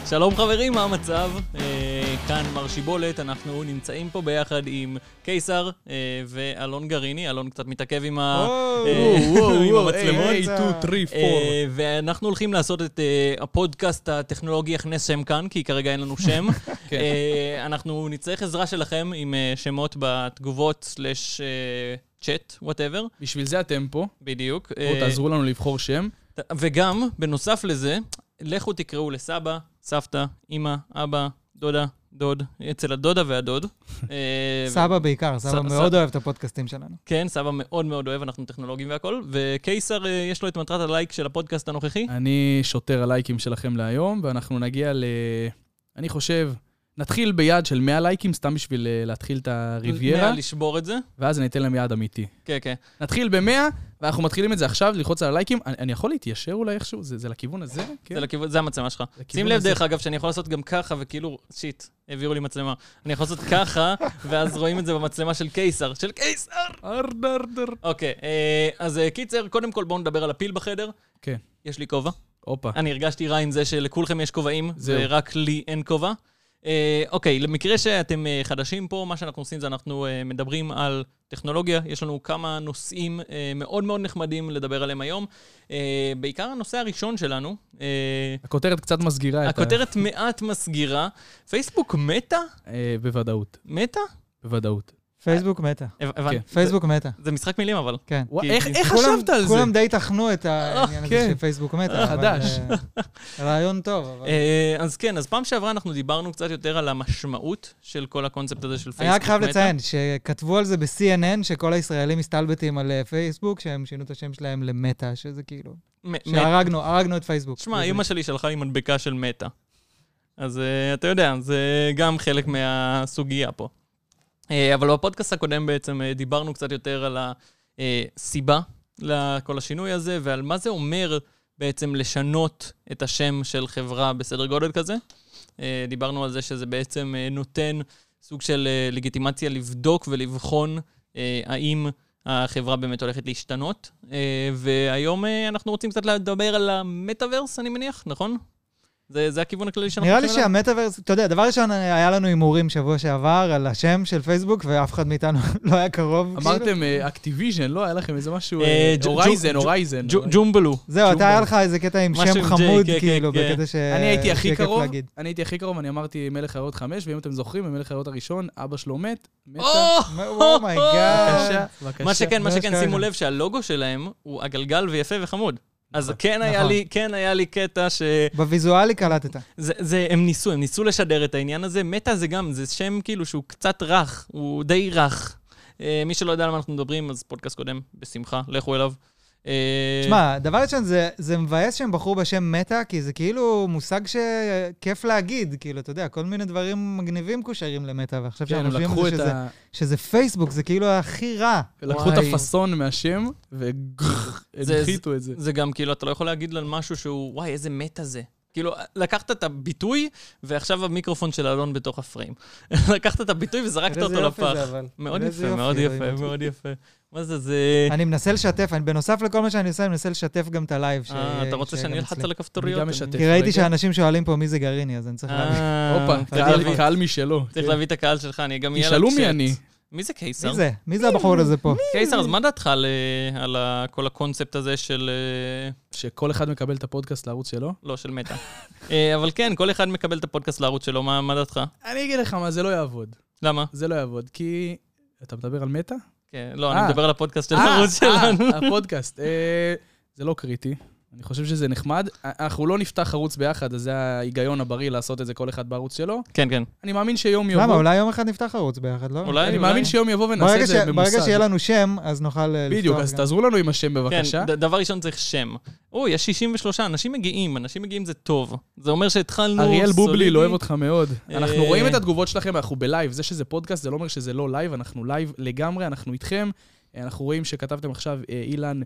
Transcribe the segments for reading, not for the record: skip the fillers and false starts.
שלום חברים, מה המצב? כאן מר שיבולת, אנחנו נמצאים פה ביחד עם קיסר ואלון גריני. אלון קצת מתעכב עם המצלמות. 2, 3, 4. ואנחנו הולכים לעשות את הפודקאסט הטכנולוגי הכנס שם כאן, כי כרגע אין לנו שם. אנחנו נצטרך עזרה שלכם עם שמות בתגובות /צ'אט, whatever. בשביל זה אתם פה. בדיוק. תעזרו לנו לבחור שם. וגם, בנוסף לזה, לכו תקראו לסבא, סבתא, אמא, אבא, דודה, דוד, אצל הדודה והדוד. סבא בעיקר, סבא מאוד אוהב את הפודקאסטים שלנו. כן, סבא מאוד מאוד אוהב, אנחנו טכנולוגים והכל. וקיסר, יש לו את מטרת הלייק של הפודקאסט הנוכחי. אני שוטר הלייקים שלכם להיום, ואנחנו נגיע אני חושב, נתחיל ביעד של 100 לייקים, סתם בשביל להתחיל את הריביירה. 100 לשבור את זה. ואז אני אתן להם יעד אמיתי. כן, כן. נתחיל ב-100, ואנחנו מתחילים את זה עכשיו, ללחוץ על הלייקים. אני יכול להתיישר אולי איכשהו? זה לכיוון הזה? זה לכיוון, זה המצלמה שלך. שים לב דרך אגב, שאני יכול לעשות גם ככה, וכאילו, שיט, העבירו לי מצלמה. אני יכול לעשות ככה, ואז רואים את זה במצלמה של קיסר. של קיסר! ארדר. אוקיי, אז קיצר, קודם כל בואו נדבר על הפיל בחדר. כן. יש לי כובע. אופה. אני הרגשתי רע עם זה שלכולכם יש כובעים, ורק לי אין כובע. אוקיי, למקרה שאתם חדשים פה, מה שאנחנו עושים זה אנחנו מדברים על טכנולוגיה. יש לנו כמה נושאים מאוד מאוד נחמדים לדבר עליהם היום. בעיקר הנושא הראשון שלנו. הכותרת קצת מסגירה. הכותרת מעט מסגירה. פייסבוק מתה? בוודאות. מתה? בוודאות. פייסבוק מתה. הבנתי. פייסבוק מתה. זה משחק מילים אבל. כן. איך חשבת על זה? כולם די תכנו את העניין הזה שפייסבוק מתה. חדש. רעיון טוב. אז כן, אז פעם שעברה אנחנו דיברנו קצת יותר על המשמעות של כל הקונספט הזה של פייסבוק מתה. אני רק חייב לציין שכתבו על זה ב-CNN שכל הישראלים מסתלבטים על פייסבוק, שהם שינו את השם שלהם למטה, שזה כאילו... שהרגנו את פייסבוק. תשמע, אמא שלי שלחה לי מדבקה של מטה. אז אתה יודע, זה גם חלק מהסוגיה פה. אבל בפודקאסט הקודם בעצם דיברנו קצת יותר על הסיבה לכל השינוי הזה, ועל מה זה אומר בעצם לשנות את השם של חברה בסדר גודל כזה. דיברנו על זה שזה בעצם נותן סוג של לגיטימציה לבדוק ולבחון האם החברה באמת הולכת להשתנות. והיום אנחנו רוצים קצת לדבר על המטאברס, אני מניח, נכון? זה הכיוון הכללי שאנחנו... נראה לי שהמטאברס, אתה יודע, דבר ראשון היה לנו הימורים שבוע שעבר על השם של פייסבוק, ואף אחד מאיתנו לא היה קרוב. אמרתם אקטיביז'ן, לא? היה לכם איזה משהו... הורייזן. ג'ומבלו. זהו, אתה היה לך איזה קטע עם שם חמוד, כאילו, בקטע ש... אני הייתי הכי קרוב, אני אמרתי מלך חיות 5, ואם אתם זוכרים, מלך חיות הראשון, אבא שלו מת, אומייגאד. מה שכן, שימו לב שהלוגו שלהם הוא הגלגל ויפה וחמוד. אז כן היה לי קטע ש... בוויזואלי קלטת. הם ניסו לשדר את העניין הזה. מטה זה גם, זה שם כאילו שהוא קצת רך, הוא די רך. מי שלא יודע על מה אנחנו מדברים, אז פודקאסט קודם, בשמחה, לכו אליו. תשמע, דבר ראשון, זה מבאס שהם בחרו בשם מטה, כי זה כאילו מושג שכיף להגיד, כאילו, אתה יודע, כל מיני דברים מגניבים קושרים למטה, ועכשיו שאנחנו חושבים שזה פייסבוק, זה כאילו הכי רע. לקחו את הפסון מהשם, והנחיתו את זה. זה גם כאילו, אתה לא יכול להגיד על משהו שהוא, וואי, איזה מטה זה. כאילו, לקחת את הביטוי, ועכשיו המיקרופון של אלון בתוך הפריים. לקחת את הביטוי וזרקת אותו לפח. מאוד יפה, מאוד יפה, מאוד יפה. מה זה? אני מנסה לשתף, בנוסף לכל מה שאני עושה, אני מנסה לשתף גם את הלייב. אתה רוצה שאני אלחץ על הכפתוריות? כי ראיתי שאנשים שואלים פה מי זה גריני, אז אני צריך להביא. הופה, קהל משלו. צריך להביא את הקהל שלך, אני גם... תשאלו מי אני. מי זה קיסר? מי זה הבחור הזה פה? קיסר, אז מה דעתך על כל הקונספט הזה של... שכל אחד מקבל את הפודקאסט לערוץ שלו? לא, של מטה. אבל כן, כל אחד מקבל את הפודקאסט לערוץ שלו, מה דעתך? אני אגיד לך מה, זה לא יעבוד. למה? זה לא יעבוד, כי... אתה מדבר על מטה? כן, לא, אני מדבר על הפודקאסט של הערוץ שלנו. הפודקאסט. זה לא קריטי. אני חושב שזה נחמד. אנחנו לא נפתח ערוץ ביחד, אז זה ההיגיון הבריא לעשות את זה כל אחד בערוץ שלו. כן, כן. אני מאמין שיום יבוא... למה? אולי יום אחד נפתח ערוץ ביחד, לא? אולי. אני מאמין שיום יבוא ונעשה את זה במוסד. ברגע שיהיה לנו שם, אז נוכל לפתוח. בדיוק, אז תעזרו לנו עם השם בבקשה. כן, דבר ראשון צריך שם. יש 63, אנשים מגיעים זה טוב. זה אומר שהתחלנו... אריאל בובלי, לא אוהב אותך מאוד. אנחנו רואים את התגובות שלכם, אנחנו בלייב. זה שזה פודקאסט, זה לא אומר שזה לא לייב, אנחנו לייב לגמרי, אנחנו איתכם. אנחנו רואים שכתבתם עכשיו אילן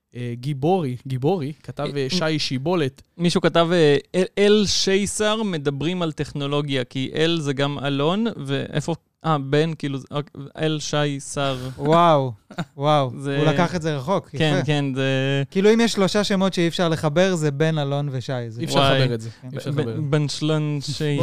גיבורי, כתב שי שיבולת. מישהו כתב, אל שייסר מדברים על טכנולוגיה, כי אל זה גם אלון, ואיפה בן, כאילו, אל שי שר. וואו. הוא לקח את זה רחוק, יפה. כן, כן, זה... כאילו אם יש 3 שמות שאי אפשר לחבר, זה בן, אלון ושי. אי אפשר לחבר את זה. בן שלון, שי...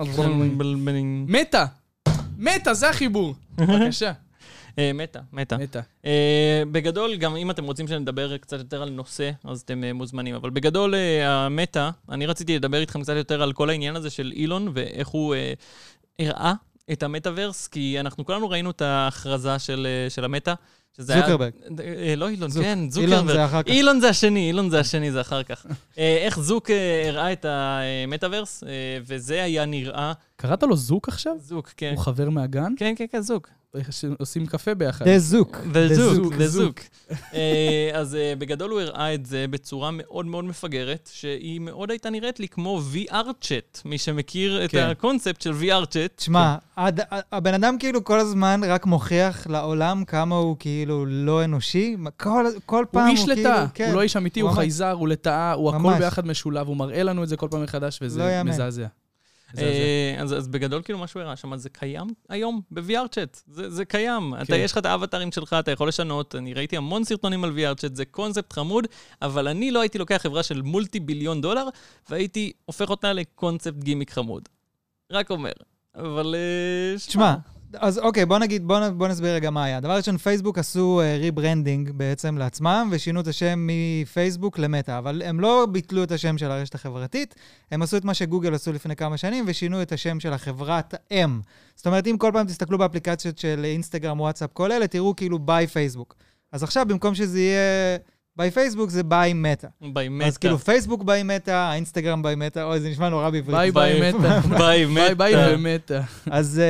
מטה, זה החיבור. בבקשה. מטה. בגדול, גם אם אתם רוצים שנדבר קצת יותר על נושא, אז אתם מוזמנים. אבל בגדול, המטה, אני רציתי לדבר איתכם קצת יותר על כל העניין הזה של אילון, ואיך הוא הראה את המטאברס, כי אנחנו כולנו ראינו את ההכרזה של המטה. זוקרברג. לא אילון, כן, זוקרברג. אילון זה אחר כך. אילון זה השני, זה אחר כך. איך זוק הראה את המטאברס, וזה היה נראה... קראת לו זוק עכשיו? זוק, כן. הוא חבר מהגן? כן, זוק. עושים קפה ביחד. The זוק. אז בגדול הוא הראה את זה בצורה מאוד מאוד מפגרת, שהיא מאוד הייתה נראית לי כמו VR-Chat, מי שמכיר את הקונספט של VR-Chat. תשמע, הבן אדם כאילו כל הזמן רק מוכיח לעולם כמה הוא כאילו לא אנושי. כל פעם הוא איש לטעה, הוא לא איש אמיתי, הוא חייזר, הוא לטעה, הוא הכל ביחד משולב, הוא מראה לנו את זה כל פעם מחדש, וזה מזעזע. אז בגדול כאילו מה שהוא הראה שם, זה קיים היום ב-VR-Chat, זה קיים. יש לך את האבטרים שלך, אתה יכול לשנות, אני ראיתי המון סרטונים על VR-Chat, זה קונספט חמוד, אבל אני לא הייתי לוקח חברה של $multi-billion, והייתי הופך אותה לקונספט גימיק חמוד. רק אומר. אבל... תשמע, אז אוקיי, בוא נסביר רגע מה היה. דבר ראשון, פייסבוק עשו ריברנדינג בעצם לעצמם, ושינו את השם מפייסבוק למטה, אבל הם לא ביטלו את השם של הרשת החברתית, הם עשו את מה שגוגל עשו לפני כמה שנים, ושינו את השם של החברת M. זאת אומרת, אם כל פעם תסתכלו באפליקציות של אינסטגרם, וואטסאפ, כל אלה, תראו כאילו ביי פייסבוק. אז עכשיו, במקום שזה יהיה ביי פייסבוק, זה ביי מטה. ביי מטה. אז כאילו פייסבוק ביי מטה, האינסטגרם ביי מטה, אוי, זה נשמע נורא בעברית. ביי מטה. ביי ומטה. אז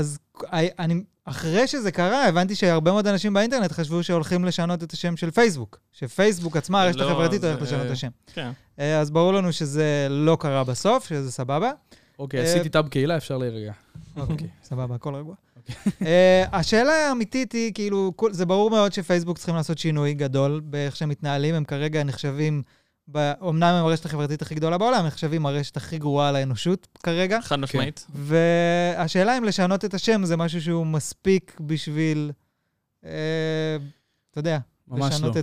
אחרי שזה קרה, הבנתי שהרבה מאוד אנשים באינטרנט חשבו שהולכים לשנות את השם של פייסבוק. שפייסבוק עצמה, הרשת החברתית, הולכת לשנות את השם. אז ברור לנו שזה לא קרה בסוף, שזה סבבה. אוקיי, עשיתי טאב קהילה, אפשר להירגע. אוקיי, סבבה, הכל רגוע. השאלה האמיתית היא, כאילו, זה ברור מאוד שפייסבוק צריכים לעשות שינוי גדול באיך שהם מתנהלים, הם כרגע נחשבים, אומנם הם הרשת החברתית הכי גדולה בעולם, הם נחשבים הרשת הכי גרועה על האנושות כרגע. חד משמעית. והשאלה אם לשנות את השם זה משהו שהוא מספיק בשביל, אתה יודע, לשנות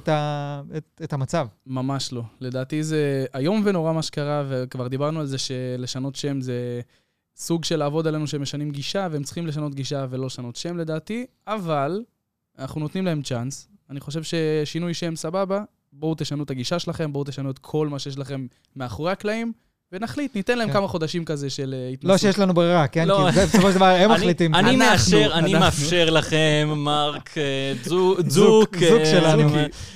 את המצב. ממש לא. לדעתי זה היום ונורא מה שקרה, וכבר דיברנו על זה שלשנות שם זה סוג של לעבוד עלינו שמשנים גישה, והם צריכים לשנות גישה ולא לשנות שם לדעתי, אבל אנחנו נותנים להם צ'אנס. אני חושב ששינוי שם סבבה, בואו תשנו את הגישה שלכם, בואו תשנו את כל מה שיש לכם מאחורי הקלעים, ונחליט, ניתן להם כמה חודשים כזה של התנסות. לא שיש לנו ברירה, כן? כי זה בסופו של דבר הם מחליטים. אני מאפשר לכם, מרק, זוק שלנו.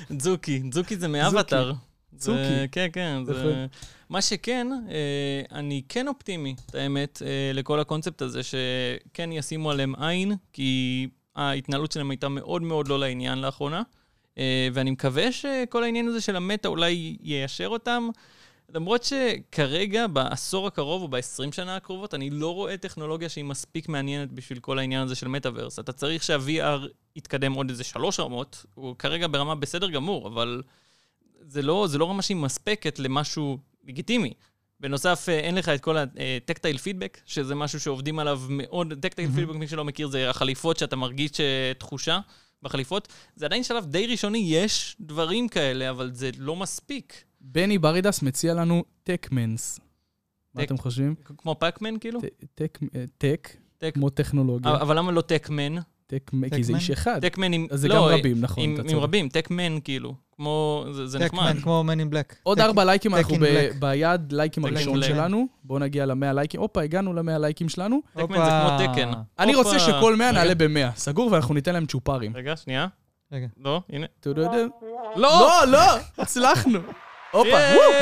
זוקי זה מאבטר. זוקי. כן, כן. מה שכן, אני כן אופטימי, את האמת, לכל הקונספט הזה, שכן ישימו עליהם עין, כי ההתנהלות שלהם הייתה מאוד מאוד לא לעניין לאחרונה, ואני מקווה שכל העניין הזה של המטה אולי יישר אותם, למרות שכרגע, בעשור הקרוב או ב-20 שנה הקרובות, אני לא רואה טכנולוגיה שהיא מספיק מעניינת בשביל כל העניין הזה של מטאברס. אתה צריך שה-VR יתקדם עוד איזה 3 רמות, הוא כרגע ברמה בסדר גמור, אבל זה לא רמה שהיא מספקת למשהו לגיטימי. בנוסף, אין לך את כל הטקטייל פידבק, שזה משהו שעובדים עליו מאוד. טקטייל פידבק, מי שלא מכיר, זה החליפות שאתה מרגיש תחושה בחליפות. זה עדיין שלב די ראשוני, יש דברים כאלה, אבל זה לא מספיק. בני ברידס מציע לנו טקמנס. מה אתם חושבים? כמו פאקמן, כאילו? טק, כמו טכנולוגיה. אבל למה לא טקמן? כי זה איש אחד. טקמן עם... זה גם רבים, נכון. עם רבים, טקמן, כאילו. כמו... זה נחמד. טקמן, כמו Man in Black. עוד 4 לייקים, אנחנו ביעד לייקים הראשון שלנו. בואו נגיע ל100 לייקים. הופה, הגענו ל100 לייקים שלנו. טקמן זה כמו תקן. אני רוצה שכל 100 נעלה ב100. סגור, ואנחנו ניתן להם צ'ופרים. רגע, שנייה. רגע. לא, הנה. לא, הצלחנו. הופה,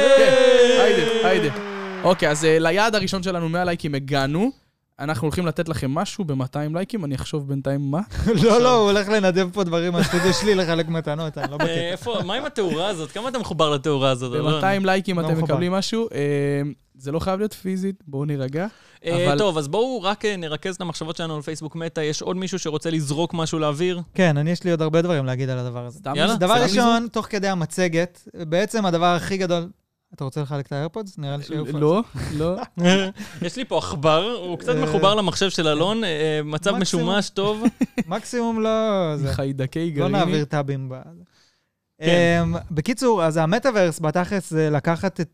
היידה. אוקיי, אז ליעד הראשון שלנו 100 לייקים הגענו. אנחנו הולכים לתת לכם משהו ב200 לייקים, אני אחשוב בינתיים מה? לא, הוא הולך לנדב פה דברים, אז כדי שלי לחלק מתנות, אני לא בקטע. מה עם התאורה הזאת? כמה אתה מחובר לתאורה הזאת? ב200 לייקים אתם מקבלים משהו, זה לא חייב להיות פיזית, בואו נירגע. טוב, אז בואו רק נרכז את המחשבות שלנו על פייסבוק מטה, יש עוד מישהו שרוצה לזרוק משהו לאוויר? כן, יש לי עוד הרבה דברים להגיד על הדבר הזה. דבר ראשון, תוך כדי המצגת, בעצם הדבר הכי גדול, אתה רוצה לחלק את האיירפודס? נראה לי שיופע. לא. יש לי פה עכבר, הוא קצת מחובר למחשב של אלון, מצב משומש טוב. מקסימום לא... חיידקי גרעיני. לא נעביר טאבים. בקיצור, אז המטאברס בתכלס זה לקחת את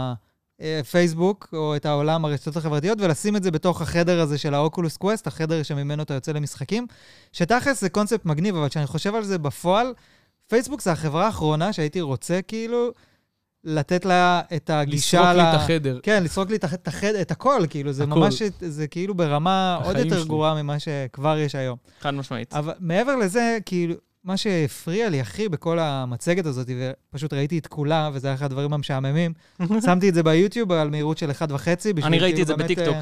הפייסבוק, או את העולם הרשתות החברתיות, ולשים את זה בתוך החדר הזה של האוקולוס קווסט, החדר שממנו אתה יוצא למשחקים, שתכלס זה קונספט מגניב, אבל כשאני חושב על זה בפועל, פייסבוק זה החברה האחרונה שהייתי רוצה כאילו לתת לה את הגישה... לסרוק לי את החדר. כן, לסרוק לי את הכל, כאילו, זה ממש, זה כאילו ברמה עוד יותר גרועה ממה שכבר יש היום. חד משמעית. אבל מעבר לזה, כאילו, מה שהפריע לי הכי בכל המצגת הזאת, ופשוט ראיתי את כולה, וזה היה אחד הדברים המשעממים, שמתי את זה ביוטיוב על מהירות של 1.5. אני ראיתי את זה בטיקטוק,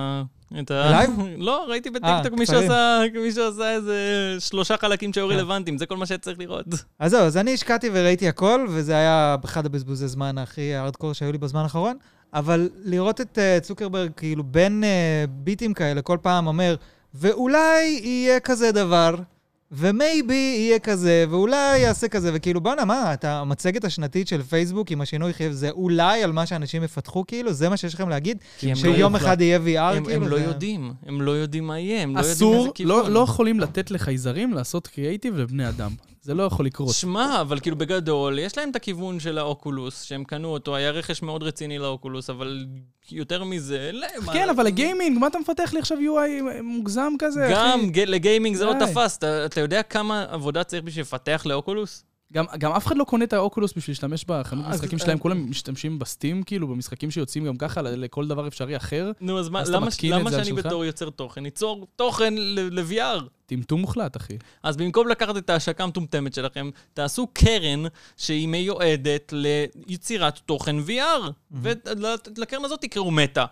בלייב? לא, ראיתי בטיקטוק מישהו עשה איזה 3 חלקים שהיו רלוונטיים, זה כל מה שצריך לראות. אז זהו, אז אני השקעתי וראיתי הכל, וזה היה אחד הבזבוזי זמן הכי הארדקור שהיו לי בזמן האחרון, אבל לראות את צוקרברג, כאילו בין ביטים כאלה, כל פעם אומר, ואולי יהיה כזה דבר, ומייבי יהיה כזה, ואולי יעשה כזה, וכאילו, בוא'נה, מה, המצגת השנתית של פייסבוק עם השינוי חייב, זה אולי על מה שאנשים יפתחו, כאילו, זה מה שיש לכם להגיד, שיום אחד יהיה VR, כאילו. הם לא יודעים מה יהיה, אסור, לא יכולים לתת לחייזרים לעשות קריאייטיב לבני אדם. זה לא יכול לקרות. שמע, אבל כאילו בגדול, יש להם את הכיוון של האוקולוס, שהם קנו אותו, היה רכש מאוד רציני לאוקולוס, אבל יותר מזה, אין להם... כן, אבל לגיימינג, מה אתה מפתח לי עכשיו UI מוגזם כזה? גם לגיימינג זה לא תפס, אתה יודע כמה עבודה צריך בשביל לפתח לאוקולוס? גם אף אחד לא קונה את האוקולוס בשביל להשתמש בחנות משחקים שלהם, כולם משתמשים בסטים, כאילו, במשחקים שיוצאים גם ככה לכל דבר אפשרי אחר. נו, אז למה שאני בתור יוצר תוכן? ניצור תוכן ל-VR? טמטום מוחלט, אחי. אז במקום לקחת את ההשקה המטומטמת שלכם, תעשו קרן שהיא מיועדת ליצירת תוכן VR, ולקרן הזאת תקראו מטה.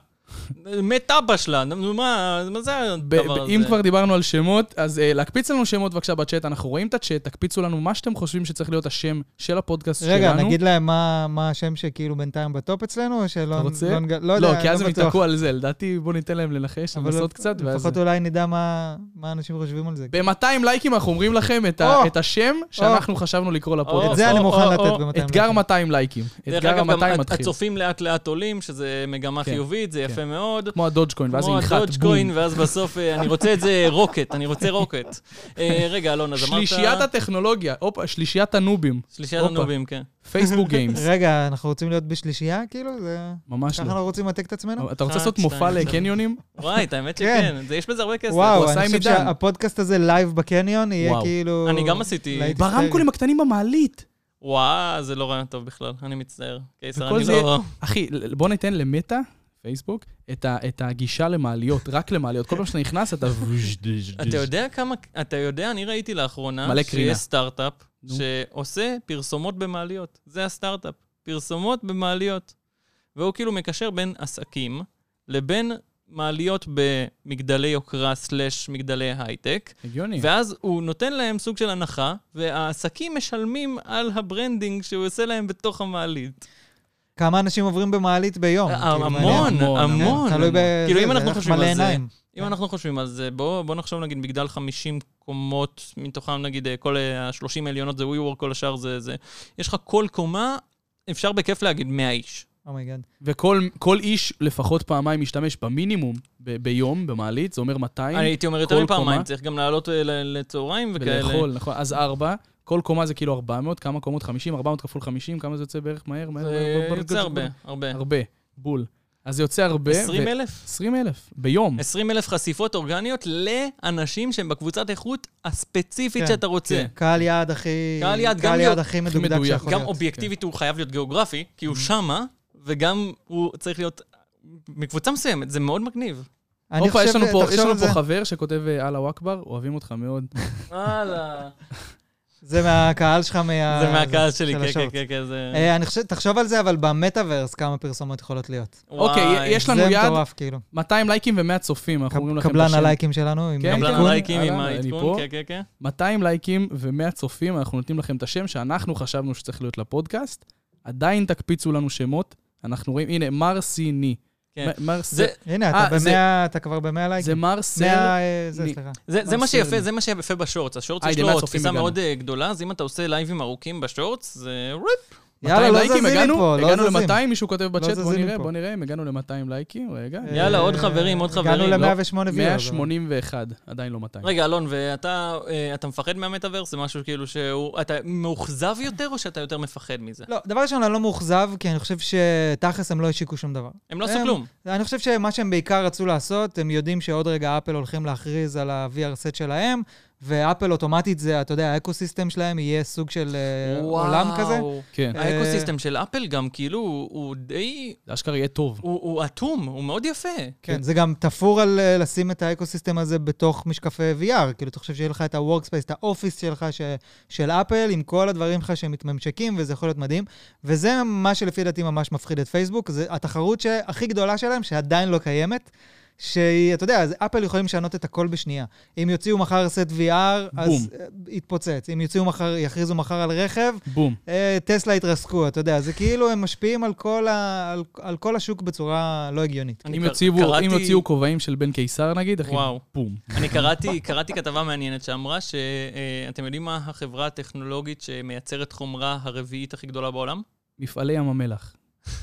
מטה בשלה, מה זה הדבר הזה? אם כבר דיברנו על שמות, אז להקפיץ לנו שמות בבקשה בצ'אט, אנחנו רואים את הצ'אט, תקפיצו לנו מה שאתם חושבים שצריך להיות השם של הפודקאסט שלנו. רגע, נגיד להם מה השם שכאילו בינתיים בטופ אצלנו, או שלא... אתה רוצה? לא, כי אז הם יתעקו על זה, לדעתי בוא ניתן להם לנחש, לנסות קצת, לפחות אולי נדע מה אנשים חושבים על זה. ב-200 לייקים אנחנו אומרים לכם את השם שאנחנו חשבנו לקרוא לפודקאסט. את זה אני מוכן לתת ב-200 לייקים. אתגר 200 לייקים. אתגר ה-200 מתחיל. הצופים לאט לאט עולים, שזה מגמה חיובית, זה יפה מאוד. כמו הדודג'קוין, ואז ינחת, כמו הדודג'קוין, ואז בסוף, אני רוצה את זה רוקט, אני רוצה רוקט. רגע, אלון, אז אמרת... שלישיית הטכנולוגיה, שלישיית הנובים. שלישיית הנובים, כן. פייסבוק גיימס. רגע, אנחנו רוצים להיות בשלישייה, כאילו? ממש לא. ככה אנחנו רוצים לתק את עצמנו? אתה רוצה לעשות מופע לקניונים? וואי, האמת שכן, יש בזה הרבה כסף. וואו, אני חושב שהפודקאסט הזה לייב בקניון יהיה כאילו... אני גם עשיתי... ברמקולים הקטנים במעלית. וואו, זה לא רעיון טוב בכלל, אני מצטער. קיסר, אני לא... אחי, בוא ניתן למטה, פייסבוק, את הגישה למעליות, רק למעליות. כל פעם שאתה נכנס, אתה... אתה יודע, אני ראיתי לאחרונה, שיש סטארט-אפ שעושה פרסומות במעליות. זה הסטארט-אפ, פרסומות במעליות. והוא כאילו מקשר בין עסקים לבין מעליות במגדלי יוקרה / מגדלי הייטק. הגיוני. ואז הוא נותן להם סוג של הנחה, והעסקים משלמים על הברנדינג שהוא עושה להם בתוך המעלית. כמה אנשים עוברים במעלית ביום? המון. תלוי כאילו אם אנחנו חושבים על זה, אם אנחנו חושבים על זה, בוא נחשוב נגיד מגדל 50 קומות, מתוכם נגיד כל ה-30 העליונות זה WeWork, כל השאר זה. יש לך כל קומה, אפשר בכיף להגיד 100 איש. אומייגאד. וכל איש לפחות פעמיים משתמש במינימום ביום, במעלית, זה אומר 200. אני הייתי אומר יותר מפעמיים, צריך גם לעלות לצהריים וכאלה. ולאכול, נכון. אז 4. כל קומה זה כאילו 400, כמה קומות 50, 400 כפול 50, כמה זה יוצא בערך מהר? זה יוצא הרבה. בול. אז זה יוצא הרבה. 20,000? 20,000, ביום. 20,000 חשיפות אורגניות לאנשים שהם בקבוצת איכות הספציפית שאתה רוצה. קהל יעד הכי מדוקדק שיכול להיות. גם אובייקטיבית הוא חייב להיות גיאוגרפי, כי הוא שמה, וגם הוא צריך להיות מקבוצה מסוימת, זה מאוד מגניב. יש לנו פה חבר שכותב אללה אכבר, אוהבים אותך מאוד. אללה. זה מהקהל שלך, זה מהקהל שלי, כן. אני חושב, תחשוב על זה, אבל במטאברס כמה פרסומות יכולות להיות. אוקיי, יש לנו יד, זה מטורף, כאילו. 200 לייקים ו100 צופים, אנחנו אומרים לכם בשם. קבלן הלייקים שלנו, קבלן הלייקים עם העדכון, כן. 200 לייקים ו100 צופים, אנחנו נותנים לכם את השם שאנחנו חשבנו שצריך להיות לפודקאסט, עדיין תקפיצו לנו שמות, אנחנו רואים, הנה, מרסיני. הנה, אתה כבר ב100 לייקים. זה מרסל. זה מה שיפה, זה מה שיפה בשורטס. השורטס יש לו תפיסה מאוד גדולה, אז אם אתה עושה לייבים ארוכים בשורטס, זה ריפ. יאללה, לא זזים פה, לא הגענו זזים. ל-200, מישהו כותב בצ'אט, בוא נראה, אם הגענו ל-200 לייקים, רגע. יאללה, עוד חברים, עוד חברים. הגענו ל-108 וידאו. 181, עדיין לא 200. רגע, אלון, ואתה מפחד מהמטאברס? זה משהו כאילו אתה מאוכזב יותר, או שאתה יותר מפחד מזה? לא, דבר ראשון, אני לא מאוכזב, כי אני חושב שתכלס הם לא השיקו שום דבר. הם לא עשו כלום. אני חושב שמה שהם בעיקר רצו לעשות, הם יודעים שעוד רגע אפל הולכים להכריז על ה-VR סט שלהם, ואפל אוטומטית זה, אתה יודע, האקוסיסטם שלהם יהיה סוג של עולם כזה. כן. האקוסיסטם של אפל גם כאילו הוא די... זה אשכרה יהיה טוב. הוא אטום, הוא מאוד יפה. כן, זה גם תפור על לשים את האקוסיסטם הזה בתוך משקפי VR. כאילו, אתה חושב שיהיה לך את ה-workspace, את האופיס שלך של אפל, עם כל הדברים לך שהם מתממשקים, וזה יכול להיות מדהים. וזה מה שלפי דעתי ממש מפחיד את פייסבוק. זה התחרות הכי גדולה שלהם, שעדיין לא קיימת. שאתה יודע, אז אפל יכולים לשנות את הכל בשנייה. אם יוציאו מחר סט VR, אז יתפוצץ. אם יוציאו מחר, יכריזו מחר על רכב, בום. טסלה יתרסקו, אתה יודע. זה כאילו הם משפיעים על כל השוק בצורה לא הגיונית. אם יוציאו כובעים של בן קיסר, נגיד, אחי, בום. אני קראתי כתבה מעניינת שאמרה שאתם יודעים מה החברה הטכנולוגית שמייצרת חומרה הרביעית הכי גדולה בעולם? מפעלי ים המלח.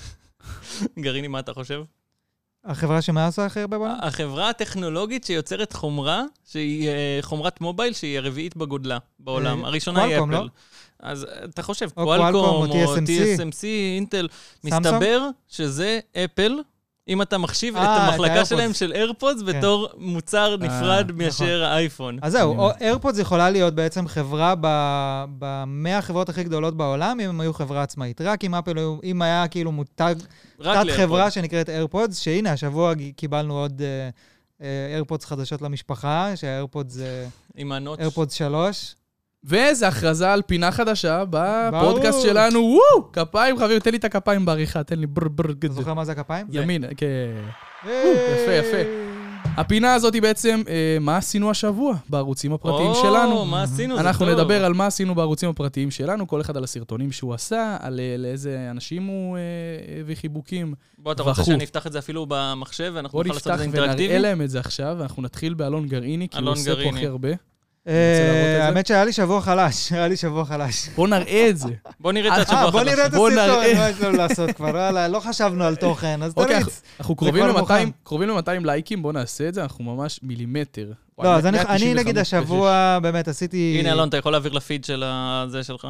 גרעיני, מה אתה חושב? החברה שמה עושה הכי הרבה בעולם? החברה הטכנולוגית שיוצרת חומרה, שהיא חומרת מובייל, שהיא הרביעית בגודלה בעולם. הראשונה היא אפל. אז אתה חושב, קואלקום או TSMC, אינטל, מסתבר שזה אפל, אם אתה מחשיב את המחלקה שלהם של איירפודס בתור מוצר נפרד מאשר האייפון. אז זהו, איירפודס יכולה להיות בעצם חברה ב100 החברות הכי גדולות בעולם, אם הם היו חברה עצמאית. רק אם אפל, אם היה כאילו מותג, תת חברה שנקראת איירפודס, שהנה, השבוע קיבלנו עוד איירפודס חדשות למשפחה, שהאיירפודס זה איירפודס 3. וזה הכרזה על פינה חדשה בפודקאסט שלנו. וואו! כפיים, חברים, תן לי את הכפיים בעריכה, תן לי ברר. אתה זוכר מה זה הכפיים? ימין, כן. יפה, יפה. הפינה הזאת היא בעצם, מה עשינו השבוע בערוצים הפרטיים שלנו. מה עשינו? זה טוב. אנחנו נדבר על מה עשינו בערוצים הפרטיים שלנו, כל אחד על הסרטונים שהוא עשה, על לאיזה אנשים הוא הביא חיבוקים. בוא, אתה רוצה שאני אפתח את זה אפילו במחשב, ואנחנו נוכל לעשות את זה אינטראקטיבי? בוא נפתח ונראה להם את זה עכשיו, ואנחנו נתחיל באלון גרעיני, כי הוא עושה פה הכי הרבה. האמת שהיה לי שבוע חלש, בוא נראה את זה. בוא נראה את השבוע חלש. בוא נראה את הסרטון, מה יש לנו לעשות כבר, לא חשבנו על תוכן, אז תריץ. אנחנו קרובים ל-200 לייקים, בוא נעשה את זה, אנחנו ממש מילימטר. לא, אז אני נגיד השבוע באמת עשיתי... הנה אלון, אתה יכול להעביר לפיד של זה שלך.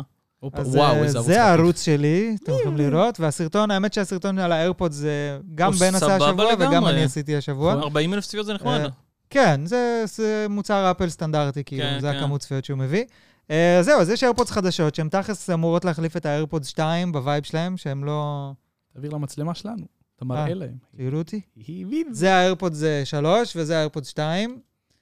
זה הערוץ שלי, אתם יכולים לראות, והסרטון, האמת שהסרטון על האיירפודס זה גם בן עשה השבוע וגם אני עשיתי השבוע. 40,000 צפיות זה נחמד. כן, זה מוצר אפל סטנדרטי, כאילו, זה הכמות צפיות שהוא מביא. זהו, אז יש איירפודס חדשות, שהן תכלס אמורות להחליף את האיירפודס 2 בווייב שלהם, שהם לא... תעביר למצלמה שלנו, אתה מראה להם. תראו אותי. זה האיירפודס 3 וזה האיירפודס 2,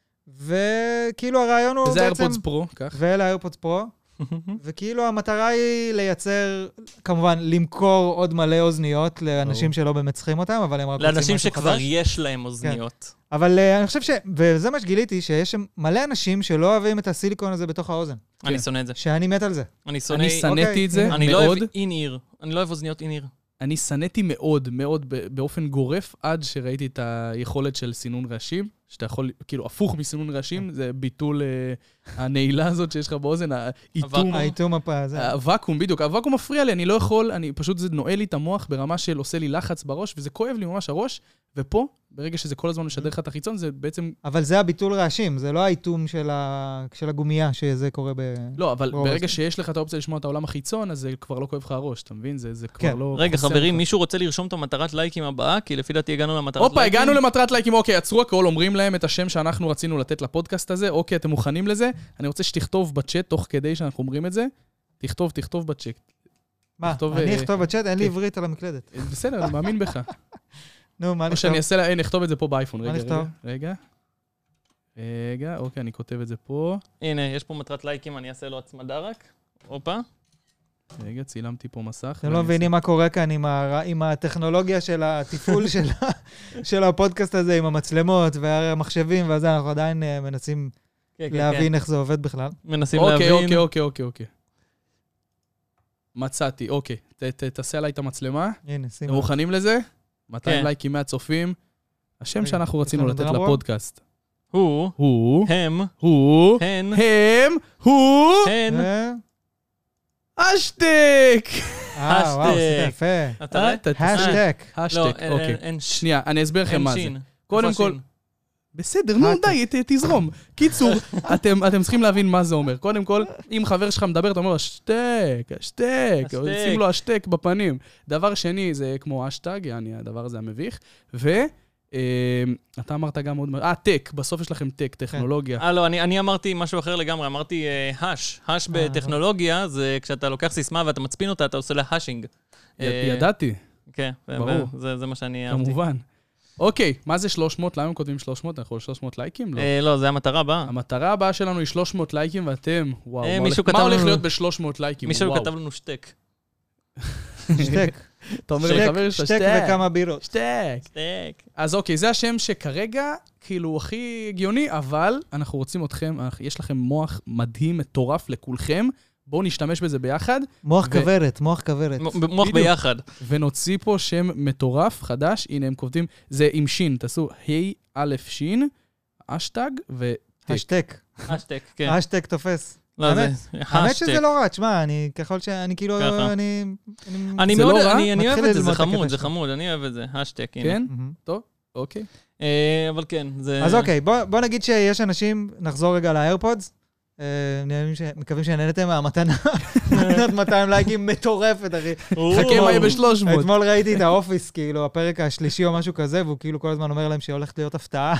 וכאילו הרעיון הוא בעצם... וזה האיירפודס פרו, כך. ואלה האיירפודס פרו, וכאילו המטרה היא לייצר, כמובן, למכור עוד מלא אוזניות לאנשים שלא באמת צריכים אותם, אבל הם רק רוצים משהו חדש. לאנשים שכבר יש להם אוזניות. אבל אני חושב וזה מה שגיליתי, שיש מלא אנשים שלא אוהבים את הסיליקון הזה בתוך האוזן. אני שונא את זה. שאני מת על זה. אני שנאתי את זה מאוד. אני לא אוהב אין-איר. אני לא אוהב אוזניות אין-איר. אני שנאתי מאוד, מאוד, באופן גורף, עד שראיתי את היכולת של סינון רעשים, שאתה יכול, כאילו, הפוך מסינון רעשים, זה ביטול הנעילה הזאת שיש לך באוזן, האיתום הזה. הוואקום, בדיוק. הוואקום מפריע לי, אני לא יכול, פשוט זה נועל לי את המוח ברמה של עושה לי לחץ בראש, וזה כואב לי ממש הראש, ופה, ברגע שזה כל הזמן משדר לך את החיצון, זה בעצם... אבל זה הביטול רעשים, זה לא האיתום של הגומייה שזה קורה לא, אבל ברגע שיש לך את האופציה לשמוע את העולם החיצון, אז זה כבר לא כואב לך הראש, אתה מבין? זה כבר לא... רגע, חברים, מישהו רוצה לרשום את המטרת לייקים הבאה? כי לפי דעתי הגענו למטרת לייקים. הגענו למטרת לייקים, אוקיי, עצרו הכל, אומרים להם את השם שאנחנו רצינו לתת לפודקאסט הזה, אוקיי, אתם מוכנים לזה? אני רוצה שתכתוב בצ'אט תוך כדי שאנחנו אומרים את זה. תכתוב בצ'אט. מה? אני אכתוב בצ'אט? אין לי עברית על המקלדת. בסדר, אני מאמין בך. נו, מה נכתוב? או שאני אעשה נכתוב את זה פה באייפון. מה נכתוב? רגע, אוקיי, אני כותב את זה פה. הנה, יש פה מטרת לייקים, אני אעשה לו הצמדה רק. הופה. רגע, צילמתי פה מסך. אתם לא מבינים מה קורה כאן עם הטכנולוגיה של התפעול של הפודקאסט הזה, עם המצלמות והמחשבים, ואז אנחנו עדיין מנסים להבין איך זה עובד בכלל. מנסים להבין. אוקיי. מצאתי, אוקיי. תעשה עליי את המצלמה. הנה, שימו. אתם מוכנים לזה? 200 לייקים מהצופים. השם שאנחנו רצינו לתת לפודקאסט. הן. אשטק! וואו, זה יפה. אתה רואה? השטק. השטק, אוקיי. אין שנייה, אני אסביר לכם מה זה. שין. קודם כל, בסדר, נו די, תזרום. קיצור, אתם צריכים להבין מה זה אומר. קודם כל, אם חבר שלך מדבר, אתה אומר, השטק, שים לו השטק בפנים. דבר שני, זה כמו השטג, הדבר הזה המביך, אתה אמרת גם עוד... טק, בסוף יש לכם טק, טכנולוגיה. לא, אני אמרתי משהו אחר לגמרי, אמרתי הש בטכנולוגיה, זה כשאתה לוקח סיסמה ואתה מצפין אותה, אתה עושה לה השינג. ידעתי. כן, ברור. זה מה שאני אהבתי. כמובן. אוקיי, מה זה 300? למה הם כותבים 300? אנחנו 300 לייקים? לא, זה המטרה הבאה. המטרה הבאה שלנו היא 300 לייקים, ואתם, וואו, מה הולך להיות ב-300 לייקים? מישהו כתב לנו שטק. שטק. אתה אומר לחבר שלך, שטק וכמה בירות. שטק. אז אוקיי, זה השם שכרגע, כאילו, הכי הגיוני, אבל אנחנו רוצים אתכם, יש לכם מוח מדהים, מטורף לכולכם, בואו נשתמש בזה ביחד. מוח כברת. מוח ביחד. ונוציא פה שם מטורף, חדש, הנה הם כותבים, זה עם שין, תעשו א' שין, אשטג השטק. השטק, כן. השטק תופס. האמת שזה לא רע, תשמע, ככל שאני כאילו, אני מאוד, אני אוהב את זה, זה חמוד, אני אוהב את זה, השטק, הנה. כן? טוב, אוקיי. אבל כן, זה... אז אוקיי, בוא נגיד שיש אנשים, נחזור רגע לאיירפודס, מקווים שנהנתם מהמתנה, 200 לייקים מטורפת, אחי. חכה מה יהיה ב-300. אתמול ראיתי את האופיס, כאילו, הפרק השלישי או משהו כזה, והוא כאילו כל הזמן אומר להם שהולכת להיות הפתעה.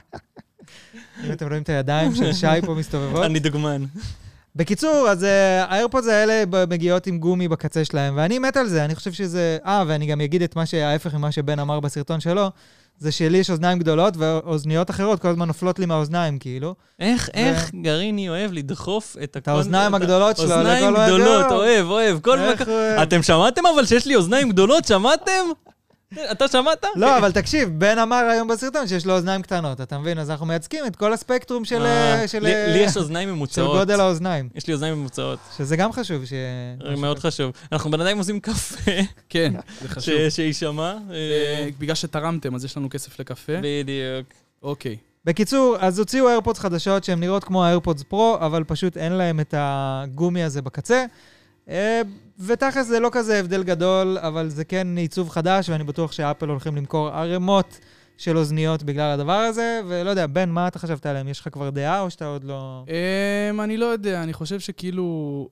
אם אתם רואים את הידיים של שי פה מסתובבות. אני דוגמן. בקיצור, אז האיירפודס האלה מגיעות עם גומי בקצה שלהם, ואני מת על זה, אני חושב שזה... ואני גם אגיד את ההפך ממה שבן אמר בסרטון שלו, זה שלי יש אוזניים גדולות, ואוזניות אחרות כל הזמן נופלות לי מהאוזניים, כאילו. איך גרעיני אוהב לדחוף את האוזניים הגדולות שלו. אוזניים גדולות, אוהב. אתם שמעתם אבל שיש לי אוזניים גדולות, שמעתם? אתה שמעת? לא, אבל תקשיב, בן אמר היום בסרטון שיש לו אוזניים קטנות, אתה מבין? אז אנחנו מייצגים את כל הספקטרום של... לי יש אוזניים ממוצעות. של גודל האוזניים. יש לי אוזניים ממוצעות. שזה גם חשוב. מאוד חשוב. אנחנו בינתיים עושים קפה. כן, זה חשוב. שישמע. בגלל שתרמתם, אז יש לנו כסף לקפה. בדיוק. אוקיי. בקיצור, אז הוציאו איירפודס חדשות שהן נראות כמו האיירפודס פרו, אבל פשוט אין להם את הגומי הזה בקצה. ותכף זה לא כזה הבדל גדול, אבל זה כן עיצוב חדש, ואני בטוח שאפל הולכים למכור ערימות של אוזניות בגלל הדבר הזה, ולא יודע, בן, מה אתה חשבת עליהם? יש לך כבר דעה או שאתה עוד לא... אני לא יודע, אני חושב שכאילו,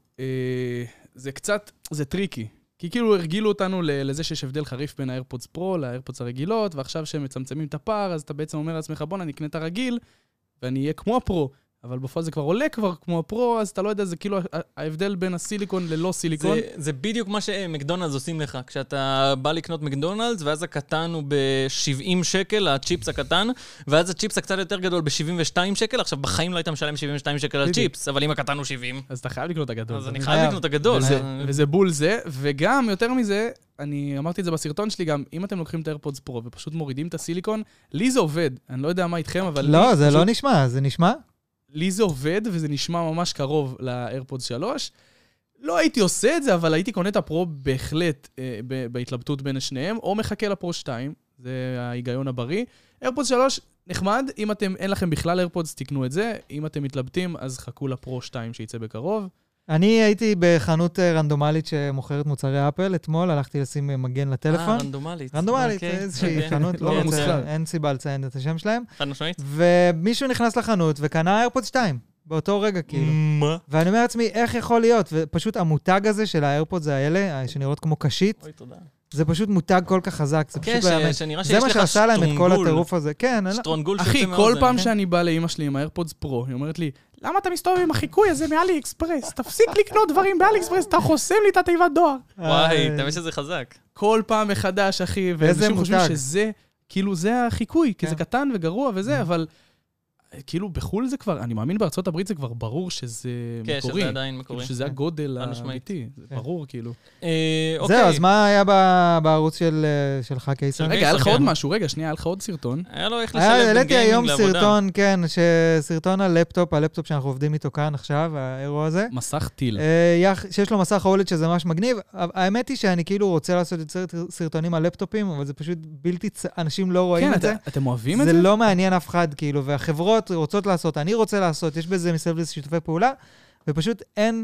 זה קצת, זה טריקי. כי כאילו הרגילו אותנו לזה שיש הבדל חריף בין האיירפודס פרו לאיירפודס הרגילות, ועכשיו שהם מצמצמים את הפער, אז אתה בעצם אומר לעצמך, בוא נקנה את הרגיל, ואני אהיה כמו הפרו. אבל בפועל זה כבר עולה כבר כמו הפרו, אז אתה לא יודע, זה כאילו ההבדל בין הסיליקון ללא סיליקון. זה בדיוק מה שמקדונלדס עושים לך. כשאתה בא לקנות מקדונלדס, ואז הקטן הוא ב-70 שקל, הצ'יפס הקטן, ואז הצ'יפס הקצת יותר גדול ב-72 שקל, עכשיו בחיים לא היית משלם 72 שקל על צ'יפס, אבל אם הקטן הוא 70. אז אתה חייב לקנות את הגדול. אז אני חייב לקנות את הגדול. וזה בול זה, וגם יותר מזה, אני אמרתי את זה בסרטון שלי גם, אם אתם לוקחים את האיירפודס פרו ופשוט מורידים את הסיליקון, לי זה עובד. אני לא יודע מה איתכם, אבל לא, זה לא נשמע, זה נשמע? לי זה עובד, וזה נשמע ממש קרוב לאיירפודס 3. לא הייתי עושה את זה, אבל הייתי קונה את הפרו בהחלט בהתלבטות בין שניהם, או מחכה לפרו 2, זה ההיגיון הבריא. איירפודס 3 נחמד, אם אין לכם בכלל איירפודס, תקנו את זה. אם אתם מתלבטים, אז חכו לפרו 2 שיצא בקרוב. אני הייתי בחנות רנדומלית שמוכרת מוצרי אפל, אתמול הלכתי לשים מגן לטלפון. רנדומלית. רנדומלית, איזושהי חנות, לא רוצה, אין סיבה לציין את השם שלהם. חד משמעית. ומישהו נכנס לחנות וקנה איירפודס 2, באותו רגע כאילו. מה? ואני אומר לעצמי, איך יכול להיות? ופשוט המותג הזה של האיירפודס האלה, שנראות כמו קשית, אוי, תודה. זה פשוט מותג כל כך חזק, זה פשוט כן, זה מה שעשה להם את כל הטירוף הזה. כן, שטרונגול אחי, כל פעם שאני בא לאמא שלי עם האיירפודס פרו, היא אומרת לי, למה אתה מסתובב עם החיקוי הזה מאלי אקספרס? תפסיק לקנות דברים באלי אקספרס, אתה חוסם לי את התיבת דואר. וואי, אתה מבין שזה חזק. כל פעם מחדש, אחי, ואנשים חושבים שזה, כאילו זה החיקוי, כי זה קטן וגרוע וזה, אבל כאילו בחול זה כבר, אני מאמין בארצות הברית זה כבר ברור שזה מקורי. כן, שזה עדיין מקורי. שזה הגודל האמיתי, זה ברור כאילו. זהו, אז מה היה בערוץ שלך קיסר? רגע, היה לך עוד משהו, רגע, שנייה, היה לך עוד סרטון. היה לו איך לשלב בין העליתי גיימינג היום לעבודה. סרטון, כן, סרטון על הלפטופ שאנחנו עובדים איתו כאן עכשיו, האירוע הזה. מסך טיל. שיש לו מסך אולד שזה ממש מגניב. האמת היא שאני כאילו רוצה לעשות סרטונים על לפטופים, אבל זה פשוט בלתי, אנשים לא רואים את זה. כן, אתם אוהבים את זה? זה לא מעניין אף אחד, כאילו, והחברות רוצות לעשות, אני רוצה לעשות, יש בזה מסביב לזה שיתופי פעולה, ופשוט אין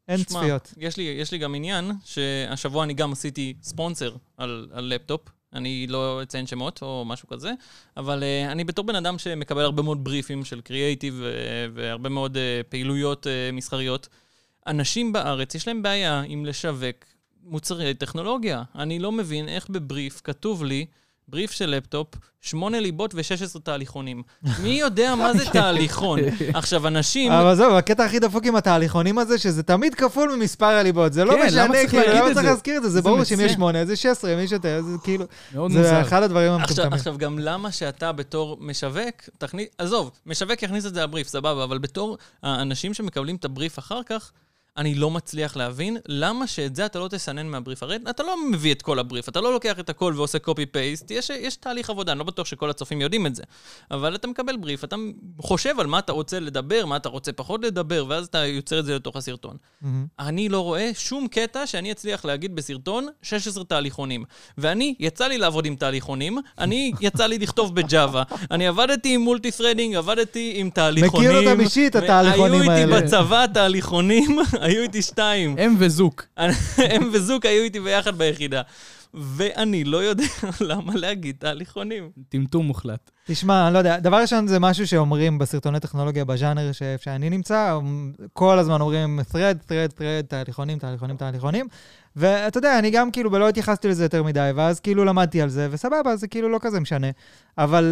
אין צפיות. יש לי גם עניין שהשבוע אני גם עשיתי ספונסר על לפטופ. אני לא אציין שמות או משהו כזה, אבל אני בתור בן אדם שמקבל הרבה מאוד בריפים של קריאייטיב והרבה מאוד פעילויות מסחריות. אנשים בארץ יש להם בעיה עם לשווק מוצרי טכנולוגיה. אני לא מבין איך בבריף כתוב לי, בריף של לפטופ, 8 ליבות ו16 תהליכונים. מי יודע מה זה תהליכון? עכשיו, אנשים... אבל זהו, הקטע הכי דפוק עם התהליכונים הזה, שזה תמיד כפול ממספר הליבות. זה לא משנה, כאילו, למה צריך להזכיר את זה? זה ברור שאם יש 8, זה 16, אם יש יותר, זה כאילו... זה אחד הדברים המטומטמים. עכשיו, גם למה שאתה בתור משווק, עזוב, משווק יכניס את זה לבריף, סבבה, אבל בתור האנשים שמקבלים את הבריף אחר כך, אני לא מצליח להבין למה שאת זה אתה לא תסנן מהבריף. הרי אתה לא מביא את כל הבריף, אתה לא לוקח את הכל ועושה קופי-פייסט, יש תהליך עבודה, אני לא בטוח שכל הצופים יודעים את זה. אבל אתה מקבל בריף, אתה חושב על מה אתה רוצה לדבר, מה אתה רוצה פחות לדבר, ואז אתה יוצר את זה לתוך הסרטון. אני לא רואה שום קטע שאני אצליח להגיד בסרטון 16 תהליכונים. ואני, יצא לי לעבוד עם תהליכונים, אני יצא לי לכתוב בג'אווה. אני עבדתי עם מולטי-ת'רדינג, עבדתי עם תהליכונים. מכיר אותם אישית, התהליכונים האלה. היו איתי בצבא תהליכונים, היו איתי 2. הם וזוק. הם וזוק היו איתי ביחד ביחידה. ואני לא יודע למה להגיד תהליכונים. טמטום מוחלט. תשמע, אני לא יודע, דבר ראשון זה משהו שאומרים בסרטוני טכנולוגיה בז'אנר שאני נמצא, כל הזמן אומרים thread, תהליכונים, ואתה יודע, אני גם כאילו לא התייחסתי לזה יותר מדי, ואז כאילו למדתי על זה, וסבבה, זה כאילו לא כזה משנה. אבל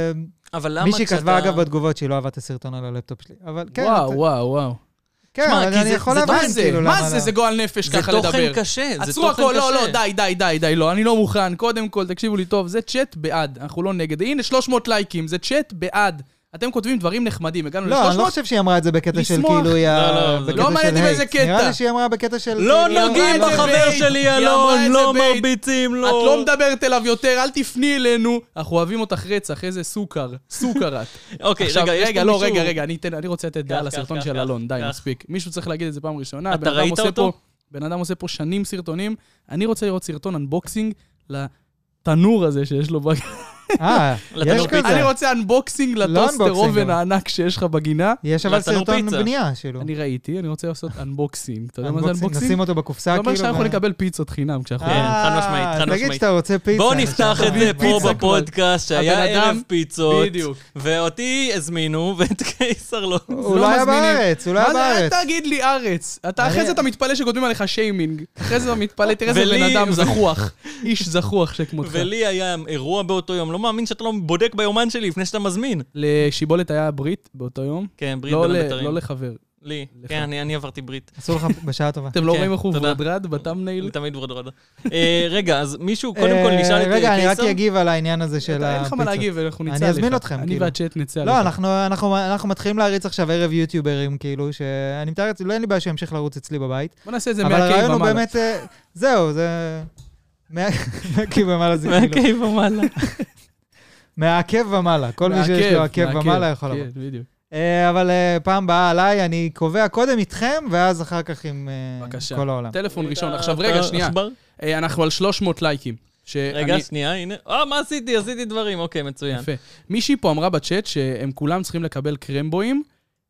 מישהי כתבה אגב בתגובות שהיא לא אהבה את הסרטון על הלפטופ שלי. וואו. כן, אבל אני יכול להבין כאילו למה... מה זה? זה גועל נפש ככה לדבר. זה תוכן קשה, עצרו הכל, לא, די, לא, אני לא מוכן. קודם כל, תקשיבו לי טוב, זה צ'אט בעד, אנחנו לא נגד. הנה 300 לייקים, זה צ'אט בעד. אתם כותבים דברים נחמדים, הגענו ל-300. לא, אני לא חושב שהיא אמרה את זה בקטע של כאילו... לא מעניין באיזה קטע. נראה לי שהיא אמרה בקטע של... לא נוגעים בחבר שלי, אלון, לא מרביצים, לא... את לא מדברת אליו יותר, אל תפני אלינו. אנחנו אוהבים אותך רצח, איזה סוכרת. אוקיי, רגע, רגע, אני רוצה לתת דעה לסרטון של אלון, די, מספיק. מישהו צריך להגיד את זה פעם ראשונה. אתה ראית אותו? בן אדם עושה פה שנים סרטונים. אני רוצה לראות סרטון אנבוקסינג לתנור הזה שיש לו יש כזה. אני רוצה אנבוקסינג לטוסטר אובן הענק שיש לך בגינה. יש אבל סרטון בנייה שלו. אני ראיתי, אני רוצה לעשות אנבוקסינג. אתה יודע מה זה אנבוקסינג? נשים אותו בקופסה כאילו. זה אומר שאנחנו נקבל פיצות חינם כשאנחנו... חד משמעית. תגיד שאתה רוצה פיצה. בואו נפתח את זה פה בפודקאסט שהיה ערב פיצות. ואותי הזמינו ואת קיסר לא. הוא לא היה בארץ, תגיד לי ארץ. אחרי זה אתה מתפלא שכותבים עליך שיימינג. אחרי זה אתה מתפלא, תראה איזה בן אדם זחוח. איש זחוח שכמותך. ולי היה אירוע באותו יום. לא מאמין שאתה לא בודק ביומן שלי לפני שאתה מזמין. לשיבולת היה ברית באותו יום. כן, ברית בין הבטרים. לא לחבר. לי. כן, אני עברתי ברית. אסור לך בשעה טובה. אתם לא רואים איך הוא ורדרד בטאמנייל? תמיד ורדרד. רגע, אז מישהו קודם כל נשאל את קיסר? רגע, אני רק אגיב על העניין הזה של הפיצות. אין לך מה להגיב, אנחנו נצא עליך. אני אזמין אתכם. אני והצ'אט נצא עליך. עליך. לא, אנחנו מתחילים להריץ עכשיו ערב יוטיוברים, כאילו, שאני מתאר, לא אין לי בעיה שימשיך לרוץ אצלי בבית. בוא נעשה את זה מהקייב ומעלה. זהו, זה... מהקייב ומעלה זה כאילו. מהקייב ומעלה. מהעקב ומעלה. כל מי שיש לו עקב ומעלה יכול לבוא. בדיוק. אבל פעם באה עליי, אני קובע קודם איתכם, ואז אחר כך עם כל העולם. טלפון ראשון. עכשיו, רגע, שנייה. אנחנו על 300 לייקים. רגע, שנייה, הנה. מה עשיתי? עשיתי דברים. אוקיי, מצוין. יפה. מישהי פה אמרה בצ'אט שהם כולם צריכים לקבל קרמבויים,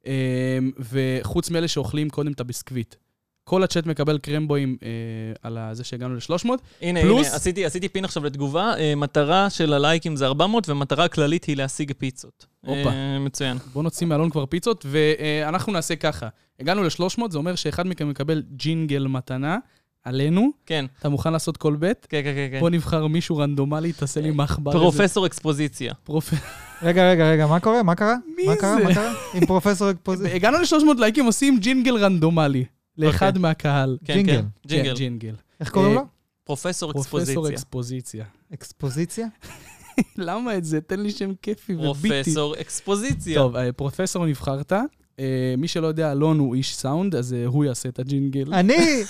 וחוץ מאלה שאוכלים קודם את הביסקוויט. כל הצ'אט מקבל קרמבויים על זה שהגענו ל-300. הנה, עשיתי פין עכשיו לתגובה. מטרה של הלייקים זה 400, ומטרה כללית היא להשיג פיצות. מצוין. בואו נוציא מאלון כבר פיצות, ואנחנו נעשה ככה. הגענו ל-300, זה אומר שאחד מכם מקבל ג'ינגל מתנה עלינו. כן. אתה מוכן לעשות כל בית? כן. בוא נבחר מישהו רנדומלי, תעשה לי מחבר. פרופסור אקספוזיציה. רגע, מה קורה? מה קרה? מי זה? עם פרופסור אקספוזיציה. הגענו ל-300 לייקים, עושים ג'ינגל רנדומלי. לאחד מהקהל. ג'ינגל. איך קוראים לו? פרופסור אקספוזיציה. פרופסור אקספוזיציה. אקספוזיציה? למה את זה? תן לי שם כיפי וביטי. פרופסור אקספוזיציה. טוב, פרופסור נבחרת. מי שלא יודע, אלון הוא איש סאונד, אז הוא יעשה את הג'ינגל. אני?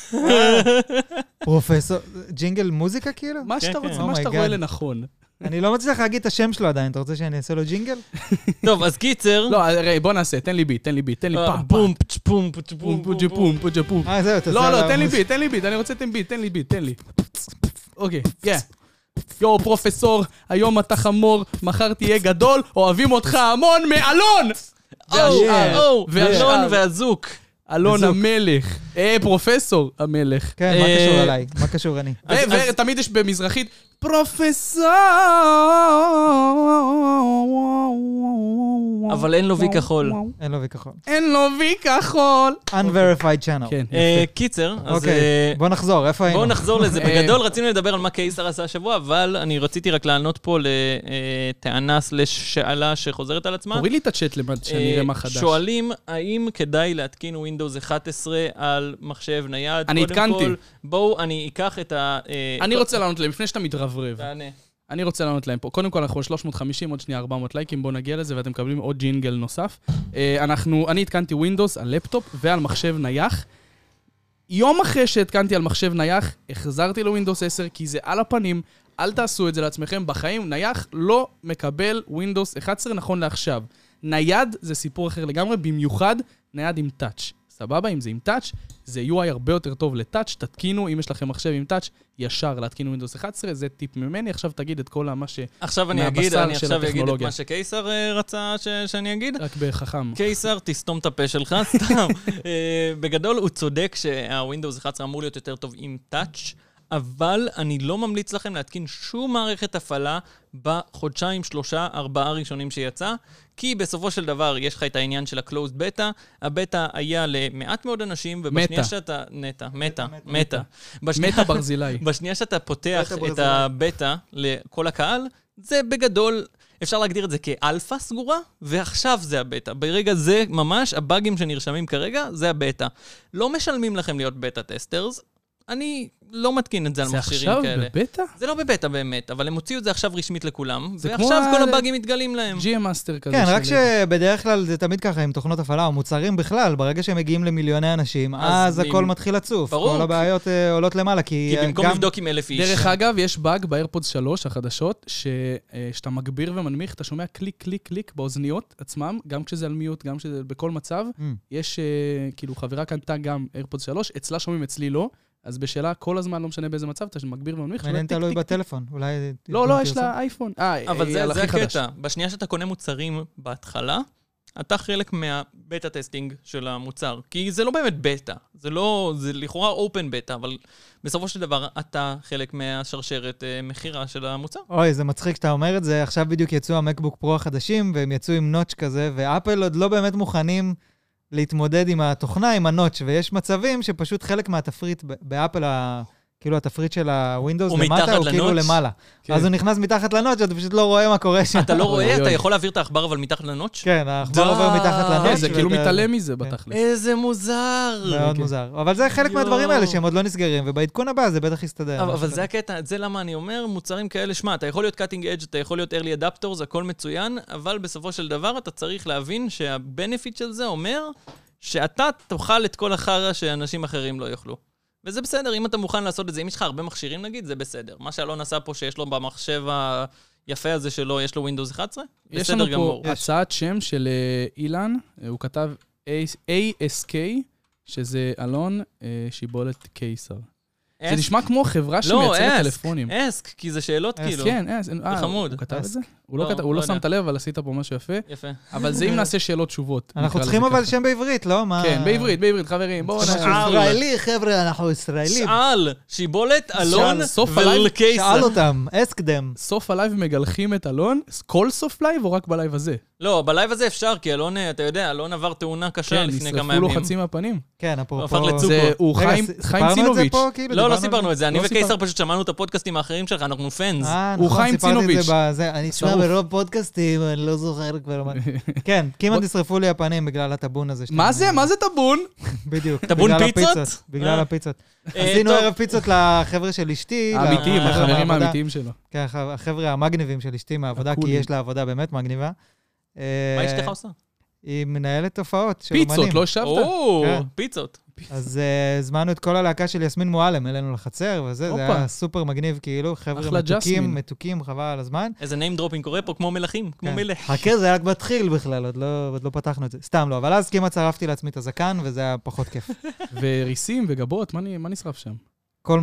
פרופסור, ג'ינגל מוזיקה כאילו? מה שאתה רוצה, מה שאתה רואה לנכון. אני לא מצליח להגיד את השם שלו עדיין, אתה רוצה שאני אעשה לו ג'ינגל? טוב, אז קיצר... לא, בוא נעשה, תן לי ביט, תן לי פום, פום, פום, פום. זהו, תעשה... לא, תן לי ביט, אני רוצה תן לי ביט. אוקיי, יו, פרופסור, היום אתה חמור, מחר תהיה גדול, אוהבים אותך המון מאלון! ואלון והזוק. אלון המלך. פרופסור המלך. כן, מה קשור עליי? מה קשור אני? ותמיד יש במזרחית, פרופסור. אבל אין לו וי כחול. אין לו וי כחול. אין לו וי כחול. Unverified channel. כן. קיצר, אז... אוקיי, בוא נחזור, איפה היינו? בואו נחזור לזה. בגדול רצינו לדבר על מה קיסר עשה השבוע, אבל אני רציתי רק לענות פה לטענה שאלה שחוזרת על עצמה. תוריד לי את הצ'אט למד שאני אראה מה חדש. שואלים, האם כדאי להתקין Windows 11 על מחשב נייד? אני התקנתי. בואו, אני אקח את ה... אני רוצה לענות להם, לפני שאתה מתרברב. תענה. אני רוצה לענות להם פה. קודם כל, אנחנו על 350, עוד שנייה 400 לייקים, בואו נגיע לזה, ואתם מקבלים עוד ג'ינגל נוסף. אני התקנתי Windows על לפטופ ועל מחשב נייח. יום אחרי שהתקנתי על מחשב נייח, החזרתי לווינדוס 10, כי זה על הפנים, אל תעשו את זה לעצמכם. בחיים, נייח לא מקבל Windows 11 נכון לעכשיו. נייד זה סיפור אחר לגמרי, במיוחד נייד עם טאץ'. סבבה, אם זה עם טאץ', זה UI הרבה יותר טוב לטאץ', תתקינו, אם יש לכם מחשב עם טאץ', ישר להתקינו Windows 11, זה טיפ ממני, עכשיו תגיד את כל מה עכשיו אני אגיד את מה שקיסר רצה שאני אגיד. רק בחכם. קיסר, תסתום את הפה שלך, סתם. בגדול הוא צודק שה-Windows 11 אמור להיות יותר טוב עם טאץ', אבל אני לא ממליץ לכם להתקין שום מערכת הפעלה בחודשיים, 3, 4 ראשונים שיצא, כי בסופו של דבר יש לך את העניין של ה-closed beta, הבטא היה למעט מאוד אנשים, ובשנייה שאתה... מטה ברזילי. בשנייה שאתה פותח את הבטא לכל הקהל, זה בגדול... אפשר להגדיר את זה כאלפא סגורה, ועכשיו זה הבטא. ברגע זה ממש, הבאגים שנרשמים כרגע, זה הבטא. לא משלמים לכם להיות בטא טסטרס, אני לא מתקין את זה על מכשירים כאלה. זה עכשיו בבטא? זה לא בבטא באמת, אבל הם הוציאו את זה עכשיו רשמית לכולם, ועכשיו כל הבאגים מתגלים להם. GM מאסטר כזה. כן, רק שבדרך כלל זה תמיד ככה עם תוכנות הפעלה, או מוצרים בכלל, ברגע שהם מגיעים למיליוני אנשים, אז הכל מתחיל לצוף. כל הבעיות עולות למעלה, כי במקום לבדוק עם 1,000 איש. דרך אגב, יש באג באיירפודס 3 החדשות, שאתה מגביר ומנמיך, אתה שומע קליק, קליק, קליק באוזניות עצמם, גם כשזה על מיוט, גם כשזה בכל מצב. יש, כאילו, חברה קנתה גם איירפודס 3, אצלה שומעים, אצלי לא. אז בשאלה, כל הזמן לא משנה באיזה מצב, אתה מגביר ומנמיך. מעניין תלוי בטלפון, אולי... לא, יש לה אייפון. אבל זה הקטע. בשנייה שאתה קונה מוצרים בהתחלה, אתה חלק מהבטא טסטינג של המוצר. כי זה לא באמת בטא. זה לכאורה אופן בטא, אבל בסופו של דבר אתה חלק מהשרשרת מחירה של המוצר. אוי, זה מצחיק שאתה אומר את זה. עכשיו בדיוק יצאו המקבוק פרו החדשים, והם יצאו עם נוטש כזה, ואפל עוד לא באמת מוכנים... להתמודד עם התוכנה, עם הנוטש, ויש מצבים שפשוט חלק מהתפריט באפל, כאילו התפריט של הווינדוס למטה, הוא כאילו למעלה. אז הוא נכנס מתחת לנוטש, אתה פשוט לא רואה מה קורה שם. אתה לא רואה? אתה יכול להעביר את העכבר אבל מתחת לנוטש? כן, העכבר עובר מתחת לנוטש. זה כאילו מתעלם מזה בתכלס. איזה מוזר. מאוד מוזר. אבל זה חלק מהדברים האלה שהם עוד לא נסגרים, ובעדכון הבא זה בטח יסתדר. אבל זה הקטע, זה למה אני אומר, מוצרים כאלה, שמע, אתה יכול להיות cutting edge, אתה יכול להיות early adapter, זה הכל מצוין, אבל בסופו של דבר אתה צריך להבין שהבנפיט של זה אומר שאתה תאכל את כל החרא שאנשים אחרים לא יאכלו. וזה בסדר, אם אתה מוכן לעשות את זה, אם יש לך הרבה מכשירים נגיד, זה בסדר. מה שאלון עשה פה שיש לו במחשב היפה הזה שלו, יש לו Windows 11, בסדר גמור. יש לנו פה הצעת שם של אילן, הוא כתב ASK, שזה אלון שיבולת קיסר. זה נשמע כמו חברה שמייצרת טלפונים. לא, אסק, כי זה שאלות כאילו. כן, אסק. זה חמוד. הוא כתב את זה? הוא לא שם את הלב, אבל עשית פה משהו יפה. יפה. אבל זה אם נעשה שאלות תשובות. אנחנו צריכים אבל שם בעברית, לא? כן, בעברית, חברים. בואו נעשה. ישראלי, חבר'ה, אנחנו ישראלים. שאל, שיבולת, אלון ולקיסר. שאל אותם, ask them. סוף הלייב מגלחים את אלון, כל סוף לייב או רק בלייב הזה? לא, בלייב הזה אפשר, כי אלון, אתה יודע, אלון עבר תאונה קשה לפני כמה ימים. נשרפו לו חצי מהפנים. כן, אפרופו... הוא חיים צינוביץ'. לא סיפרנו את זה. אני וקיסר פשוט שמענו את הפודקאסטים האחרים שלך, אנחנו פנס. הוא חיים צינוביץ'. אני אשמע ברוב פודקאסטים, אני לא זוכר כבר מה. כן, כמעט נשרפו לי הפנים בגלל הטבון הזה. מה זה? מה זה טבון? בדיוק. טבון פיצות? בגלל הפיצות. עשינו ערב פיצות לחבר'ה של אשתי. האמיתיים, החברים האמיתיים שלו. כן, החבר'ה המגניבים של אשתי מהעבודה, כי יש לה עבודה באמת מגניבה. מה אשתך עושה? היא מנהלת תופעות של אומנים. פיצות, לא שבת? פיצות. אז הזמנו את כל הלהקה של יסמין מועלם, אלינו לחצר, וזה, זה היה סופר מגניב, כאילו, חבר'ה מתוקים, חבל על הזמן. איזה name dropping קורה פה, כמו מלכים, כמו מלך. חכה, זה היה רק מתחיל בכלל, עוד לא פתחנו את זה. סתם לא, אבל אז כמעט צרפתי לעצמי את הזקן, וזה היה פחות כיף. וריסים וגבות, מה נשרף שם? כל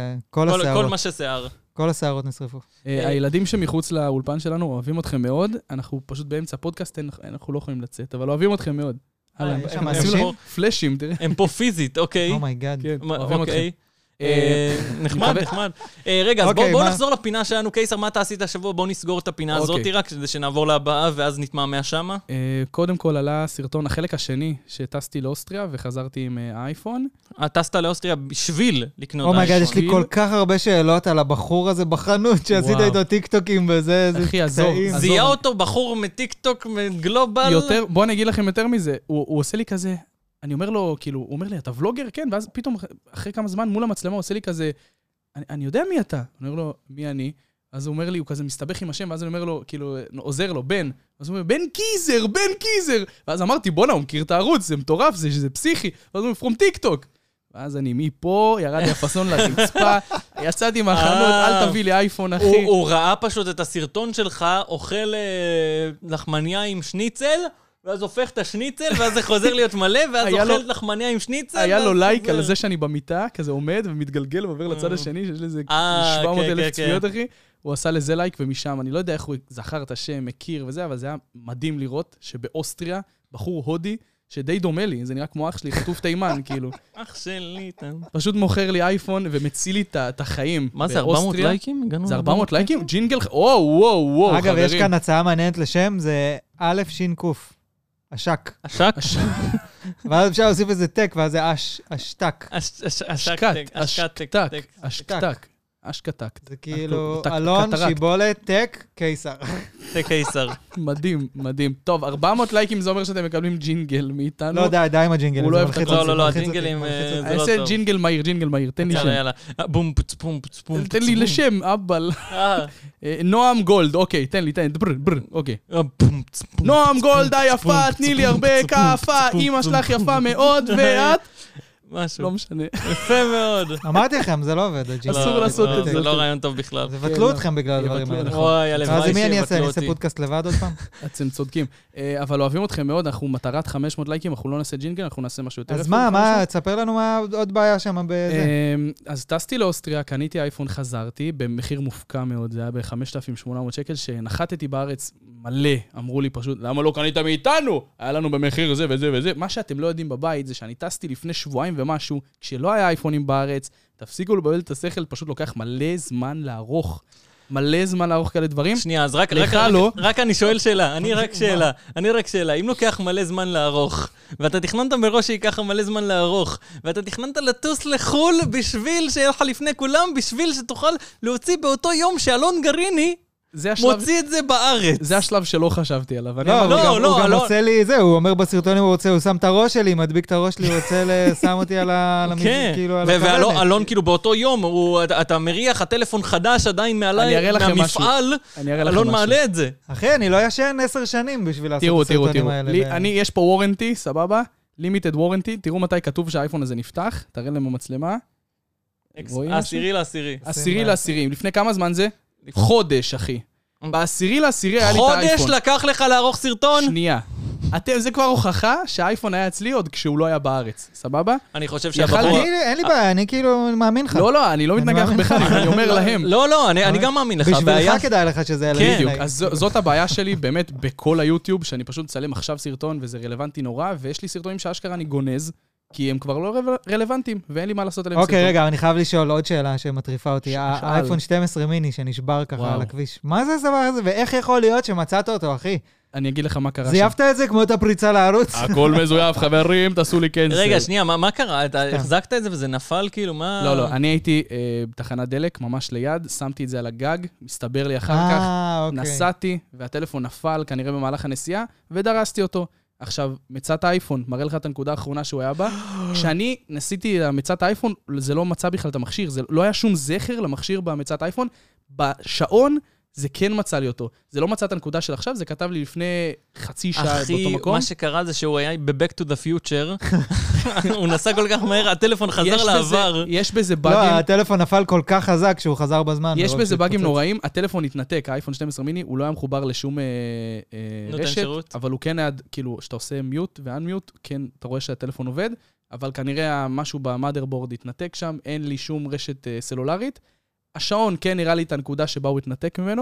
מה ששיער. כל השערות נשרפו. הילדים שמחוץ לאולפן שלנו אוהבים אתכם מאוד, אנחנו פשוט באמצע פודקאסט, אנחנו לא יכולים לצאת, אבל אוהבים אתכם מאוד. פלאשים, תראה. הם פה פיזית, אוקיי. אומייגאד. אוקיי. נחמד. רגע, אז בואו נחזור לפינה שלנו. קיסר, מה אתה עשית השבוע? בואו נסגור את הפינה הזאת רק כדי שנעבור להבאה ואז נתמהמה שמה. קודם כל עלה סרטון, החלק השני, שטסתי לאוסטריה וחזרתי עם האייפון. טסת לאוסטריה בשביל לקנות אייפון. אומייגאד, יש לי כל כך הרבה שאלות על הבחור הזה בחנות, שעשית איתו טיקטוקים וזה, אחי, עזוב. זיהה אותו בחור מטיקטוק מגלובל. בואו אני אגיד לכם יותר מזה. הוא עושה לי כזה... אני אומר לו, כאילו, הוא אומר לי, אתה ולוגר? כן, ואז פתאום, אחרי כמה זמן, מול המצלמה, הוא עושה לי כזה, אני יודע מי אתה. אני אומר לו, מי אני? אז הוא אומר לי, הוא כזה מסתבך עם השם, ואז אני אומר לו, כאילו, עוזר לו, בן. אז הוא אומר, בן קיזר. ואז אמרתי, בונה, הוא מכיר את הערוץ, זה מטורף, זה פסיכי. ואז הוא אומר, from טיקטוק. ואז אני מפה, ירד לי הפסון לרצפה, יצאתי מהחנות, אל תביא לי אייפון, אחי. הוא ראה פשוט את הסרטון שלך, אוכל לחמניה עם שניצל, ואז הופך את השניצל, ואז זה חוזר להיות מלא, ואז אוכל לחמניה עם שניצל. היה לו לייק על זה שאני במיטה, כזה עומד ומתגלגל ועובר לצד השני, שיש לזה 700,000 צפיות, אחי. הוא עשה לזה לייק, ומשם, אני לא יודע איך הוא זכר את השם, מכיר וזה, אבל זה היה מדהים לראות שבאוסטריה, בחור הודי, שדי דומה לי, זה נראה כמו אח שלי, חטוף תימן, כאילו. אח שלי, פשוט מוכר לי אייפון ומציל לי את החיים. מה זה, 400 לייקים? זה 400 לייקים? ג'ינגל, וואו, חברים. אגב, יש כאן הצעה מעניינת לשם, זה א' שין קוף. אשק. אשק? ואז אפשר להוסיף איזה טק, ואז זה אשטק. אשקטק. זה כאילו אלון, שיבולת, טק, קיסר. טק קיסר. מדהים. טוב, 400 לייקים זה אומר שאתם מקבלים ג'ינגל מאיתנו. לא, די עם הג'ינגל. לא, הג'ינגלים זה לא טוב. עושה ג'ינגל מהיר, תן לי שם. יאללה. בום, פום. תן לי לשם, אבל. נועם גולד, אוקיי, תן לי, אוקיי. נועם גולד היפה, תני לי הרבה כאפה, אמא שלך יפה מאוד, ואת? משהו. לא משנה. יפה מאוד. אמרתי לכם, זה לא עובד. אסור לעשות את זה. זה לא רעיון טוב בכלל. תבטלו אתכם בגלל הדברים האלה. וואי, הלוואי אז מי אני אעשה? שיבטלו אני אותי. אעשה פודקאסט לבד עוד פעם? אתם צודקים. אבל אוהבים אתכם מאוד, אנחנו מטרת 500 לייקים, אנחנו לא נעשה ג'ינגל, אנחנו נעשה משהו יותר. אז מה, תספר לנו מה עוד בעיה שם בזה. אז טסתי לאוסטריה, קניתי אייפון, חזרתי, במחיר מופקע מאוד, זה היה ב-5,800 שקל, שנחתתי בארץ מלא, אמרו לי פשוט, למה לא קנית מאיתנו? היה לנו במחיר זה וזה וזה. מה שאתם לא יודעים בבית זה שאני טסתי לפני שבועיים ומשהו, כשלא היה אייפונים בארץ, תפסיקו לבלבל את השכל, פשוט לוקח מלא זמן לערוך כאלה דברים. שנייה, אז רק אני שואל שאלה, אני רק שאלה, אם לוקח מלא זמן לערוך, ואתה תכננת מראש שיקח מלא זמן לערוך, ואתה תכננת לטוס לחול בשביל שיהיה לך לפני כולם, בשביל שתוכל להוציא באותו יום שאלון גריני, מוציא את זה בארץ. זה השלב שלא חשבתי עליו. הוא גם עושה לי זה, הוא אומר בסרטונים, הוא שם את הראש שלי, מדביק את הראש שלי, הוא רוצה שם אותי על המזיק, כאילו על הכוונת. ואלון כאילו באותו יום, אתה מריח, הטלפון חדש עדיין מהמפעל, אלון מעלה את זה. אחי, אני לא ישן 10 שנים בשביל לעשות את הסרטונים האלה. יש פה וורנטי, סבבה? לימיטד וורנטי, תראו מתי כתוב שהאייפון הזה נפתח, תראה להם במצלמה. 10/10. לפני כמה זמן זה? חודש, אחי. ב10/10 היה לי את האייפון. חודש לקח לך לערוך סרטון? שנייה. זה כבר הוכחה שהאייפון היה אצלי עוד כשהוא לא היה בארץ. סבבה? אני חושב שהבחור... אין לי בעיה, אני כאילו מאמין לך. לא, אני לא מתנגח בך, אני אומר להם. לא, אני גם מאמין לך. בשבילך כדאי לך שזה היה לפני. בדיוק, אז זאת הבעיה שלי באמת בכל היוטיוב, שאני פשוט מצלם עכשיו סרטון וזה רלוונטי נורא, ויש לי סרטונים שאשכרה אני גונז, כי הם כבר לא רלוונטיים, ואין לי מה לעשות עליהם סרטון. אוקיי, רגע, אני חייב לשאול עוד שאלה שמטריפה אותי. האייפון 12 מיני שנשבר ככה על הכביש. מה זה הדבר הזה? ואיך יכול להיות שמצאת אותו, אחי? אני אגיד לך מה קרה שם. זייפת את זה כמו את הפריצה לערוץ? הכל מזויף, חברים, תעשו לי קנסל. רגע, שנייה, מה קרה? אתה החזקת את זה וזה נפל, כאילו, מה... לא, אני הייתי בתחנת דלק, ממש ליד, שמתי את זה על הגג, מסתבר לי אחר כך, נסעתי, והטלפון נפל, כנראה במהלך הנסיעה, ודרסתי אותו. עכשיו, מצאת האייפון, מראה לך את הנקודה האחרונה שהוא היה בה. כשאני ניסיתי למצאת האייפון, זה לא מצא בכלל את המכשיר, זה לא היה שום זכר למכשיר במצאת האייפון. בשעון זה כן מצא לי אותו. זה לא מצא את הנקודה של עכשיו, זה כתב לי לפני חצי שעה באותו מקום. מה שקרה זה שהוא היה ב-Back to the Future, הוא נסע כל כך מהר, הטלפון חזר לעבר. יש בזה באגים... לא, הטלפון נפל כל כך חזק שהוא חזר בזמן. יש בזה באגים נוראים, הטלפון התנתק, האייפון 12 מיני, הוא לא היה מחובר לשום רשת, אבל הוא כן היה, כאילו, שאתה עושה מיוט ואנמיוט, כן, אתה רואה שהטלפון עובד, אבל כנראה משהו במאדרבורד התנתק שם, אין לי שום רשת סלולרית. השעון כן נראה לי את הנקודה שבה הוא התנתק ממנו,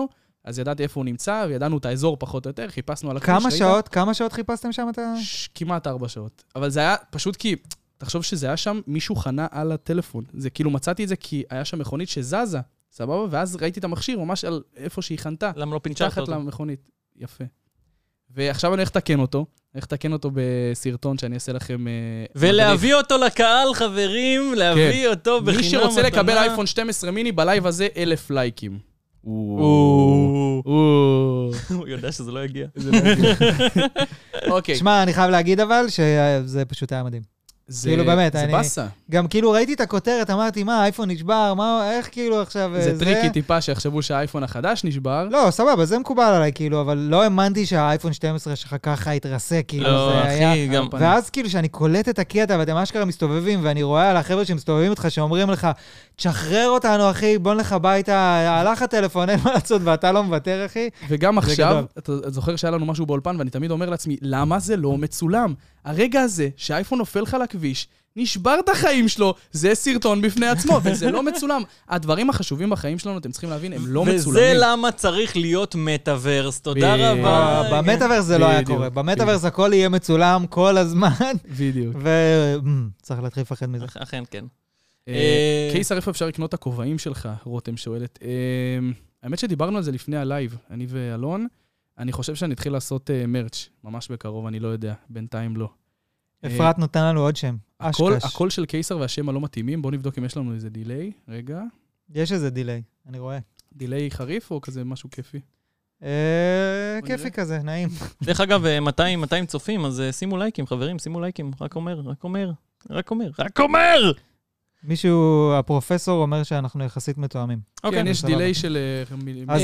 אז ידעתי איפה הוא נמצא, וידענו את האזור פחות או יותר, חיפשנו על הכביש. כמה שעות חיפשתם שם את ה... כמעט 4 שעות. אבל זה היה פשוט כי, תחשוב שזה היה שם, מישהו חנה על הטלפון. זה כאילו מצאתי את זה כי היה שם מכונית שזזה, סבבה? ואז ראיתי את המכשיר ממש על איפה שהיא חנתה. למה לא פינצ'רת אותו? תחת למכונית. יפה. ועכשיו אני הולך לתקן אותו. הולך לתקן אותו בסרטון שאני אעשה לכם... ולהביא אותו לקהל, חברים, להביא אותו בחינם. מי שרוצה לקבל אייפון 12 מיני, בלייב הזה 1,000 לייקים. הוא יודע שזה לא יגיע. אוקיי. שמע, אני חייב להגיד אבל שזה פשוט היה מדהים. כאילו באמת, זה בסה. גם כאילו ראיתי את הכותרת, אמרתי, מה, האייפון נשבר, איך כאילו עכשיו זה טריקי טיפה שיחשבו שהאייפון החדש נשבר. לא, סבבה, זה מקובל עליי, כאילו, אבל לא האמנתי שהאייפון 12 שלך ככה התרסק, כאילו, זה היה... ואז כאילו שאני קולט את הקטע, ואתם אשכרה מסתובבים, ואני רואה על החבר'ה שמסתובבים איתך, שאומרים לך, תשחרר אותנו, אחי, בוא נלך הביתה, הלך הטלפון, אין מה לעשות, ואתה לא מוותר, אחי. וגם עכשיו, אתה זוכר שהיה לנו משהו באולפן, ואני תמיד אומר לעצמי, למה זה לא מצולם? הרגע הזה, שהאייפון נופל לך לכביש, נשבר את החיים שלו, זה סרטון בפני עצמו, וזה לא מצולם. הדברים החשובים בחיים שלנו, אתם צריכים להבין, הם לא מצולמים. וזה למה צריך להיות מטאברס, תודה רבה. במטאברס זה לא היה קורה. במטאברס הכל יהיה מצולם כל הזמן. בדיוק. וצריך להתחיל לפחד מזה. אכן, כן. קיסר, איפה אפשר לקנות את הכובעים שלך? רותם שואלת. האמת שדיברנו על זה לפני הלייב, אני ואלון. אני חושב שאני אתחיל לעשות מרץ', ממש בקרוב, אני לא יודע, בינתיים לא. אפרת נותן לנו עוד שם, אשקש. הכל של קיסר והשם הלא מתאימים, בואו נבדוק אם יש לנו איזה דיליי, רגע. יש איזה דיליי, אני רואה. דיליי חריף או כזה משהו כיפי? כיפי כזה, נעים. דרך אגב, 200 צופים, אז שימו לייקים, חברים, שימו לייקים, רק אומר. מישהו, הפרופסור אומר שאנחנו יחסית מתואמים. כן, יש דיליי של... אז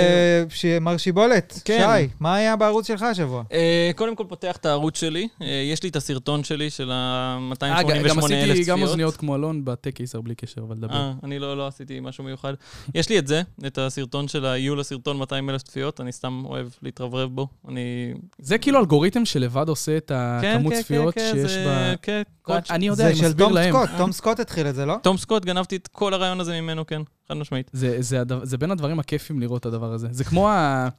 מר שיבולת, שי, מה היה בערוץ שלך השבוע? קודם כל פותח את הערוץ שלי, יש לי את הסרטון שלי של ה-288,000 צפיות. גם אוזניות כמו אלון בטק קיסר בלי קשר, אבל דבר. אני לא עשיתי משהו מיוחד. יש לי את זה, את הסרטון של יהיו לסרטון 200,000 צפיות, אני סתם אוהב להתרברב בו. זה כאילו אלגוריתם שלבד עושה את הכמות צפיות שיש בה... אני יודע, אני מסביר להם. תום סקוט התחיל את זה, לא? תום סקוט, גנבתי את כל הרעיון הזה ממנו, כן, חד משמעית. זה בין הדברים הכיפים לראות את הדבר הזה. זה כמו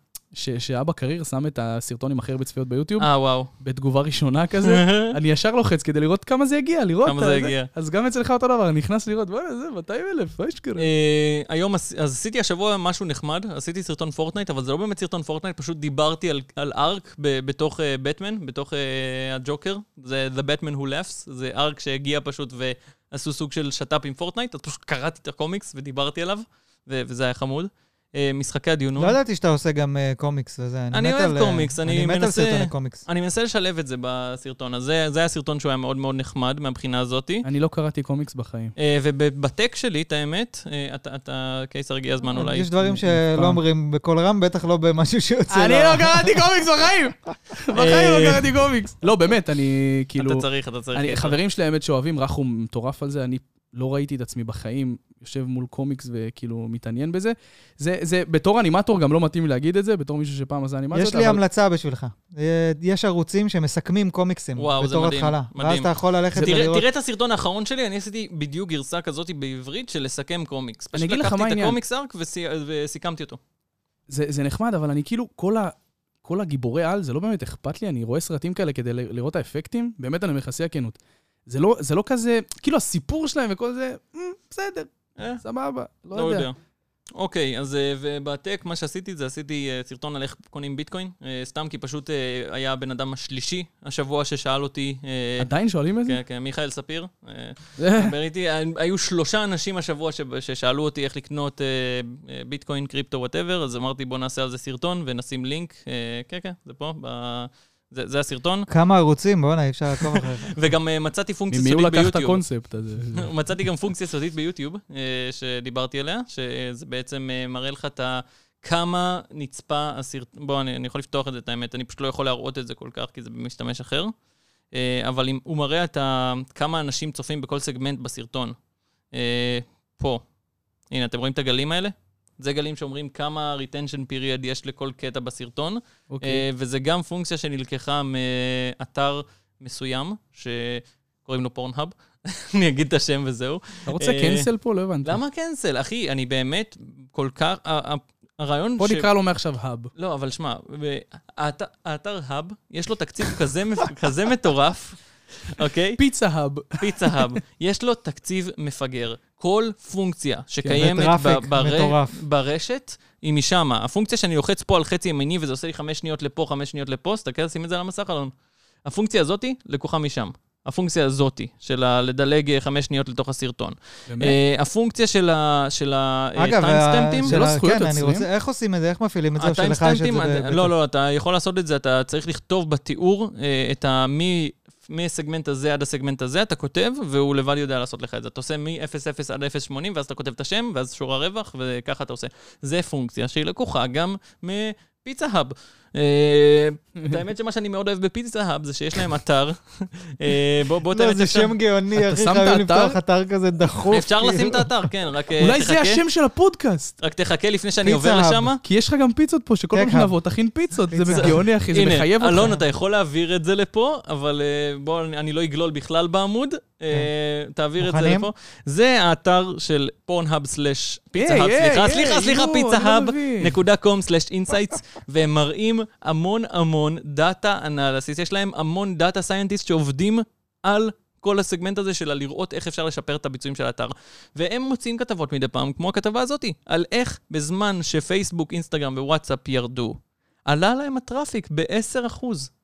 שאבא קריר שם את הסרטון עם הכי הרבה צפיות ביוטיוב. וואו. בתגובה ראשונה כזה, אני ישר לוחץ כדי לראות כמה זה יגיע, לראות. כמה זה יגיע. אז גם אצלך אותו דבר, אני נכנס לראות, בואי, זה 200,000, מה יש קרה? היום, אז עשיתי השבוע משהו נחמד, עשיתי סרטון פורטנייט, אבל זה לא באמת סרטון פורטנייט, פשוט דיברתי על ארק בתוך בטמן, בתוך הג'וקר, זה The Batman Who Laughs, זה ארק שהגיע פשוט ועשו סוג של שטאפ עם פורטנייט, אז פשוט קראתי את הקומיקס ודיברתי עליו, וזה היה חמוד. משחקי הדיונות. לא ידעתי שאתה עושה גם קומיקס וזה. אני אוהב קומיקס, אני מת על סרטוני קומיקס. אני מנסה לשלב את זה בסרטון, אז זה היה סרטון שהוא היה מאוד מאוד נחמד מהבחינה הזאת. אני לא קראתי קומיקס בחיים. ובטק שלי, את האמת, אתה קיסר הגיע הזמן אולי. יש דברים שלא אומרים בכל רם, בטח לא במשהו שיוצא. אני לא קראתי קומיקס בחיים! בחיים לא קראתי קומיקס. לא, באמת, אני כאילו... אתה צריך. חברים שלי האמת שאוהבים, רחו מטורף על זה, אני לא ראיתי את עצמי בחיים, יושב מול קומיקס וכאילו מתעניין בזה. זה בתור אנימטור גם לא מתאים להגיד את זה, בתור מישהו שפעם עשה אנימציות. יש לי המלצה בשבילך. יש ערוצים שמסכמים קומיקסים בתור התחלה. ואז אתה יכול ללכת ולראות. תראה את הסרטון האחרון שלי, אני עשיתי בדיוק גרסה כזאת בעברית של לסכם קומיקס. פשוט לקחתי את הקומיקס ארק וסיכמתי אותו. זה נחמד, אבל אני כאילו, כל הגיבורי על, זה לא באמת אכפת לי, אני רואה סרטים כאלה כדי לראות האפקטים, באמת אני מכסה הכנות. זה לא כזה, כאילו הסיפור שלהם וכל זה, בסדר, סבבה, לא יודע. אוקיי, אז בטק, מה שעשיתי זה עשיתי סרטון על איך קונים ביטקוין, סתם כי פשוט היה הבן אדם השלישי השבוע ששאל אותי... עדיין שואלים את זה? כן, מיכאל ספיר. היו 3 אנשים השבוע ששאלו אותי איך לקנות ביטקוין, קריפטו, whatever, אז אמרתי בוא נעשה על זה סרטון ונשים לינק. כן, זה פה, זה הסרטון. כמה ערוצים, בואו אי אפשר לעקוב אחריך. וגם מצאתי פונקציה סודית ביוטיוב. ממי הוא לקח את הקונספט הזה? מצאתי גם פונקציה סודית ביוטיוב, שדיברתי עליה, שזה בעצם מראה לך את כמה נצפה הסרטון. בואו, אני יכול לפתוח את זה, את האמת, אני פשוט לא יכול להראות את זה כל כך, כי זה במשתמש אחר. אבל הוא מראה את כמה אנשים צופים בכל סגמנט בסרטון. פה. הנה, אתם רואים את הגלים האלה? זה גלים שאומרים כמה retention period יש לכל קטע בסרטון, וזה גם פונקציה שנלקחה מאתר מסוים, שקוראים לו פורנהאב, אני אגיד את השם וזהו. אתה רוצה קנסל פה? לא הבנתי. למה קנסל? אחי, אני באמת כל כך... הרעיון בוא נקרא לו מעכשיו האב. לא, אבל שמע, האתר האב, יש לו תקציב כזה מטורף, אוקיי? פיצה האב. פיצה האב. יש לו תקציב מפגר. כל פונקציה שקיימת ברשת, היא משם. הפונקציה שאני לוחץ פה על חצי ימיני, וזה עושה לי 5 שניות לפה, 5 שניות לפה, סתכל, שים את זה על המסך, אלון. הפונקציה הזאת, לקוחה משם. הפונקציה הזאת, של לדלג 5 שניות לתוך הסרטון. הפונקציה של הטיימסטמפים, זה לא זכויות יוצרים. איך עושים את זה? איך מפעילים את זה? לא, אתה יכול לעשות את זה, אתה צריך לכתוב בתיאור את מהסגמנט הזה עד הסגמנט הזה, אתה כותב, והוא לבד יודע לעשות לך את זה. אתה עושה מ-0.0 עד 0.80, ואז אתה כותב את השם, ואז שור הרווח, וככה אתה עושה. זה פונקציה שהיא לקוחה גם מפיצה האב. האמת שמה שאני מאוד אוהב בפיצה האב, זה שיש להם אתר. בוא תראה את זה שם. זה שם גאוני, הכי חייבים לפתוח אתר כזה דחוף. אפשר לשים את האתר, כן, רק תחכה. אולי זה השם של הפודקאסט. רק תחכה לפני שאני עובר לשם. כי יש לך גם פיצות פה, שכל פעם שנבוא, תכין פיצות. זה גאוני, אחי, זה מחייב אותך. אלון, אתה יכול להעביר את זה לפה, אבל בוא, אני לא אגלול בכלל בעמוד. תעביר את זה לפה. זה האתר של pornhub/pizzahub, סליחה, pizzahub.com/insights, והם מראים המון דאטה אנליסיס. יש להם המון דאטה סיינטיסט שעובדים על כל הסגמנט הזה של לראות איך אפשר לשפר את הביצועים של האתר. והם מוצאים כתבות מדי פעם, כמו הכתבה הזאת, על איך בזמן שפייסבוק, אינסטגרם ווואטסאפ ירדו, עלה להם הטראפיק ב-10%.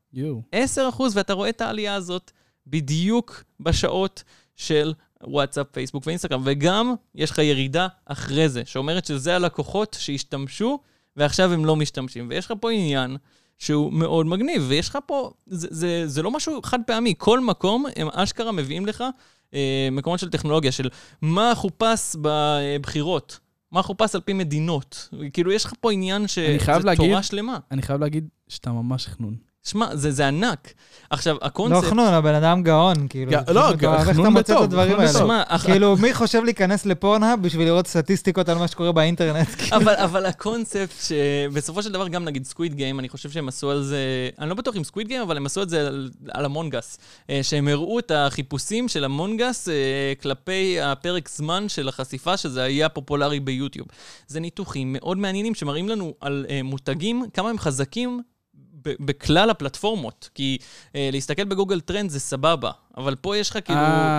10%, ואתה רואה את העלייה הזאת בדיוק בשעות של וואטסאפ, פייסבוק ואינסטגרם, וגם יש לך ירידה אחרי זה, שאומרת שזה הלקוחות שהשתמשו, ועכשיו הם לא משתמשים. ויש לך פה עניין שהוא מאוד מגניב, ויש לך פה, זה לא משהו חד פעמי, כל מקום הם אשכרה מביאים לך מקומות של טכנולוגיה, של מה חופש בבחירות, מה חופש על פי מדינות. כאילו יש לך פה עניין שזה תורה שלמה. אני חייב להגיד שאתה ממש חנון. שמע, זה ענק. עכשיו, הקונספט... לא חנון, הבן אדם גאון, כאילו. לא, חנון בטוב. כאילו, מי חושב להיכנס לפורנהאב בשביל לראות סטטיסטיקות על מה שקורה באינטרנט? אבל הקונספט שבסופו של דבר גם נגיד סקוויד גיים, אני חושב שהם עשו על זה, אני לא בטוח עם סקוויד גיים, אבל הם עשו את זה על המונגס. שהם הראו את החיפושים של המונגס כלפי הפרק זמן של החשיפה, שזה היה פופולרי ביוטיוב. זה ניתוחים מאוד מעניינים שמראים לנו על מותגים, כמה הם חזקים בכלל הפלטפורמות, כי להסתכל בגוגל טרנד זה סבבה, אבל פה יש לך כאילו,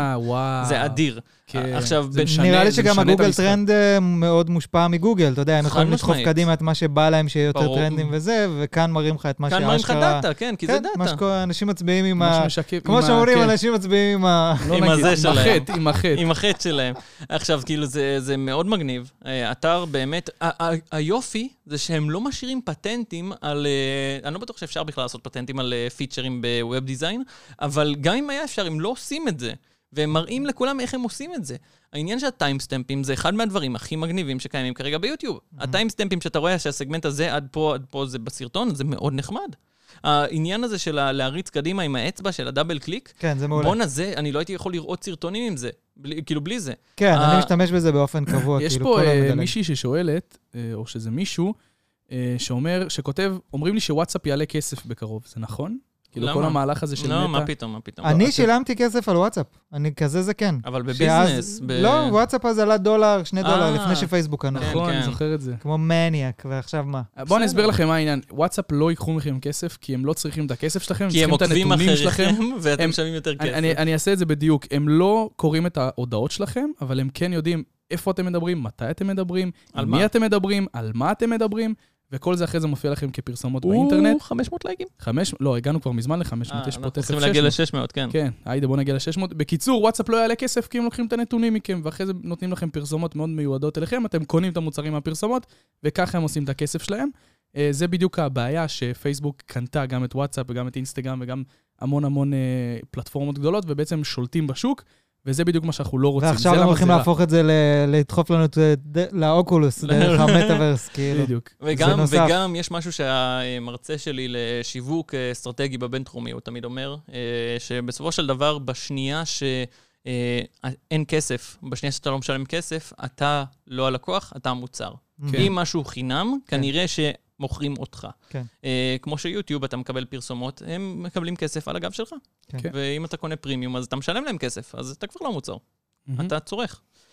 זה אדיר. עכשיו, נראה לי שגם הגוגל טרנד מאוד מושפע מגוגל, אתה יודע, הם יכולים לדחוף קדימה את מה שבא להם שיהיה יותר טרנדים וזה, וכאן מראים לך את מה שהאשכרה... כאן מראים לך דאטה, כן, כי זה דאטה. מה שקורה, אנשים מצביעים עם ה... כמו שאומרים, אנשים מצביעים עם ה... עם הזה שלהם. עם החטא שלהם. עכשיו, כאילו, זה מאוד מגניב. אתר באמת, היופי זה שהם לא משאירים פטנטים על... אני לא בטוח שאפשר בכלל לעשות פטנטים על פיצ'רים בווב דיזיין, אבל גם אם היה אפשר, הם לא עושים את זה. והם מראים לכולם איך הם עושים את זה. העניין של הטיימסטמפים זה אחד מהדברים הכי מגניבים שקיימים כרגע ביוטיוב. הטיימסטמפים שאתה רואה שהסגמנט הזה עד פה זה בסרטון, זה מאוד נחמד. העניין הזה של להריץ קדימה עם האצבע של הדאבל קליק, כן, זה מעולה. בונה זה, אני לא הייתי יכול לראות סרטונים עם זה, כאילו בלי זה. כן, אני משתמש בזה באופן קבוע. יש פה מישהי ששואלת, או שזה מישהו, שאומר, שכותב, אומרים לי שוואטסאפ יעלה כסף בקרוב, זה נכון? כאילו כל המהלך הזה של מטה... לא, מה פתאום? אני שילמתי כסף על וואטסאפ. אני כזה זה כן. אבל בביזנס... לא, וואטסאפ אז עלה $1, $2, לפני שפייסבוק קנו. נכון, אני זוכר את זה. כמו מניאק, ועכשיו מה? בואו נסביר לכם מה העניין. וואטסאפ לא ייקחו מכם כסף, כי הם לא צריכים את הכסף שלכם, כי הם עוקבים אחריכם, ואתם משלמים יותר כסף. אני אעשה את זה בדיוק. הם לא קוראים את ההודעות שלכם, אבל הם כן יודעים איפה אתם מדברים, מתי אתם מדברים, על מי אתם מדברים, על מה אתם מדברים, וכל זה אחרי זה מופיע לכם כפרסומות באינטרנט. 500 לייקים? לא, הגענו כבר מזמן ל-500, יש פה תכף 600. אנחנו צריכים להגיע ל-600, כן. כן, היידה, בוא נגיע ל-600. בקיצור, וואטסאפ לא יעלה כסף, כי הם לוקחים את הנתונים מכם, ואחרי זה נותנים לכם פרסומות מאוד מיועדות אליכם, אתם קונים את המוצרים מהפרסומות, וככה הם עושים את הכסף שלהם. זה בדיוק הבעיה שפייסבוק קנתה גם את וואטסאפ וגם את אינסטגרם וגם המון פלטפורמות גדולות, ובעצם שולטים בשוק, וזה בדיוק מה שאנחנו לא רוצים. ועכשיו אנחנו הולכים להפוך את זה, לדחוף לנו לאוקולוס, דרך המטאברס, כאילו. בדיוק. וגם יש משהו שהמרצה שלי לשיווק אסטרטגי בבינתחומי, הוא תמיד אומר, שבסופו של דבר, בשנייה שאין כסף, בשנייה שאתה לא משלם כסף, אתה לא הלקוח, אתה המוצר. אם משהו חינם, כנראה מוכרים אותך. כן. כמו שיוטיוב אתה מקבל פרסומות, הם מקבלים כסף על הגב שלך. כן. ואם אתה קונה פרימיום, אז אתה משלם להם כסף, אז אתה כבר לא מוצר. אתה צורך.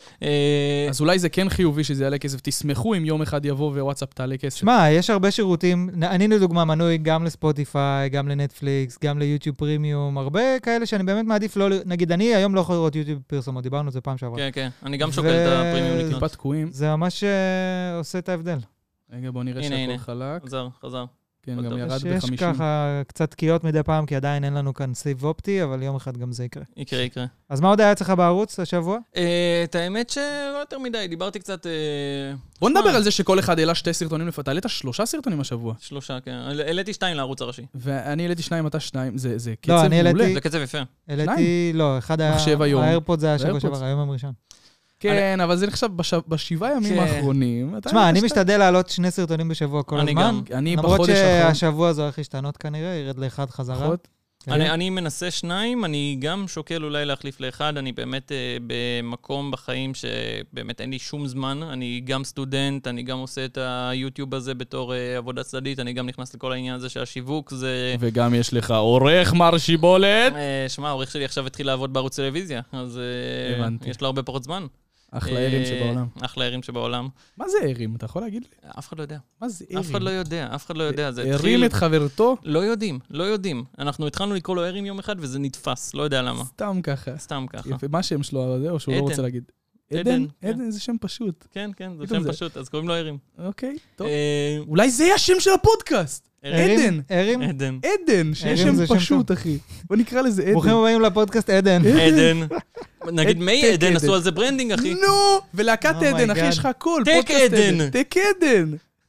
אז אולי זה כן חיובי שזה יעלה כסף. תשמחו אם יום אחד יבוא ווואטסאפ תעלה כסף. שמע, יש הרבה שירותים. אני לדוגמה מנוי גם לספוטיפיי, גם לנטפליקס, גם ליוטיוב פרימיום, הרבה כאלה שאני באמת מעדיף לא... נגיד, אני היום לא יכול לראות יוטיוב פרסומות, דיברנו על זה פעם שעברה. כן, כן. אני גם שוקל את הפרימיום לקנות. טיפה תקועים. זה ממש עושה את ההבדל. רגע, בוא נראה שהכל חלק. חזר. כן, גם ירד ב-50. יש ככה קצת תקיעות מדי פעם, כי עדיין אין לנו כאן סייב אופטי, אבל יום אחד גם זה יקרה. יקרה. אז מה עוד היה אצלך בערוץ השבוע? את האמת שלא יותר מדי, דיברתי קצת... בוא נדבר על זה שכל אחד העלה 2 סרטונים לפתע. העלית 3 סרטונים השבוע. 3, כן. העליתי 2 לערוץ הראשי. ואני העליתי 2, אתה 2. זה קצב מעולה. זה קצב יפה. העליתי, לא, אחד האיירפוד זה היה שבוע שעבר, היום הראשון. כן, אבל זה נחשב ב7 ימים האחרונים. תשמע, אני משתדל לעלות 2 סרטונים בשבוע כל הזמן. אני למרות בחודש האחרון. שהשבוע זה הולך להשתנות כנראה, ירד לאחד חזרה. אני מנסה 2, אני גם שוקל אולי להחליף לאחד, אני באמת במקום בחיים שבאמת אין לי שום זמן, אני גם סטודנט, אני גם עושה את היוטיוב הזה בתור עבודה צדדית, אני גם נכנס לכל העניין הזה שהשיווק זה... וגם יש לך עורך מר שיבולת. שמע, העורך שלי עכשיו התחיל לעבוד בערוץ טלוויזיה, אז יש לו הרבה פחות זמן. אחלה ערים שבעולם. אחלה ערים שבעולם. מה זה ערים? אתה יכול להגיד לי? אף אחד לא יודע. מה זה ערים? אף אחד לא יודע. ערים את חברתו? לא יודעים. אנחנו התחלנו לקרוא לו ערים יום אחד וזה נתפס, לא יודע למה. סתם ככה. יפה, מה השם שלו, או שהוא לא רוצה להגיד? עדן? עדן זה שם פשוט. כן, זה שם פשוט, אז קוראים לו ערים. אוקיי, טוב. אולי זה יהיה השם של הפודקאסט. עדן. עדן, שיש שם פשוט, אחי. בוא נקרא לזה עדן. ברוכים הבאים לפודקאסט עדן. עדן. נגיד מי עדן, עשו על זה ברנדינג, אחי. נו, ולהקת עדן, אחי, יש לך הכל. טק עדן. טק עדן.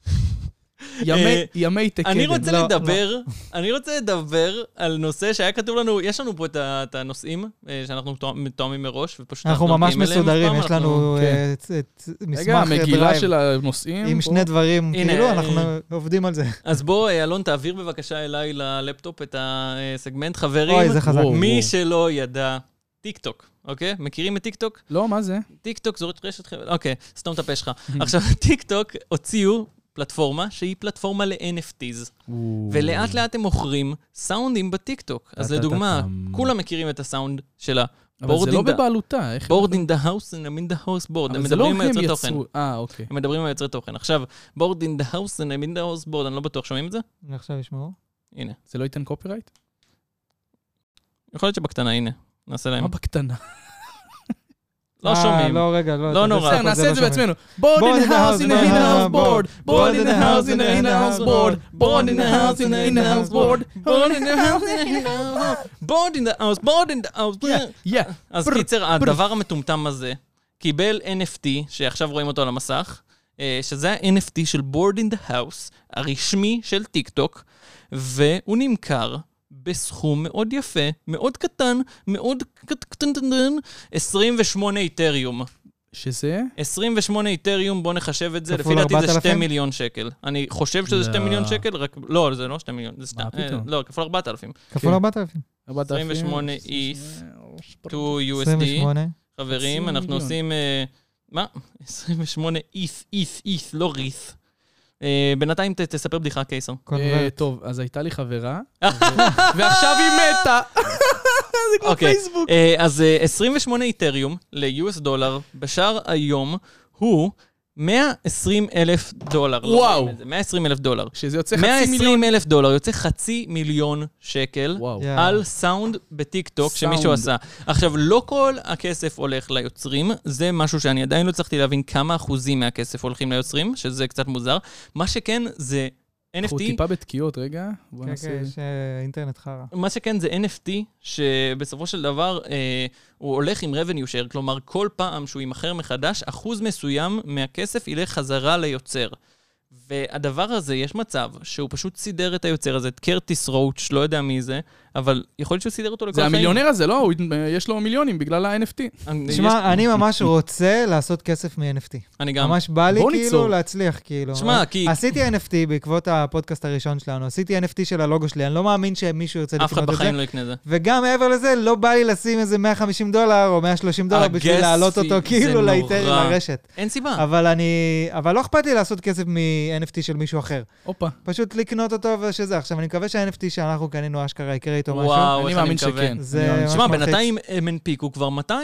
ימי תק עדן. אני רוצה לדבר על נושא שהיה כתוב לנו, יש לנו פה את הנושאים שאנחנו מתואמים מראש, ופשוט אנחנו ממש מסודרים, יש לנו מסמך רגע, המגילה של הנושאים. עם 2 דברים, כאילו אנחנו עובדים על זה. אז בוא, אלון, תעביר בבקשה אליי ללפטופ את הסגמנט. חברים, אוי, זה חזק. מי שלא ידע, טיק טוק, אוקיי? מכירים את טיק טוק? לא, מה זה? טיק טוק זו רשת חברה, אוקיי, סתום את הפה שלך. עכשיו, טיק טוק הוציאו פלטפורמה שהיא פלטפורמה ל-NFTs. ולאט לאט הם מוכרים סאונדים בטיקטוק. אז לדוגמה, כולם מכירים את הסאונד שלה. אבל זה לא בבעלותה. board in the house and I'm in the house board. הם מדברים עם היוצרי תוכן. אוקיי. הם מדברים עם היוצרי תוכן. עכשיו, board in the house and I'm in the house board, אני לא בטוח שומעים את זה? עכשיו ישמעו. הנה. זה לא ייתן קופירייט? יכול להיות שבקטנה, הנה. נעשה להם. מה בקטנה? לא שומעים. לא, רגע, לא נורא. נעשה את זה בעצמנו. board in the house in the house board. board in the house in the house board. board in the house in the house board. board in the house in the house board in the house board in the house. אז קיצר, הדבר המטומטם הזה קיבל NFT, שעכשיו רואים אותו על המסך, שזה ה-NFT של board in the house, הרשמי של טיק טוק, והוא נמכר בסכום מאוד יפה, מאוד קטן, מאוד קטנטנטן, 28 איתריום. שזה? 28 איתריום, בוא נחשב את זה, לפי דעתי זה 2 מיליון שקל. אני חושב שזה 2 מיליון שקל, רק... לא, זה לא 2 מיליון, זה סתם. לא, כפול 4,000. כפול 4,000. 28 ETH, 2 USD. חברים, אנחנו עושים... מה? 28 ETH, לא רית'. בינתיים תספר בדיחה קיסר. טוב, אז הייתה לי חברה, ועכשיו היא מתה. זה כמו פייסבוק. אז 28 איתריום ל-US דולר בשער היום הוא $120,000. וואו. $120,000. שזה יוצא $500,000. $120,000 יוצא $500,000 על סאונד בטיק טוק שמישהו עשה. עכשיו, לא כל הכסף הולך ליוצרים, זה משהו שאני עדיין לא צריכתי להבין כמה אחוזים מהכסף הולכים ליוצרים, שזה קצת מוזר. מה שכן זה NFT... אנחנו טיפה בתקיעות, רגע. כן, יש אינטרנט חרה. מה שכן זה NFT, שבסופו של דבר הוא הולך עם revenue share, כלומר כל פעם שהוא ימחר מחדש, אחוז מסוים מהכסף ילך חזרה ליוצר. והדבר הזה, יש מצב שהוא פשוט סידר את היוצר הזה, את קרטיס רוץ', לא יודע מי זה, אבל יכול להיות שהוא סידר אותו לכל החיים. החיים. זה המיליונר הזה, לא? יש לו מיליונים בגלל ה-NFT. תשמע, אני ממש רוצה לעשות כסף מ-NFT. אני גם. ממש בא לי כאילו להצליח, כאילו. תשמע, כי... עשיתי NFT בעקבות הפודקאסט הראשון שלנו, עשיתי NFT של הלוגו שלי, אני לא מאמין שמישהו ירצה לקנות את זה. אף אחד בחיים לא יקנה זה. וגם מעבר לזה, לא בא לי לשים איזה $150 או $130 בשביל להעלות אותו כאילו לרשת. אין סיבה. אבל לא אכפת לי לעשות כסף מ-NFT של מישהו אחר. אופה. פשוט לקנות אותו ושזה. עכשיו, אני מקווה שה-NFT שאנחנו קנינו אשכרה יקרה איתו משהו. וואו, אני מאמין שכן. תשמע, בינתיים הם הנפיקו כבר 200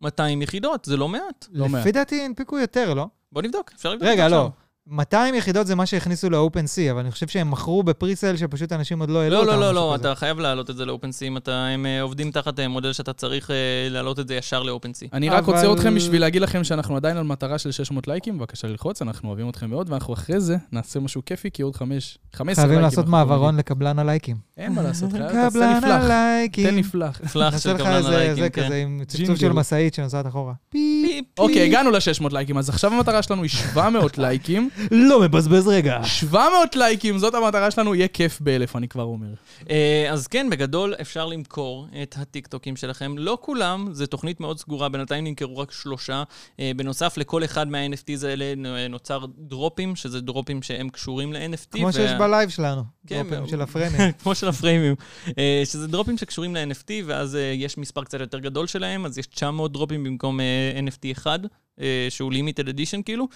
200 יחידות, זה לא מעט. לפי דעתי הנפיקו יותר, לא? בוא נבדוק, אפשר לבדוק. רגע, לא. 200 יחידות זה מה שהכניסו ל-OpenSea, אבל אני חושב שהם מכרו בפריסל שפשוט אנשים עוד לא העלו אותם. לא, אתה חייב להעלות את זה ל-OpenSea, הם עובדים תחת מודל שאתה צריך להעלות את זה ישר ל-OpenSea. אני רק רוצה אתכם בשביל להגיד לכם שאנחנו עדיין על מטרה של 600 לייקים, בבקשה ללחוץ, אנחנו אוהבים אתכם מאוד, ואנחנו אחרי זה נעשה משהו כיפי, כי עוד 15 לייקים. חייבים לעשות מעברון לקבלן הלייקים. אין מה לעשות, קבלן הלייקים. תן נפלח. פלח של קבלן הלייקים, זה כזה עם צפצוף של מסעית שנוסעת אחורה. אוקיי, הגענו ל-600 לייקים, אז עכשיו המטרה שלנו היא 700 לייקים. לא מבזבז רגע. 700 לייקים, זאת המטרה שלנו, יהיה כיף ב-1000, אני כבר אומר. אז כן, בגדול אפשר למכור את הטיקטוקים שלכם. לא כולם, זו תוכנית מאוד סגורה, בינתיים נמכרו רק 3. בנוסף לכל אחד מה-NFTs האלה נוצר דרופים, שזה דרופים שהם קשורים ל-NFT. כמו שיש בלייב שלנו, דרופים של הפריימים. כמו של הפריימים. שזה דרופים שקשורים ל-NFT, ואז יש מספר קצת יותר גדול שלהם, אז יש 900 דרופים במקום NFT אחד. שהוא לימיטד אדישן כאילו,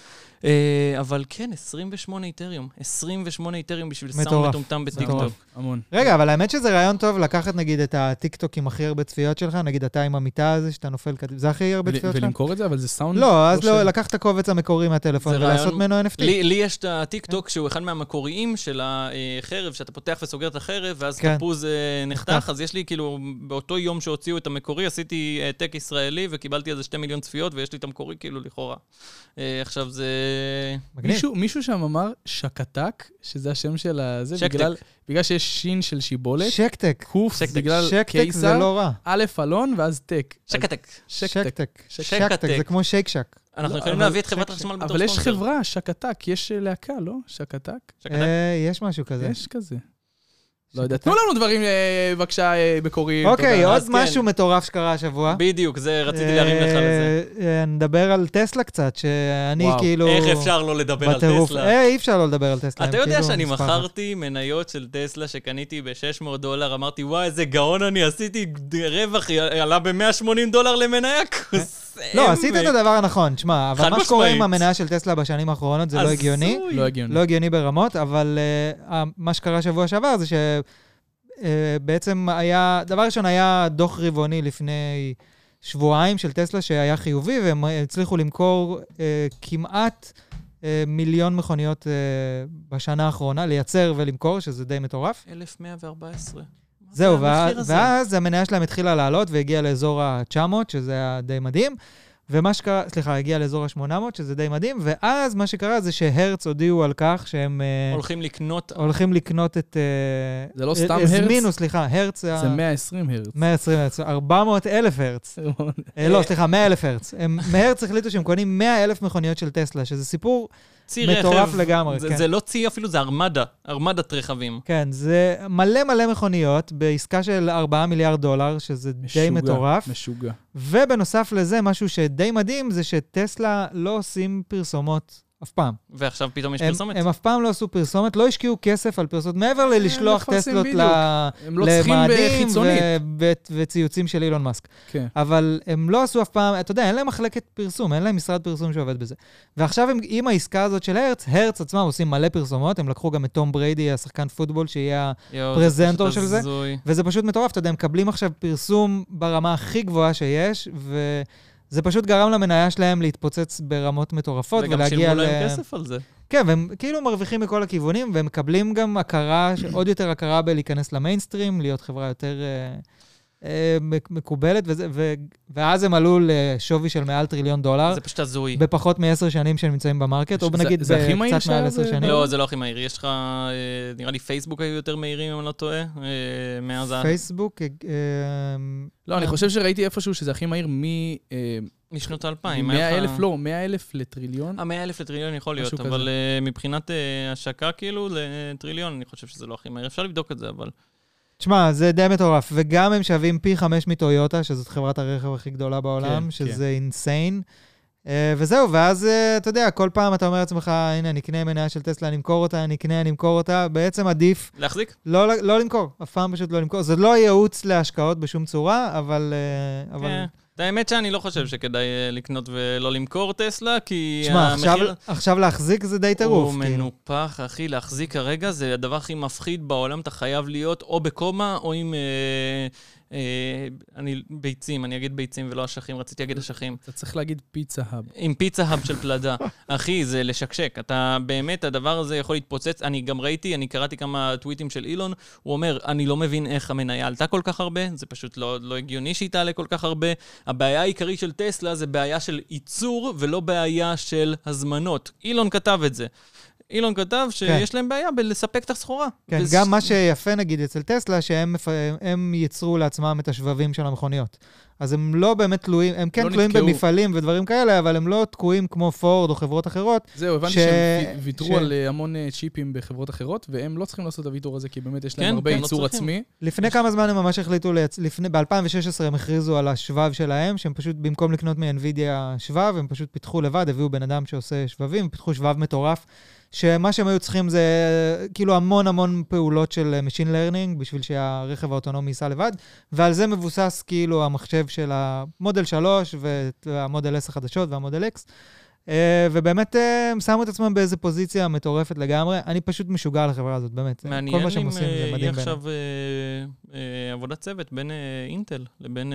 אבל כן, 28 איתריום. 28 איתריום בשביל סאונד מטומטם בטיקטוק. המון. רגע, אבל האמת שזה רעיון טוב לקחת נגיד את הטיקטוק עם הכי הרבה צפיות שלך, נגיד אתה עם המיטה הזה שאתה נופל כתב, זה הכי הרבה צפיות שלך? ולמכור את זה, אבל זה סאונד... לא, אז לא, לקחת את הקובץ המקורי מהטלפון ולעשות ממנו NFT. לי יש את הטיקטוק שהוא אחד מהמקוריים של החרב, שאתה פותח וסוגר את החרב, ואז תפוז נחתך, אז יש לי כאילו, באותו יום שהוציאו את המקורי, עשיתי טק ישראלי וקיבלתי איזה 2 מיליון צפיות, ויש לי את המקורי כאילו לכאורה. עכשיו זה... מישהו שם אמר שקטק, שזה השם של הזה, בגלל שיש שין של שיבולת. שקטק. קוף, בגלל שקטק זה לא רע. א' אלון ואז טק. שקטק. שקטק, זה כמו שייק שק. אנחנו יכולים להביא את חברת החשמל בתור ספונסר. אבל יש חברה, שקטק, יש להקה, לא? שקטק? יש משהו כזה. יש כזה. לא יודע, תנו לנו דברים, בבקשה, מקוריים. אוקיי, עוד משהו מטורף שקרה השבוע. בדיוק, זה רציתי להרים לך לזה. נדבר על טסלה קצת, שאני כאילו... איך אפשר לא לדבר על טסלה? אי אפשר לא לדבר על טסלה. אתה יודע שאני מכרתי מניות של טסלה שקניתי $600, אמרתי, וואי, איזה גאון אני עשיתי, רווח עלה $180 למניה, לא, עשית את הדבר הנכון, תשמע, אבל מה שקורה עם המניה של טסלה בשנים האחרונות זה לא הגיוני. לא הגיוני ברמות, אבל מה שקרה שבוע שעבר זה שבעצם היה, דבר ראשון היה דוח רבעוני לפני שבועיים של טסלה שהיה חיובי, והם הצליחו למכור כמעט 1,000,000 מכוניות בשנה האחרונה, לייצר ולמכור, שזה די מטורף. 1,114. זהו, ואז המניה שלהם התחילה לעלות והגיעה לאזור ה-900, שזה היה די מדהים, ומה שקרה, סליחה, הגיע לאזור ה-800, שזה די מדהים, ואז מה שקרה זה שהרץ הודיעו על כך שהם... הולכים לקנות את... זה לא סתם הרץ? הזמינו, סליחה, הרץ... זה 120 הרץ. 120 הרץ, 400,000 הרץ. לא, סליחה, 100,000 הרץ. מהרץ החליטו שהם קונים 100,000 מכוניות של טסלה, שזה סיפור... מטורף לגמרי, כן. זה לא צי אפילו, זה ארמדת רכבים. כן, זה מלא מכוניות בעסקה של $4 מיליארד, שזה די מטורף. משוגע. ובנוסף לזה, משהו שדי מדהים, זה שטסלה לא עושים פרסומות אף פעם. ועכשיו פתאום יש פרסומת? הם אף פעם לא עשו פרסומת, לא השקיעו כסף על פרסומות, מעבר ללשלוח טסלות למאדים וציוצים של אילון מאסק. אבל הם לא עשו אף פעם, אתה יודע, אין להם מחלקת פרסום, אין להם משרד פרסום שעובד בזה. ועכשיו עם העסקה הזאת של הרץ עצמם עושים מלא פרסומות, הם לקחו גם את תום בריידי, השחקן פוטבול, שיהיה הפרזנטור של זה, וזה פשוט מטורף, אתה יודע, הם מקבלים עכשיו פרסום ברמה הכי גבוהה שיש, זה פשוט גרם למניה שלהם להתפוצץ ברמות מטורפות, וגם שילמו להם כסף על זה. כן, והם כאילו מרוויחים מכל הכיוונים, והם מקבלים גם הכרה, עוד יותר הכרה בלהיכנס למיינסטרים, להיות חברה יותר מקובלת, ואז הם עלו לשווי של מעל $1 טריליון. זה פשוט הזוי. בפחות מ10 שנים שהם נמצאים במרקט, או נגיד בקצת מעל 10 שנים. לא, זה לא הכי מהיר. יש לך, נראה לי פייסבוק היו יותר מהירים, אם אני לא טועה, מאז פייסבוק... לא, אני חושב שראיתי איפשהו שזה הכי מהיר משנות 2000. 100,000, לא, 100,000 לטריליון. 100,000 לטריליון יכול להיות, אבל מבחינת השקה כאילו לטריליון, אני חושב שזה לא הכי מהיר. אפשר לבדוק את זה, אבל... תשמע, זה די מטורף, וגם הם שווים פי 5 מטויוטה, שזאת חברת הרכב הכי גדולה בעולם, שזה אינסיין. וזהו, ואז אתה יודע, כל פעם אתה אומר לעצמך, הנה, אני אקנה מניה של טסלה, אני אמכור אותה, אני אמכור אותה, בעצם עדיף... להחזיק? לא למכור, אף פעם פשוט לא למכור. זה לא ייעוץ להשקעות בשום צורה, אבל... האמת שאני לא חושב שכדאי לקנות ולא למכור טסלה, כי המחיר... עכשיו להחזיק זה די טירוף. הוא מנופח, אחי, להחזיק כרגע זה הדבר הכי מפחיד בעולם, אתה חייב להיות או בקומה או עם ביצים, אני אגיד ביצים ולא אשכים, רציתי להגיד אשכים. אתה צריך להגיד פיצה האב. עם פיצה האב של פלדה. אחי, זה לשקשק. אתה באמת, הדבר הזה יכול להתפוצץ. אני גם ראיתי, אני קראתי כמה טוויטים של אילון, הוא אומר, אני לא מבין איך המניה עלתה כל כך הרבה, זה פשוט לא הגיוני שהיא תעלה כל כך הרבה. הבעיה העיקרית של טסלה זה בעיה של ייצור ולא בעיה של הזמנות. אילון כתב את זה. אילון כתב שיש להם בעיה בלספק את הסחורה. כן, גם מה שיפה נגיד אצל טסלה, שהם ייצרו לעצמם את השבבים של המכוניות. אז הם לא באמת תלויים, הם כן תלויים במפעלים ודברים כאלה, אבל הם לא תקועים כמו פורד או חברות אחרות. זהו, הבנתי שהם ויתרו על המון צ'יפים בחברות אחרות, והם לא צריכים לעשות את הוויתור הזה, כי באמת יש להם הרבה ייצור עצמי. לפני כמה זמן הם ממש החליטו, ב-2016 הם הכריזו על השבב שלהם, שהם פשוט במקום לקנות מ-NVIDIA שבב, הם פשוט פיתחו לבד, הביאו בן אדם שעושה שבבים, פיתחו שבב מטורף, שמה שהם היו צריכים זה כאילו המון פעולות של Machine Learning, בשביל שהרכב האוטונומי ייסע לבד, ועל זה מבוסס כאילו המחשב של המודל 3, והמודל S החדשות והמודל X, ובאמת הם שמו את עצמם באיזו פוזיציה מטורפת לגמרי. אני פשוט משוגע על החברה הזאת, באמת. כל מה שהם עושים זה מדהים בעיניי. מעניין אם יהיה עכשיו עבודת צוות בין אינטל לבין...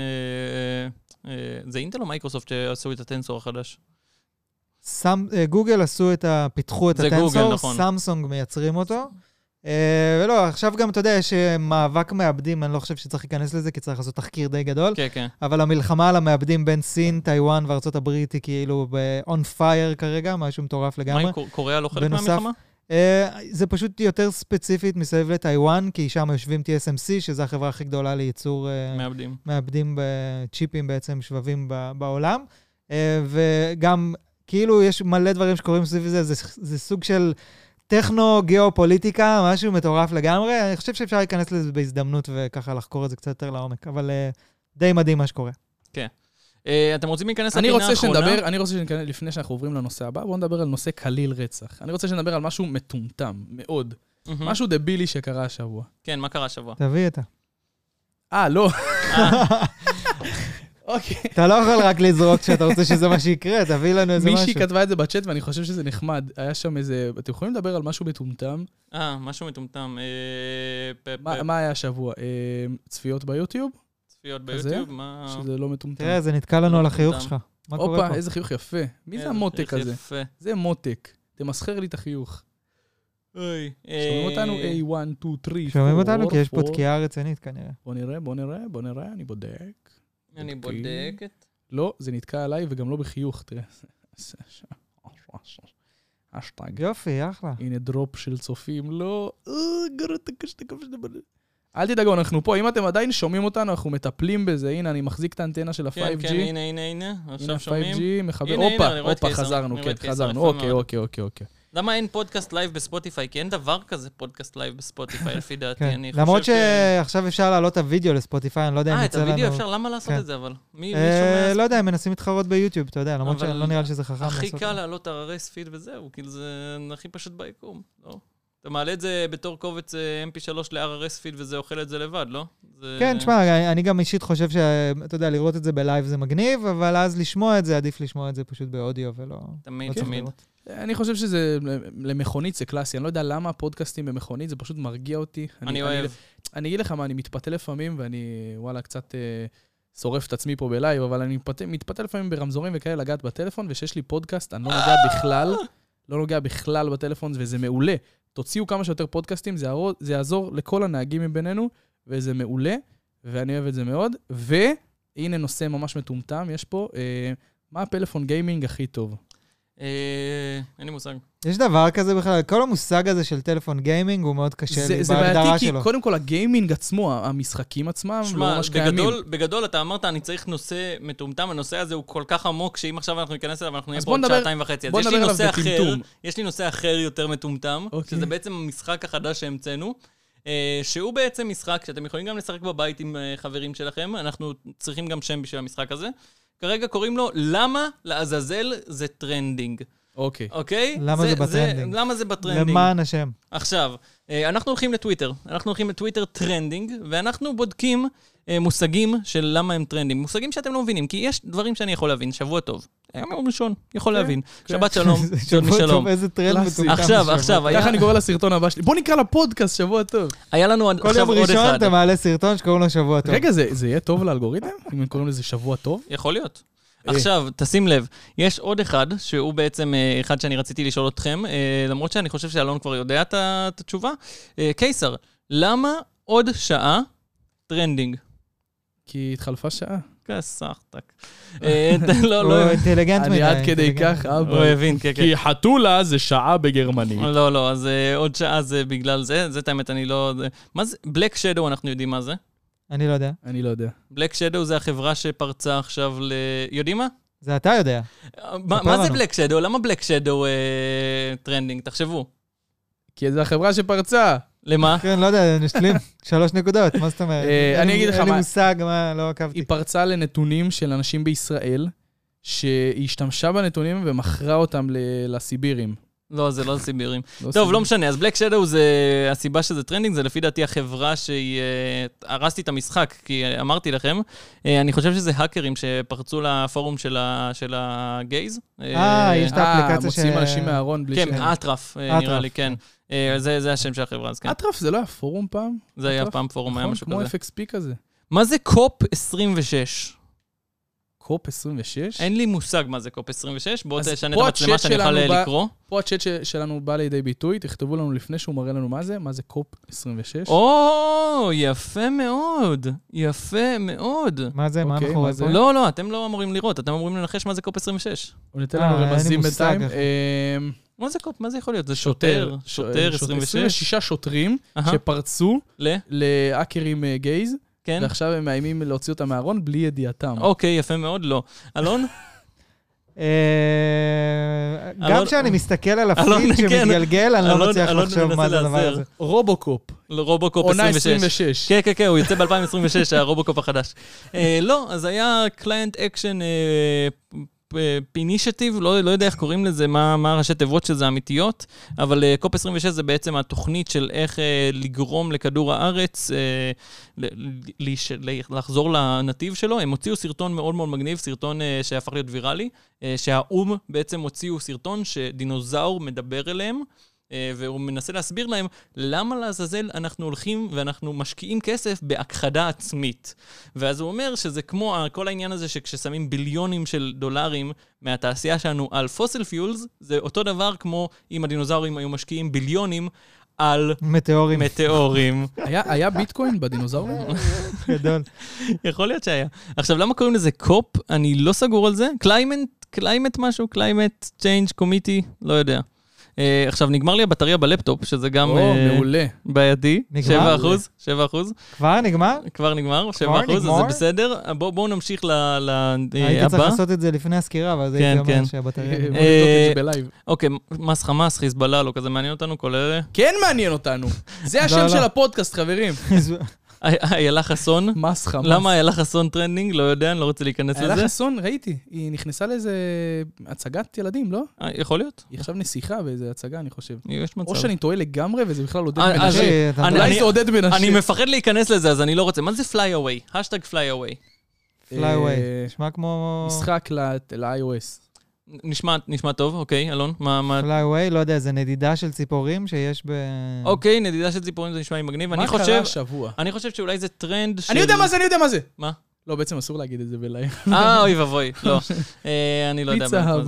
זה אינטל או מייקרוסופט שעשו את הטנסור החדש? גוגל פיתחו את הטנסור, סמסונג מייצרים אותו. ולא, עכשיו גם, אתה יודע, יש מאבק מעבדים, אני לא חושב שצריך להיכנס לזה, כי צריך לעשות תחקיר די גדול. כן. אבל המלחמה על המעבדים בין סין, טיואן וארצות הברית היא כאילו on fire כרגע, משהו מטורף לגמרי. מה, קוריאה לא חלק מהמלחמה? זה פשוט יותר ספציפית מסביב לטיואן, כי שם יושבים TSMC, שזו החברה הכי גדולה לייצור מעבדים בצ'יפים בעצם, שבבים בעולם. וגם כאילו יש מלא דברים שקורים סביב זה, זה סוג של טכנו-גיאופוליטיקה, משהו מטורף לגמרי. אני חושב שאפשר להיכנס לזה בהזדמנות וככה לחקור את זה קצת יותר לעומק, אבל די מדהים מה שקורה. כן. אתם רוצים להיכנס לפינה האחרונה? אני רוצה שניכנס, לפני שאנחנו עוברים לנושא הבא, בואו נדבר על נושא קליל רצח. אני רוצה שנדבר על משהו מטומטם, מאוד. משהו דבילי שקרה השבוע. כן, מה קרה השבוע? תביא את לא. אוקיי. אתה לא יכול רק לזרוק כשאתה רוצה שזה מה שיקרה, תביא לנו איזה משהו. מישהי כתבה את זה בצ'אט ואני חושב שזה נחמד. היה שם איזה... אתם יכולים לדבר על משהו מטומטם? משהו מטומטם. מה היה השבוע? צפיות ביוטיוב? צפיות ביוטיוב? שזה לא מטומטם. תראה, זה נתקע לנו על החיוך שלך. מה קורה פה? אופה, איזה חיוך יפה. מי זה המותק הזה? זה מותק. תמסחר לי את החיוך. אוי. שומעים אותנו? 1, 2, 3, 4. שומעים אותנו כי יש פה תקיעה רצינית כנראה. בוא נראה, אני בודק. אני בודקת. לא, זה נתקע עליי וגם לא בחיוך, תראה. אשטג. יופי, אחלה. הנה דרופ של צופים, לא. אל תדאגו, אנחנו פה. אם אתם עדיין שומעים אותנו, אנחנו מטפלים בזה. הנה, אני מחזיק את האנטנה של ה-5G. כן, הנה. עכשיו שומעים. 5G מחבר. הופה, חזרנו, כן, חזרנו. אוקיי. למה אין פודקאסט לייב בספוטיפיי? כי אין דבר כזה פודקאסט לייב בספוטיפיי, לפי דעתי. למרות שעכשיו אפשר להעלות את הוידאו לספוטיפיי, אני לא יודע אם יצא לנו... את הוידאו אפשר, למה לעשות את זה, אבל? לא יודע, הם מנסים להתחרות ביוטיוב, אתה יודע, למרות שלא נראה לי שזה חכם לעשות. הכי קל להעלות RSS פיד וזהו, כאילו זה הכי פשוט ביקום, לא? אתה מעלה את זה בתור קובץ MP3 ל-RSS פיד וזה אוכל את זה לבד, לא? כן, תשמע, אני גם אישית חושב שאתה יודע, לראות את זה בלייב זה מגניב, אבל אז לשמוע את זה, עדיף לשמוע את זה פשוט באודיו ולא... תמיד. אני חושב שזה למכונית, זה קלאסי. אני לא יודע למה הפודקאסטים במכונית, זה פשוט מרגיע אותי. אני אוהב. אני אגיד לך מה, אני מתפתה לפעמים, ואני, וואלה, קצת שורף את עצמי פה בלייב, אבל אני מתפתה לפעמים ברמזורים וכאלה לגעת בטלפון, ושיש לי פודקאסט, אני לא נוגע בכלל בטלפון, וזה מעולה. תוציאו כמה שיותר פודקאסטים, זה יעזור לכל הנהגים מבינינו, וזה מעולה, ואני אוהב את זה מאוד. והנה נושא ממש מטומטם, יש פה, מה הפלאפון גיימינג הכי טוב? אין לי מושג. יש דבר כזה בכלל, כל המושג הזה של טלפון גיימינג הוא מאוד קשה בהגדרה שלו. זה בעייתי, כי קודם כל הגיימינג עצמו, המשחקים עצמם, לא ממש קיימים. בגדול אתה אמרת, אני צריך נושא מטומטם, הנושא הזה הוא כל כך עמוק, שאם עכשיו אנחנו ניכנס אליו, אנחנו נהיה פה עוד 2.5. אז יש לי נושא אחר יותר מטומטם, שזה בעצם המשחק החדש שהמצאנו, שהוא בעצם משחק שאתם יכולים גם לשחק בבית עם חברים שלכם, אנחנו צריכים גם שם בשביל המשחק הזה. כרגע קוראים לו, למה לעזאזל זה טרנדינג. אוקיי? למה זה בטרנדינג? למה זה בטרנדינג? למען השם. עכשיו, אנחנו הולכים לטוויטר טרנדינג, ואנחנו בודקים מושגים של למה הם טרנדינג. מושגים שאתם לא מבינים, כי יש דברים שאני יכול להבין, שבוע טוב. היום יום ראשון, יכול להבין. שבת שלום, שבת שלום. איזה טרנד מטומטם. עכשיו. ככה אני קורא לסרטון הבא שלי. בוא נקרא לפודקאסט, שבוע טוב. היה לנו כל עכשיו יום עוד ראשון אחד. אתה מעלה סרטון שקוראים לו שבוע טוב. רגע, זה יהיה טוב לאלגוריתם? אם הם קוראים לזה שבוע טוב? יכול להיות. עכשיו, תשים לב, יש עוד אחד, שהוא בעצם אחד שאני רציתי לשאול אתכם, למרות שאני חושב שאלון כבר יודע את התשובה. קיסר, למה עוד שעה טרנדינג? כי התחלפה שעה. כסחתק. הוא אינטליגנט מדי. אני עד כדי כך, הוא הבין, כן, כן. כי חתולה זה שעה בגרמנית. לא, אז עוד שעה זה בגלל זה, זה את האמת, אני לא... מה זה? בלק שדו, אנחנו יודעים מה זה? אני לא יודע. אני לא יודע. בלק שדו זה החברה שפרצה עכשיו יודעים מה? זה אתה יודע. מה זה בלק שדו? למה בלק שדו טרנדינג? תחשבו. כי זו החברה שפרצה. למה? כן, לא יודע, נשלים 3 נקודות, מה זאת אומרת? אני אגיד לך אין לי מה. מושג, מה, לא עקבתי. היא פרצה לנתונים של אנשים בישראל, שהיא השתמשה בנתונים ומכרה אותם לסיבירים. לא, זה לא סיבירים. טוב, לא משנה, אז בלק שדו זה הסיבה שזה טרנדינג, זה לפי דעתי החברה שהיא... הרסתי את המשחק, כי אמרתי לכם, אני חושב שזה האקרים שפרצו לפורום של הגייז. יש את האפליקציה מוציאים אנשים מהארון בלי כן, אטרף, נראה לי, כן. זה השם של החברה, אז כן. אטרף זה לא היה פורום פעם? זה היה פעם פורום, היה משהו כזה. כמו FXP כזה. מה זה קופ 26? קופ 26? אין לי מושג מה זה קופ 26, בואו תשנה את המצלמה שאני יכול לקרוא. פה הצ'אט שלנו בא לידי ביטוי, תכתבו לנו לפני שהוא מראה לנו מה זה קופ 26. או, יפה מאוד, יפה מאוד. מה זה? מה אנחנו רואים פה? לא, אתם לא אמורים לראות, אתם אמורים לנחש מה זה קופ 26. הוא ניתן לנו רמזים בינתיים. מה זה קופ? מה זה יכול להיות? זה שוטר 26? 26 שוטרים שפרצו לאקרים גייז. כן. ועכשיו הם מאיימים להוציא אותם מהארון בלי ידיעתם. אוקיי, יפה מאוד, לא. אלון? גם כשאני מסתכל על הפיד שמתגלגל, אני לא מצליח לחשוב מה זה הדבר הזה. רובוקופ. רובוקופ 26. כן, הוא יוצא ב-2026, הרובוקופ החדש. לא, אז היה קליינט אקשן אינישטיב, לא יודע איך קוראים לזה, מה הראשי תיבות שזה אמיתיות, אבל קופ 26 זה בעצם התוכנית של איך לגרום לכדור הארץ לחזור לנתיב שלו. הם הוציאו סרטון מאוד מאוד מגניב, סרטון שהפך להיות ויראלי, שהאום בעצם הוציאו סרטון שדינוזאור מדבר אליהם, והוא מנסה להסביר להם למה לעזאזל אנחנו הולכים ואנחנו משקיעים כסף בהכחדה עצמית. ואז הוא אומר שזה כמו כל העניין הזה שכששמים ביליונים של דולרים מהתעשייה שלנו על פוסיל פיולס, זה אותו דבר כמו אם הדינוזאורים היו משקיעים ביליונים על מטאורים. היה ביטקוין בדינוזאורים? גדול. יכול להיות שהיה. עכשיו, למה קוראים לזה קופ? אני לא סגור על זה. קליימט משהו? קליימט צ'יינג' קומיטי? לא יודע. עכשיו, נגמר לי הבטריה בלפטופ, שזה גם בעייתי. 7%. כבר נגמר? כבר נגמר, 7%, אז זה בסדר. בואו נמשיך להבא. הייתי צריך לעשות את זה לפני הסקירה, אבל זה הייתי אומר שהבטריה... בואו נבדוק את זה בלייב. אוקיי, מס חמאס, חיזבאללה, לא כזה מעניין אותנו, כל אלה. כן מעניין אותנו. זה השם של הפודקאסט, חברים. איילה חסון. מס חמאס. למה איילה חסון טרנדינג? לא יודע, אני לא רוצה להיכנס לזה. איילה חסון, ראיתי. היא נכנסה לאיזה הצגת ילדים, לא? יכול להיות. היא עכשיו נסיכה באיזה הצגה, אני חושב. יש מצב. או שאני טועה לגמרי, וזה בכלל עודד מנשה. אולי זה עודד מנשה. אני מפחד להיכנס לזה, אז אני לא רוצה. מה זה fly away? השטג fly away. fly away. נשמע כמו... משחק ל-iOS. נשמע טוב, אוקיי, אלון, מה... fly away, לא יודע, זה נדידה של ציפורים שיש ב... אוקיי, נדידה של ציפורים זה נשמע לי מגניב. מה קרה השבוע? אני חושב שאולי זה טרנד של... אני יודע מה זה. מה? לא, בעצם אסור להגיד את זה בלייב. אוי ובוי, לא. אני לא יודע. פיצה האב.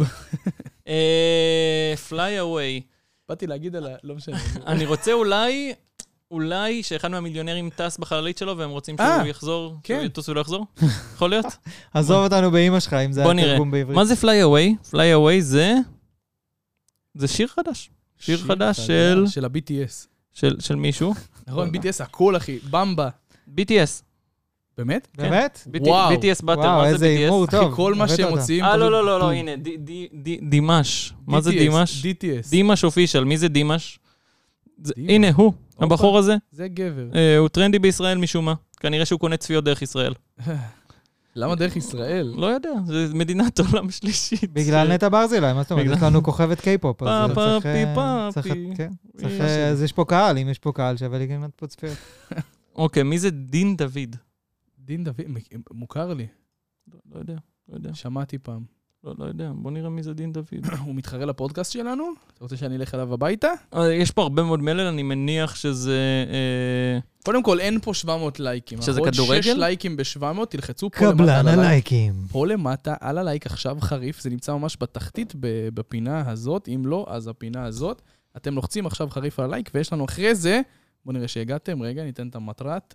fly away. באתי להגיד על ה... לא משנה. אני רוצה אולי שאחד מהמיליונרים טס בחללית שלו, והם רוצים שהוא יחזור, שהוא יטוס ולא יחזור? יכול להיות? עזוב אותנו באמא שלך, אם זה התרגום בעברית. מה זה fly away? fly away זה שיר חדש. שיר חדש של ה-BTS. של מישהו. נכון, BTS, הכל אחי, במבה. BTS. באמת? באמת? וואו. BTS באטל, וואו, מה זה איזה אימור BTS? טוב. אחי, כל מה שהם מוציאים... לא, הנה, דימש. מה זה דימש? DTS. דימש אופישל, מי זה דימש? הנה, הוא, הבחור הזה. זה גבר. הוא טרנדי בישראל משום מה. כנראה שהוא קונה צפיות דרך ישראל. למה דרך ישראל? לא יודע, זה מדינת עולם שלישית. בגלל נטע ברזילי, מה זאת אומרת? יש לנו כוכבת קיי-פופ, אז פאפי. אז יש פה קהל, אם יש פה קהל שווה לי גם פה צפיות. אוקיי, מי זה דין דוד? דין דוד, מוכר לי. לא יודע. שמעתי פעם. לא יודע, בוא נראה מי זה דין דוד. הוא מתחרה לפודקאסט שלנו? אתה רוצה שאני אלך אליו הביתה? יש פה הרבה מאוד מלל, אני מניח שזה... קודם כל, אין פה 700 לייקים. שזה כדורגל? עוד 6 לייקים ב-700, תלחצו פה למטה קבלן הלייקים. פה למטה, על הלייק עכשיו חריף, זה נמצא ממש בתחתית בפינה הזאת, אם לא, אז הפינה הזאת. אתם לוחצים עכשיו חריף על הלייק, ויש לנו אחרי זה, בואו נראה שהגעתם, רגע, ניתן את המטרת.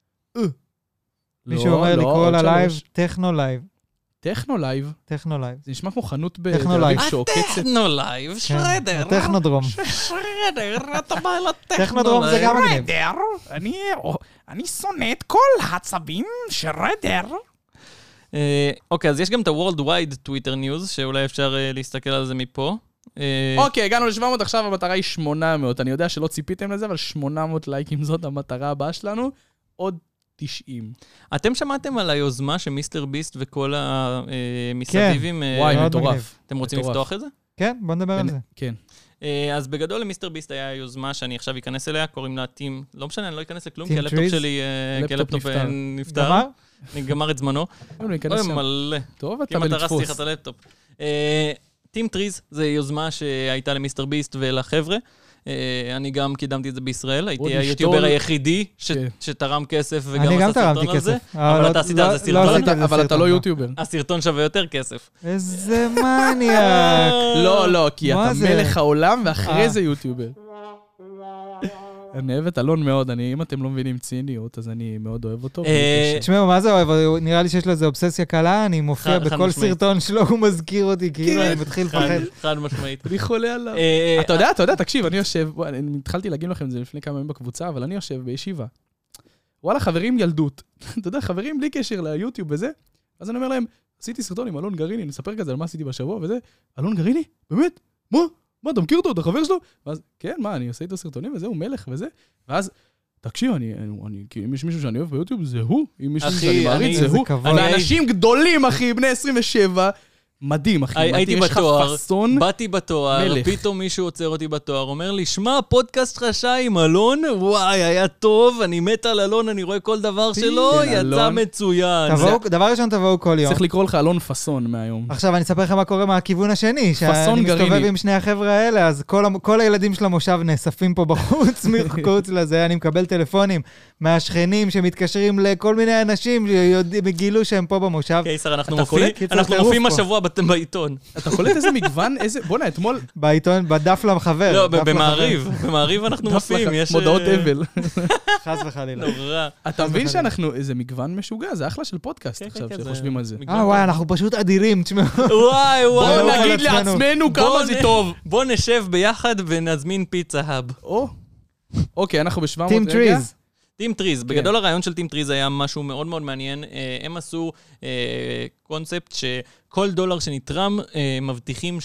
מישהו אומר לקרוא ללייב, טכנו לייב. טכנו לייב? טכנו לייב. זה נשמע כמו חנות טכנו לייב. הטכנו לייב, שרדר. טכנודרום. שרדר, אתה בא לטכנו. טכנודרום זה גם מגניב. אני שונא את כל הצבים, שרדר. אוקיי, אז יש גם את ה-Worldwide Twitter News, שאולי אפשר להסתכל על זה מפה. אוקיי, הגענו ל-700, עכשיו המטרה היא 800. אני יודע שלא ציפיתם לזה, אבל 800 לייקים זאת המטרה הבאה שלנו. עוד 90. אתם שמעתם על היוזמה של מיסטר ביסט וכל המסביבים? וואי, מטורף. אתם רוצים לפתוח את זה? כן, בוא נדבר על זה. כן. אז בגדול למיסטר ביסט היה יוזמה שאני עכשיו אכנס אליה, קוראים לה טים, לא משנה, אני לא אכנס לכלום, כי הלפטופ שלי, נפטר. גמר את זמנו. אוי, מלא. טוב, אתה בלתפוס. אם אתה רסתי לך את הלפטופ. טים טריז זה יוזמה שהייתה למיסטר ביסט ולחבר'ה. אני גם קידמתי את זה בישראל, הייתי היוטיובר היחידי שתרם כסף וגם עשה סרטון על זה. אבל אתה עשית על זה סרטון. אבל אתה לא יוטיובר. הסרטון שווה יותר כסף. איזה מניאק. לא, כי אתה מלך העולם ואחרי זה יוטיובר. אני אוהב את אלון מאוד, אם אתם לא מבינים ציניות, אז אני מאוד אוהב אותו. תשמעו, מה זה אוהב? נראה לי שיש לו איזו אובססיה קלה, אני מופיע בכל סרטון שלו, הוא מזכיר אותי, כאילו אני מתחיל לפחד. חד משמעית. אני חולה עליו. אתה יודע, תקשיב, אני יושב, אני התחלתי להגיד לכם את זה לפני כמה ימים בקבוצה, אבל אני יושב בישיבה. וואלה, חברים ילדות. אתה יודע, חברים בלי קשר ליוטיוב וזה, אז אני אומר להם, עשיתי סרטון עם אלון גריני, נספר כזה על מה עשיתי בשבוע וזה. אלון גריני? באמת? מה, אתה מכיר אותו, אתה חבר שלו? ואז, כן, מה, אני עושה איתו סרטונים וזה, הוא מלך וזה. ואז, תקשיב, אם יש מישהו שאני אוהב ביוטיוב, זה הוא. אם יש מישהו שאני מעריץ, זה הוא. אנשים גדולים, אחי, בני 27. מדהים, אחי. הייתי בתואר, באתי בתואר, פתאום מישהו עוצר אותי בתואר, אומר לי, שמע, פודקאסט חשאי עם אלון, וואי, היה טוב, אני מת על אלון, אני רואה כל דבר שלו, יצא מצוין. דבר ראשון תבואו כל יום. צריך לקרוא לך אלון פסון מהיום. עכשיו אני אספר לך מה קורה מהכיוון השני, שאני מסתובב עם שני החבר'ה האלה, אז כל הילדים של המושב נאספים פה בחוץ, מחוץ לזה, אני מקבל טלפונים מהשכנים שמתקשרים לכל מיני אנשים שגילו שהם פה במושב. קיסר, אנחנו מופיעים השבוע בעיתון. אתה קולט איזה מגוון, בוא'נה, אתמול... בעיתון, בדף למחבר. לא, במעריב אנחנו מופיעים. מודעות אבל. חס וחלילה. נורא. אתה מבין שאנחנו איזה מגוון משוגע, זה אחלה של פודקאסט עכשיו, שחושבים על זה. וואי, אנחנו פשוט אדירים, תשמעו. וואי. בוא נגיד לעצמנו כמה זה טוב. בוא נשב ביחד ונזמין פיצה האב. אוקיי, אנחנו ב-700 טים טריז. טים טריז, בגדול הרעיון של טים טריז היה משהו מאוד מאוד מעניין. הם עשו קונספט שכל דולר שנתרם מבטיחים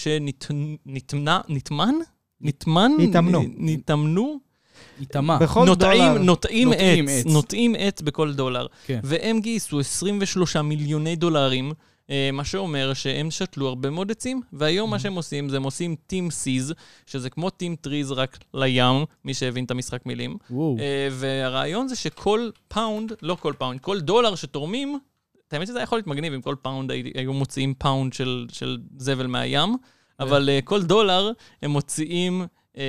נוטעים עץ בכל דולר. והם גייסו 23 מיליוני דולרים, מה שאומר שהם שתלו הרבה מאוד עצים, והיום מה שהם עושים, זה הם עושים טים סיז, שזה כמו טים טריז רק לים, מי שהבין את המשחק מילים. והרעיון זה שכל פאונד, לא כל פאונד, כל דולר שתורמים, האמת שזה יכול להיות מגניב, אם כל פאונד היו מוציאים פאונד של זבל מהים, אבל כל דולר הם מוציאים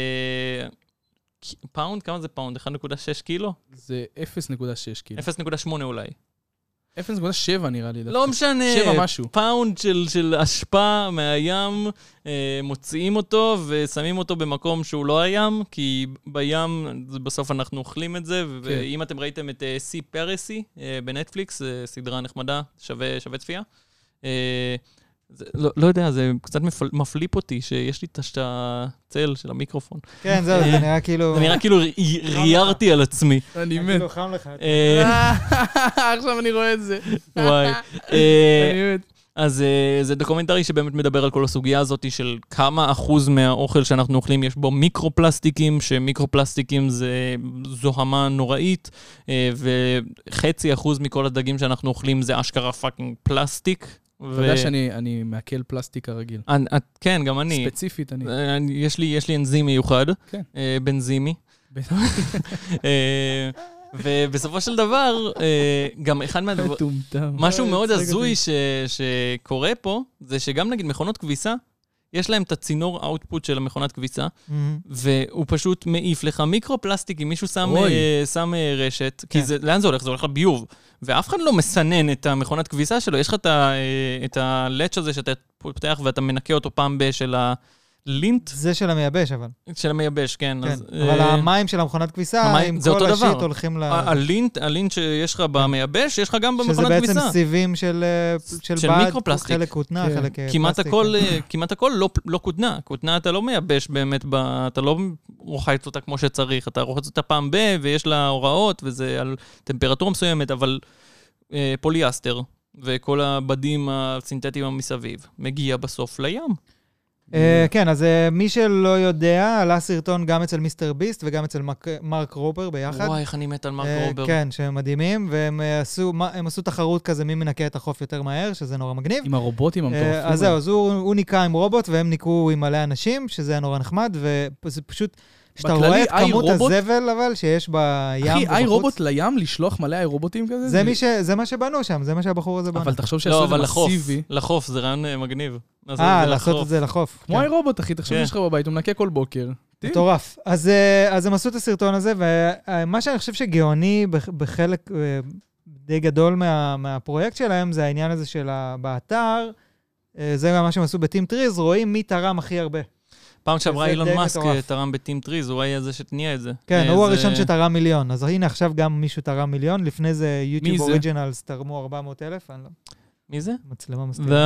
פאונד, כמה זה פאונד? 1.6 קילו? זה 0.6 קילו. 0.8 אולי. 0.7 נראה לי. לא משנה, פאונד של אשפה מהים, מוציאים אותו ושמים אותו במקום שהוא לא הים, כי בים בסוף אנחנו אוכלים את זה, ואם אתם ראיתם את סי פרסי בנטפליקס, סדרה נחמדה, שווה צפייה. לא יודע, זה קצת מפליפ אותי שיש לי את הצל של המיקרופון. כן, זהו, זה נראה כאילו... זה נראה כאילו ריירתי על עצמי. אני מת. כאילו חם לך. עכשיו אני רואה את זה. וואי. אז זה דוקומנטרי שבאמת מדבר על כל הסוגיה הזאת של כמה אחוז מהאוכל שאנחנו אוכלים יש בו מיקרופלסטיקים, שמיקרופלסטיקים זה זוהמה נוראית, וחצי אחוז מכל הדגים שאנחנו אוכלים זה אשכרה פאקינג פלסטיק. אתה יודע שאני מעכל פלסטיק הרגיל. כן, גם אני. ספציפית אני. יש לי אנזים מיוחד, בנזימי. ובסופו של דבר, גם אחד מהדברים, משהו מאוד הזוי שקורה פה, זה שגם נגיד מכונות כביסה, יש להם את הצינור האוטפוט של המכונת כביסה, והוא פשוט מעיף לך מיקרו-פלסטיק, אם מישהו שם רשת, כי לאן זה הולך? זה הולך לביוב, ואף אחד לא מסנן את המכונת כביסה שלו, יש לך את הלץ' הזה שאתה פותח ואתה מנקה אותו פעם של הלינט. זה של המייבש, אבל. של המייבש, כן. אבל המים של המכונת כביסה, עם כל השיט הולכים ל... הלינט שיש לך במייבש, יש לך גם במכונת כביסה. שזה בעצם סיבים של בד, חלק כותנה, חלק פלסטיק. כמעט הכל לא כותנה. כותנה אתה לא מייבש באמת, אתה לא רוחץ אותה כמו שצריך, אתה רוחץ אותה פעם ויש לה הוראות, וזה על טמפרטורה מסוימת, אבל פוליאסטר וכל הבדים הסינתטיים המסביב מגיע בסוף לים. כן, אז מי שלא יודע, עלה סרטון גם אצל מיסטר ביסט וגם אצל מרק רובר ביחד. וואי, איך אני מת על מרק רובר. כן, שהם מדהימים, והם עשו תחרות כזה מי מנקה את החוף יותר מהר, שזה נורא מגניב. עם הרובוטים המטורפים. אז זהו, אז הוא ניקה עם רובוט, והם ניקו עם מלא אנשים, שזה היה נורא נחמד, וזה פשוט... שאתה רואה את כמות הזבל, אבל, שיש בים בחוץ. אחי, רובוט לים, לשלוח מלא רובוטים כזה? זה מה שבנו שם, זה מה שהבחור הזה בנו. אבל תחשוב שעשו את זה מסיבי. לחוף, זה רעיון מגניב. לעשות את זה לחוף. כמו רובוט, אחי, תחשוב שיש לך בבית, הוא מנקה כל בוקר. מטורף. אז הם עשו את הסרטון הזה, ומה שאני חושב שגאוני בחלק די גדול מהפרויקט שלהם, זה העניין הזה של באתר, זה גם מה שהם עשו בטים טריז, רואים מי תרם הכי הרבה. פעם שעברה אילון מאסק תרם בטים טריז, הוא היה זה שתניע את זה. כן, הוא הראשון שתרם מיליון. אז הנה עכשיו גם מישהו תרם מיליון, לפני זה יוטיוב אוריג'ינלס תרמו 400,000, אני לא... מי זה? מצלמה מסתירה.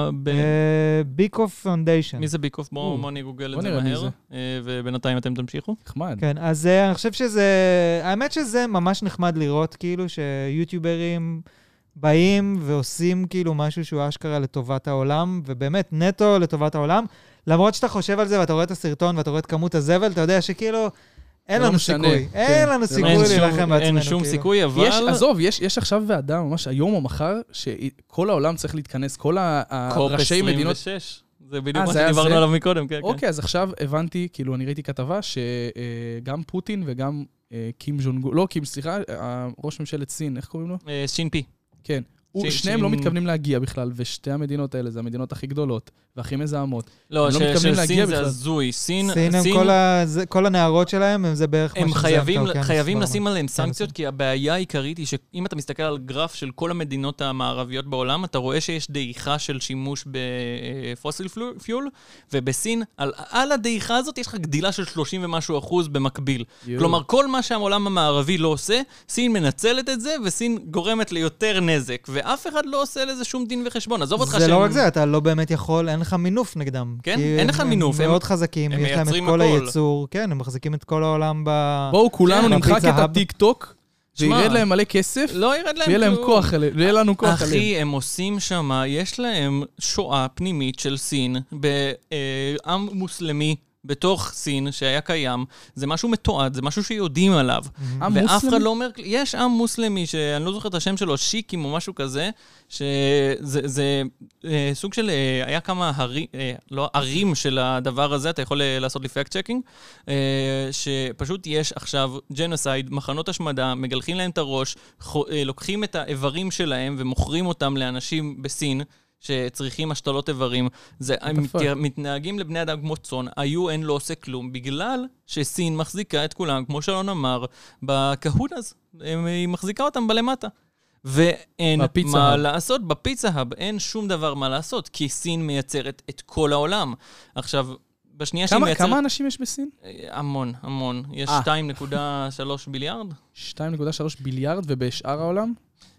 ביקוף פאונדיישן. מי זה ביקוף? בואו אני גוגל את זה מהר, ובינתיים אתם תמשיכו. נחמד. כן, אז אני חושב שזה... האמת שזה ממש נחמד לראות, כאילו, שיוטיוברים באים ועושים כאילו משהו שהוא אשכרה לטובת העולם, ובאמת נטו לטובת העולם. למרות שאתה חושב על זה ואתה רואה את הסרטון ואתה רואה את כמות הזבל, אתה יודע שכאילו אין לנו סיכוי. אין לנו סיכוי להילחם בעצמנו. אין שום סיכוי, אבל... עזוב, יש עכשיו ועדה ממש היום או מחר, שכל העולם צריך להתכנס, כל הראשי מדינות... קופ 26. זה בדיוק מה שדיברנו עליו מקודם, כן. אוקיי, אז עכשיו הבנתי, כאילו אני ראיתי כתבה שגם פוטין וגם קים ז'ונגו, לא קים, סליחה, ראש ממשלת סין, איך קוראים לו? שינפי. כן. שניהם לא מתכוונים להגיע בכלל, ושתי המדינות האלה, זה המדינות הכי גדולות, והכי מזהמות. לא, של סין זה הזוי. סין הם כל הנערות שלהם, זה בערך הם חייבים לשים עליהם סנקציות, כי הבעיה העיקרית היא שאם אתה מסתכל על גרף של כל המדינות המערביות בעולם, אתה רואה שיש דעיכה של שימוש בפוסיל פיול, ובסין, על הדעיכה הזאת יש לך גדילה של 30 ומשהו אחוז במקביל. כלומר, כל מה שהעולם המערבי לא עושה, סין מנצלת את זה, וסין גורמת ליותר נזק, ואף אחד לא עושה לזה שום דין וחשבון. עזוב אותך זה לא רק זה, אתה לא באמת יכול, אין לך מינוף נגדם. כן, אין לך מינוף. הם מאוד חזקים, יש להם את כל הייצור, כן, הם מחזיקים את כל העולם בואו, כולנו נמחק את הטיק טוק, וירד להם מלא כסף, לא ירד להם ויהיה להם כוח עליהם, ויהיה לנו כוח עליהם. אחי, הם עושים שמה, יש להם שואה פנימית של סין, בעם מוסלמי, בתוך סין שהיה קיים, זה משהו מתועד, זה משהו שיודעים עליו. ואף אחד לא אומר, יש עם מוסלמי, שאני לא זוכר את השם שלו, שיקים או משהו כזה, שזה סוג של, היה כמה ערים של הדבר הזה, אתה יכול לעשות לי פאקט צ'קינג, שפשוט יש עכשיו ג'נוסייד, מחנות השמדה, מגלחים להם את הראש, לוקחים את האיברים שלהם ומוכרים אותם לאנשים בסין, שצריכים השתלות איברים, הם מתנהגים לבני אדם כמו צאן, ה-UN לא עושה כלום, בגלל שסין מחזיקה את כולם, כמו שלון אמר, בקהונז, היא מחזיקה אותם בלמטה. ואין מה לעשות, בפיצה האב אין שום דבר מה לעשות, כי סין מייצרת את כל העולם. עכשיו, בשנייה שהיא מייצרת... כמה אנשים יש בסין? המון, המון. יש 2.3 ביליארד. 2.3 ביליארד, ובשאר העולם?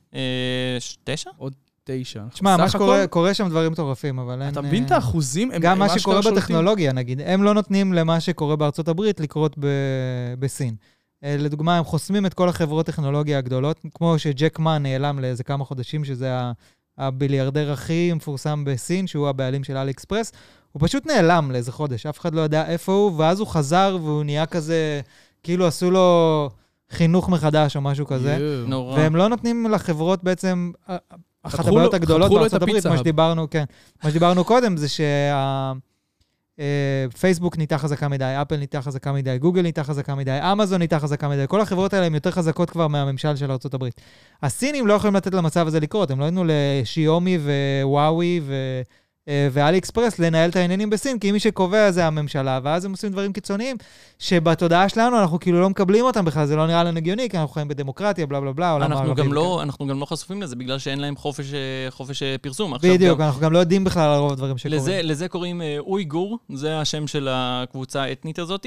9? עוד 9. תשמע, מה שקורה שם דברים מטורפים, אבל אין... אתה מבין את האחוזים? גם מה שקורה בטכנולוגיה, נגיד. הם לא נותנים למה שקורה בארצות הברית לקרות בסין. לדוגמה, הם חוסמים את כל החברות טכנולוגיה הגדולות, כמו שג'ק מה נעלם לאיזה כמה חודשים, שזה הביליארדר הכי מפורסם בסין, שהוא הבעלים של אלי אקספרס. הוא פשוט נעלם לאיזה חודש, אף אחד לא יודע איפה הוא, ואז הוא חזר והוא נהיה כזה, כאילו עשו לו חינוך מחדש או משהו כזה. נורא. והם לא נותנים לחברות בעצם... אחת הבעיות הגדולות בארצות הברית, מה שדיברנו קודם, זה פייסבוק ניתה חזקה מדי, אפל ניתה חזקה מדי, גוגל ניתה חזקה מדי, אמזון ניתה חזקה מדי, כל החברות האלה הן יותר חזקות כבר מהממשל של ארצות הברית. הסינים לא יכולים לתת למצב הזה לקרות, הם לא יתנו לשיומי ווואוי ואלי אקספרס לנהל את העניינים בסין, כי מי שקובע זה הממשלה, ואז הם עושים דברים קיצוניים, שבתודעה שלנו אנחנו כאילו לא מקבלים אותם בכלל, זה לא נראה לנו הגיוני, כי אנחנו חיים בדמוקרטיה, בלה בלה בלה, אנחנו גם לא חשופים לזה, בגלל שאין להם חופש פרסום. בדיוק, אנחנו גם לא יודעים בכלל על רוב הדברים שקורים. לזה קוראים אויגור, זה השם של הקבוצה האתנית הזאת,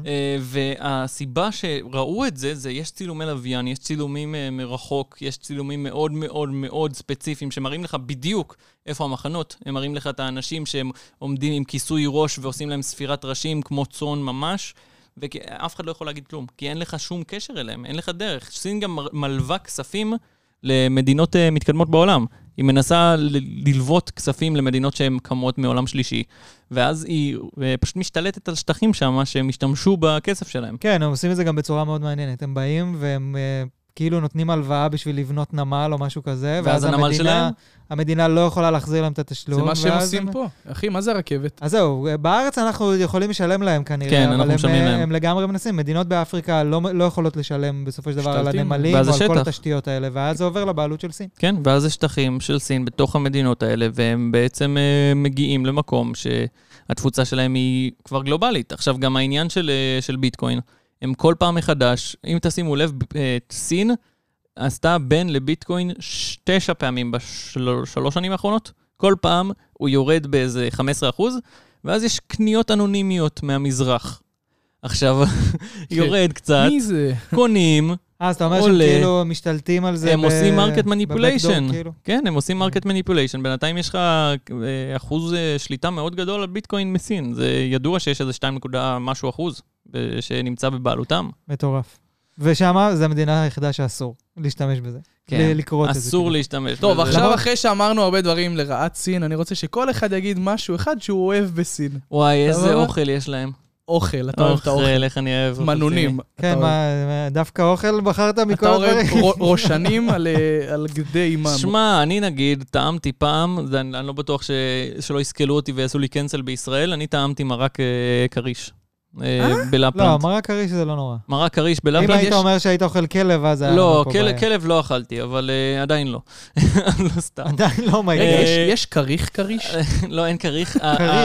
והסיבה שראו את זה, יש צילומי לוויין, יש צילומים מרחוק, יש צילומים מאוד מאוד מאוד ספציפיים, שמראים לך בדיוק איפה המחנות, הם מראים לך את האנשים שהם עומדים עם כיסוי ראש ועושים להם ספירת ראשים כמו צאן ממש, ואף אחד לא יכול להגיד כלום, כי אין לך שום קשר אליהם, אין לך דרך. סין גם מלווה כספים למדינות מתקדמות בעולם. היא מנסה ללוות כספים למדינות שהן קמות מעולם שלישי, ואז היא פשוט משתלטת על שטחים שם שהם השתמשו בכסף שלהם. כן, הם עושים את זה גם בצורה מאוד מעניינת. הם באים והם כאילו נותנים הלוואה בשביל לבנות נמל או משהו כזה, ואז הנמל שלהם? המדינה לא יכולה להחזיר להם את התשלום. זה מה שהם עושים פה. אחי, מה זה הרכבת? אז זהו, בארץ אנחנו יכולים לשלם להם כנראה, כן, אנחנו משלמים להם. אבל הם לגמרי מנסים. מדינות באפריקה לא יכולות לשלם בסופו של דבר על הנמלים, או על כל התשתיות האלה, ואז זה עובר לבעלות של סין. כן, ואז זה שטחים של סין בתוך המדינות האלה, והם בעצם מגיעים למקום שהתפוצה שלהם היא כבר גלובלית. עכשיו, גם העניין של ביטקוין, הם כל פעם מחדש, אם תשימו לב, סין עשתה בין לביטקוין 9 פעמים בשלוש שנים האחרונות. כל פעם הוא יורד באיזה 15%, ואז יש קניות אנונימיות מהמזרח. עכשיו, יורד קצת, מי זה? קונים, אז אתה אומר שהם כאילו משתלטים על זה הם עושים מרקט מניפוליישן. כן, הם עושים מרקט מניפוליישן. בינתיים יש לך אחוז שליטה מאוד גדול על ביטקוין מסין. זה ידוע שיש איזה 2.משהו% שנמצא בבעלותם. מטורף. ושם זה המדינה היחידה שאסור להשתמש בזה. כן, לקרות את זה. אסור להשתמש. טוב, עכשיו אחרי שאמרנו הרבה דברים לרעת סין, אני רוצה שכל אחד יגיד משהו אחד שהוא אוהב בסין. וואי, איזה אוכל יש להם. אוכל, אתה אוהב את האוכל. אוכל, איך אני אוהב. מנונים. כן, דווקא אוכל בחרת מכל הדברים. אתה אוהב ראשנים על גדי אימם. שמע, אני נגיד, טעמתי פעם, אני לא בטוח שלא יסכלו אותי ויעשו לי קנסל בישראל, אני טעמתי מרק קריש. בלפלנד. לא, מרק קריש זה לא נורא. מרק קריש בלפלנד. אם היית אומר שהיית אוכל כלב, אז... לא, כלב לא אכלתי, אבל עדיין לא. לא סתם. עדיין לא מה. יש קריך קריש? לא, אין קריך.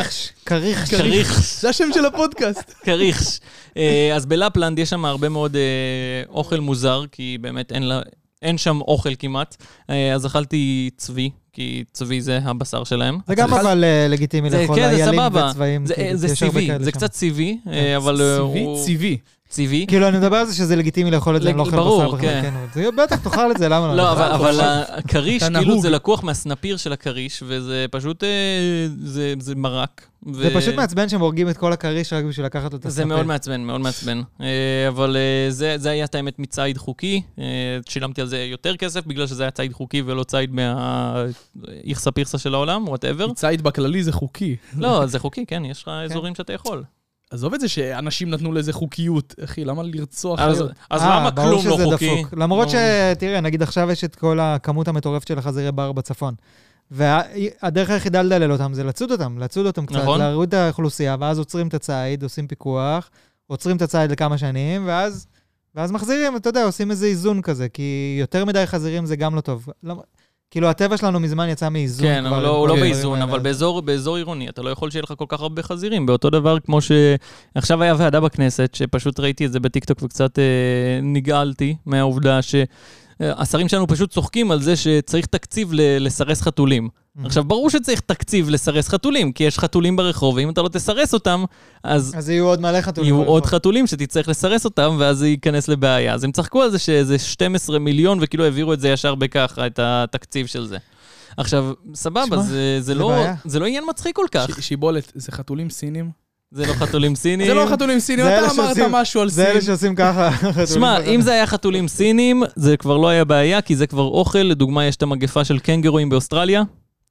קריך. זה השם של הפודקאסט. קריך. אז בלפלנד יש שם הרבה מאוד אוכל מוזר, כי באמת אין שם אוכל כמעט. אז אכלתי צבי. כי צבי זה הבשר שלהם. זה גם אבל לגיטימי לאכול איילים וצבעים. זה ציבי, זה קצת ציבי, אבל הוא... ציבי. כאילו אני מדבר על זה שזה לגיטימי לאכול את זה, אני לא אוכל בשר בכלל. בטח תאכל את זה, למה לא? לא, אבל הקריש, כאילו זה לקוח מהסנפיר של הקריש, וזה פשוט, זה מרק. זה פשוט מעצבן שהם הורגים את כל הקריש רק בשביל לקחת את הסנפיר. זה מאוד מעצבן, מאוד מעצבן. אבל זה היה את האמת מצייד חוקי, שילמתי על זה יותר כסף, בגלל שזה היה צייד חוקי ולא צייד מהאיכסה פיכסה של העולם, whatever. צייד בכללי זה חוקי. לא, זה חוקי, כן, יש לך אזורים שאתה יכול. עזוב את זה שאנשים נתנו לזה חוקיות. אחי, למה לרצוח? אז למה כלום לא חוקי? למרות שתראה, נגיד עכשיו יש את כל הכמות המטורפת של החזירי בר בצפון. והדרך היחידה לדלל אותם זה לצוד אותם קצת, להוריד את האוכלוסייה, ואז עוצרים את הצייד, עושים פיקוח, עוצרים את הצייד לכמה שנים, ואז מחזירים, אתה יודע, עושים איזה איזון כזה, כי יותר מדי חזירים זה גם לא טוב. כאילו, הטבע שלנו מזמן יצא מאיזון. כן, הוא לא באיזון, אבל באזור עירוני, אתה לא יכול שיהיה לך כל כך הרבה חזירים. באותו דבר, כמו שעכשיו היה ועדה בכנסת, שפשוט ראיתי את זה בטיקטוק וקצת נגעלתי מהעובדה שהשרים שלנו פשוט צוחקים על זה שצריך תקציב לסרס חתולים. עכשיו, ברור שצריך תקציב לסרס חתולים, כי יש חתולים ברחוב, ואם אתה לא תסרס אותם, אז יהיו עוד מלא חתולים. יהיו עוד חתולים שתצטרך לסרס אותם, ואז זה ייכנס לבעיה. אז הם צחקו על זה שזה 12 מיליון, וכאילו העבירו את זה ישר בככה, את התקציב של זה. עכשיו, סבבה, זה לא עניין מצחיק כל כך. שיבולת, זה חתולים סינים? זה לא חתולים סינים. זה לא חתולים סינים, אתה אמרת משהו על סין. זה אלה שעושים ככה. שמע, אם זה היה חתולים סינים, זה כבר לא היה בעיה, כי זה כבר אוכל. לדוגמה, יש את המגפה של קנגרואים באוסטרליה.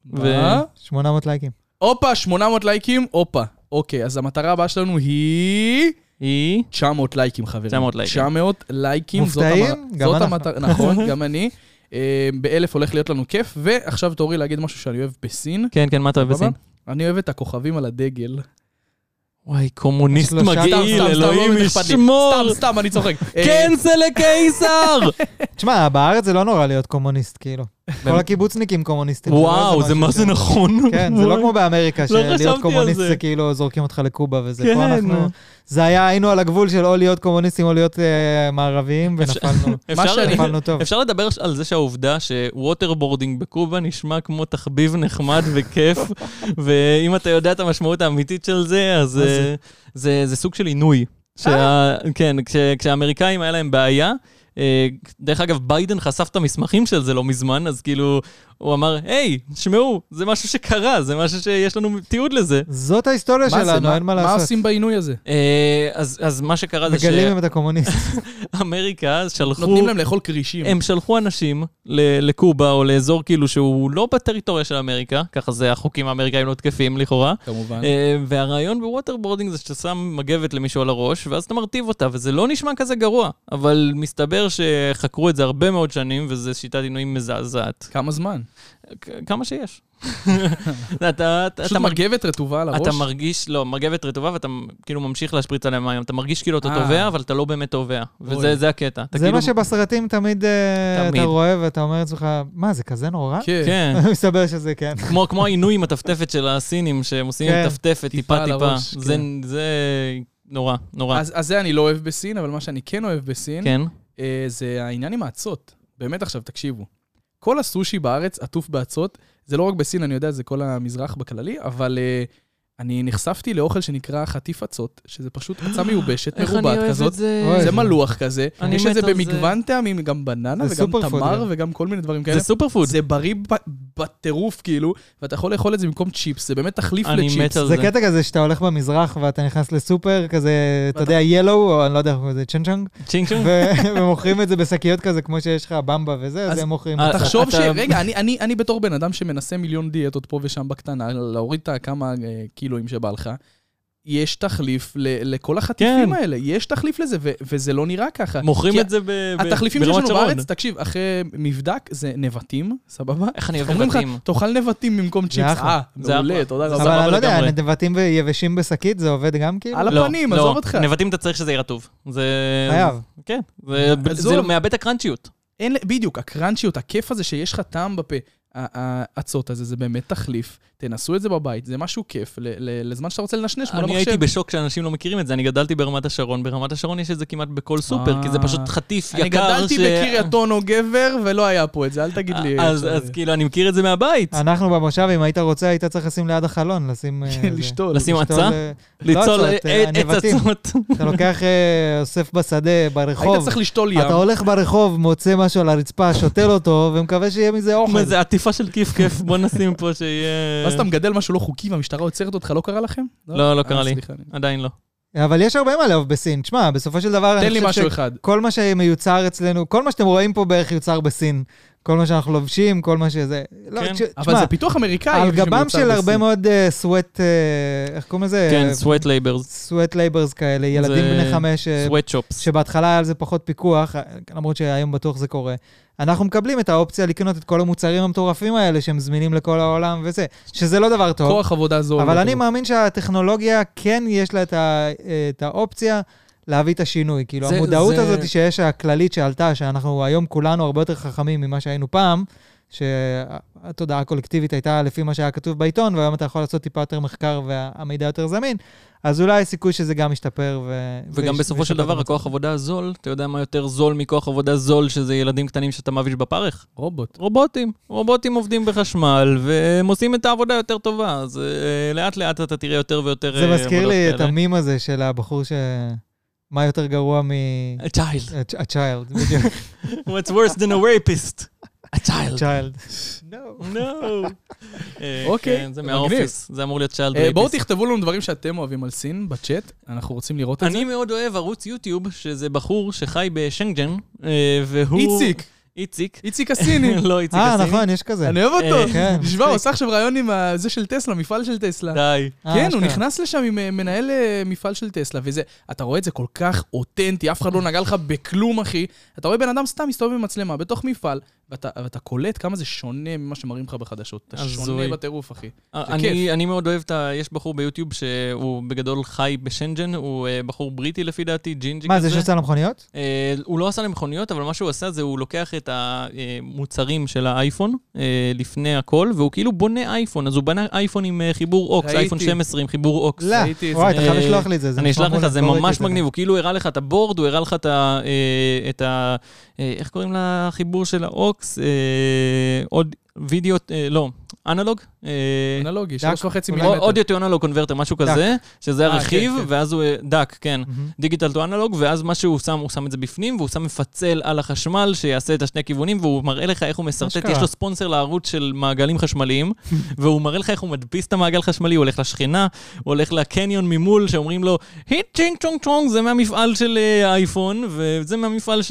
800 לייקים. אופה, 800 לייקים, אופה. אוקיי, אז המטרה הבאה שלנו היא 900 לייקים, חברים. 900 לייקים. מופתעים? גם אנחנו. נכון, גם אני. ב1000 הולך להיות לנו כיף, ועכשיו תורי להגיד משהו שאני אוהב בסין. כן, מה אתה אוהב בסין? אני אוהב את הכוכבים על הדגל. וואי, קומוניסט מגעיל, אלוהים ישמור. סתם, אני צוחק. קנסל לקיסר! תשמע, בארץ זה לא נורא להיות קומוניסט, כאילו. כל הקיבוצניקים קומוניסטים. וואו, זה מה זה נכון. כן, זה לא כמו באמריקה, שלהיות קומוניסט זה כאילו זורקים אותך לקובה וזה. פה אנחנו... זה היה, היינו על הגבול של או להיות קומוניסטים או להיות מערביים, ונפלנו טוב. אפשר לדבר על זה שהעובדה שווטרבורדינג בקובה נשמע כמו תחביב נחמד וכיף, ואם אתה יודע את המשמעות האמיתית של זה, אז זה סוג של עינוי. כן, כשהאמריקאים היה להם בעיה, דרך אגב, ביידן חשף את המסמכים של זה לא מזמן, אז כאילו, הוא אמר, היי, שמעו, זה משהו שקרה, זה משהו שיש לנו תיעוד לזה. זאת ההיסטוריה שלנו, אין מה לעשות. מה עושים בעינוי הזה? אז מה שקרה זה מגלים את הקומוניסט. אמריקה שלחו... נותנים להם לאכול קרישים. הם שלחו אנשים לקובה או לאזור כאילו שהוא לא בטריטוריה של אמריקה, ככה זה החוקים האמריקאים לא תקפים לכאורה. כמובן. והרעיון בווטרבורדינג זה שאתה שם מגבת למישהו על הראש, ואז אתה מרטיב אותה, וזה לא נשמע כזה גרוע, אבל מסתבר שחקרו את זה הרבה מאוד שנים, וזה שיטת עינויים מזעזעת. כמה זמן? כמה שיש. פשוט מגבת רטובה על הראש? אתה מרגיש, לא, מגבת רטובה, ואתה כאילו ממשיך להשפריץ עליהם מים. אתה מרגיש כאילו אתה טובע, אבל אתה לא באמת טובע. וזה הקטע. זה מה שבסרטים תמיד אתה רואה, ואתה אומר לעצמך, מה, זה כזה נורא? כן. מסתבר שזה כן. כמו העינוי עם הטפטפת של הסינים, שהם עושים עם טפטפת טיפה. זה נורא, נורא. אז זה אני לא אוהב בסין, אבל מה שאני כן אוהב בסין, זה העניין עם העצות. באמת עכשיו, תקשיבו. כל הסושי בארץ עטוף בעצות, זה לא רק בסין, אני יודע, זה כל המזרח בכללי, אבל אני נחשפתי לאוכל שנקרא חטיף עצות, שזה פשוט עצה מיובשת, מרובת כזאת. זה מלוח כזה. יש את זה במגוון טעמים, גם בננה וגם תמר וגם כל מיני דברים כאלה. זה סופר פוד. זה בריא בטירוף, כאילו, ואתה יכול לאכול את זה במקום צ'יפס, זה באמת תחליף לצ'יפס. זה קטע כזה שאתה הולך במזרח ואתה נכנס לסופר, כזה, אתה יודע, ילו, או אני לא יודע, זה צ'ינצ'ונג, ומוכרים את זה בשקיות כזה, כמו שיש לך במבה וזה, אז הם מוכרים. תחשוב רגע, אני בתור בן אדם שמנסה מיליון דיאטות פה ושם בקטנה, להוריד כמה קילואים שבא לך, יש תחליף לכל החטיפים האלה, יש תחליף לזה, וזה לא נראה ככה. מוכרים את זה ברמת שרון. התחליפים שלנו בארץ, תקשיב, אחרי מבדק, זה נבטים, סבבה? איך אני אוהב נבטים? תאכל נבטים במקום צ'יפס. מעולה, תודה רבה. אבל אני לא יודע, נבטים ויבשים בשקית, זה עובד גם כאילו? על הפנים, עזוב אותך. נבטים אתה צריך שזה יהיה רטוב. חייב. כן, זה מאבד הקרנצ'יות. בדיוק, הקרנצ'יות, הכיף הזה שיש לך טעם בפה. העצות הזה, זה באמת תחליף. תנסו את זה בבית, זה משהו כיף, לזמן שאתה רוצה לנשנש. אני הייתי בשוק שאנשים לא מכירים את זה, אני גדלתי ברמת השרון, ברמת השרון יש את זה כמעט בכל סופר, כי זה פשוט חטיף יקר. אני גדלתי בקריית אונו גבר, ולא היה פה את זה, אל תגיד לי. אז כאילו, אני מכיר את זה מהבית. אנחנו במושב, אם היית רוצה, היית צריך לשים ליד החלון, לשים עצה? ליצול עץ עצות. אתה לוקח אוסף בשדה, ברחוב. היית צריך לשתול ים. אתה הולך ברחוב, מוצא משהו על הרצפה, שותל אותו, ומקווה שיהיה מזה אוכל. זה עטיפה של כיף, בוא נשים פה שיהיה... אז אתה מגדל משהו לא חוקי והמשטרה עוצרת אותך, לא קרה לכם? לא קרה לי, עדיין לא. אבל יש הרבה מה לאהוב בסין. תשמע, בסופו של דבר... תן לי משהו אחד. כל מה שמיוצר אצלנו, כל מה שאתם רואים פה בערך יוצר בסין. כל מה שאנחנו לובשים, כל מה שזה... אבל זה פיתוח אמריקאי. על גבם של הרבה מאוד סווט... איך קוראים לזה? כן, סווט לייברס. סווט לייברס כאלה, ילדים בני 5... סווט שופס. שבהתחלה היה על זה פחות פיקוח, למרות שהיום בטוח זה קורה. אנחנו מקבלים את האופציה לקנות את כל המוצרים המטורפים האלה שהם זמינים לכל העולם וזה, שזה לא דבר טוב. כוח עבודה זול. אבל אני מאמין שהטכנולוגיה כן יש לה את האופציה להביא את השינוי. כאילו המודעות הזאת שיש הכללית שעלתה, שאנחנו היום כולנו הרבה יותר חכמים ממה שהיינו פעם, שהתודעה הקולקטיבית הייתה לפי מה שהיה כתוב בעיתון, והיום אתה יכול לעשות טיפה יותר מחקר והמידע יותר זמין, אז אולי סיכוי שזה גם ישתפר. וגם בסופו של דבר, הכוח עבודה זול, אתה יודע מה יותר זול מכוח עבודה זול, שזה ילדים קטנים שאתה מביש בפרך? רובוטים עובדים בחשמל, והם עושים את העבודה יותר טובה, אז לאט לאט אתה תראה יותר ויותר... זה מזכיר לי את המים הזה של הבחור מה יותר גרוע A child. A child, בדיוק. What's worse than a rapist? A child. No. אוקיי. זה מהאופיס. זה אמור להיות child rapist. בואו תכתבו לנו דברים שאתם אוהבים על סין בצ'אט. אנחנו רוצים לראות את זה. אני מאוד אוהב ערוץ יוטיוב, שזה בחור שחי בשנג'ן, והוא... איציק הסיני. לא, איציק הסיני. נכון, יש כזה. אני אוהב אותו. נשמע, הוא עושה עכשיו רעיון עם זה של טסלה, מפעל של טסלה. די. כן, הוא נכנס לשם עם מנהל מפעל של טסלה, וזה, אתה רואה את זה כל כך אותנטי, אף אחד לא נגע לך בכלום, אחי. אתה רואה בן אדם סתם מסתובב עם מצלמה בתוך מפעל, ואתה קולט כמה זה שונה ממה שמראים לך בחדשות. אתה שונה בטירוף, אחי. אני מאוד אוהב יש בחור ביוטיוב שהוא בגדול חי בשנג'ן, הוא בחור בריטי לפי דעתי, ג'ינג'י כזה. מה, זה שעושה למכוניות? הוא לא עשה למכוניות, אבל מה שהוא עשה זה הוא לוקח את המוצרים של האייפון לפני הכל, והוא כאילו בונה אייפון, אז הוא בנה אייפון עם חיבור אוקס, אייפון 12 עם חיבור אוקס. לא, וואי, אתה חייב לשלוח לי את זה. אני אשלח לך, זה ממש מגניב, הוא כאילו הראה לך את הבורד, הוא הראה לך את איך קוראים לחיבור של האוקס? עוד וידאו, לא, אנלוג? אנלוגי, 3.5 מילימטר. אודיו טו אנלוג קונברטר, משהו כזה, שזה הרכיב, ואז הוא, דק, כן, דיגיטל טו אנלוג, ואז מה שהוא שם, הוא שם את זה בפנים, והוא שם מפצל על החשמל, שיעשה את השני כיוונים, והוא מראה לך איך הוא מסרטט, יש לו ספונסר לערוץ של מעגלים חשמליים, והוא מראה לך איך הוא מדפיס את המעגל חשמלי, הוא הולך לשכנה, הוא הולך לקניון ממול, שאומרים לו, היט צ'ינג צ'ונג צ'ונג, זה מהמפעל של האייפון, וזה מהמפעל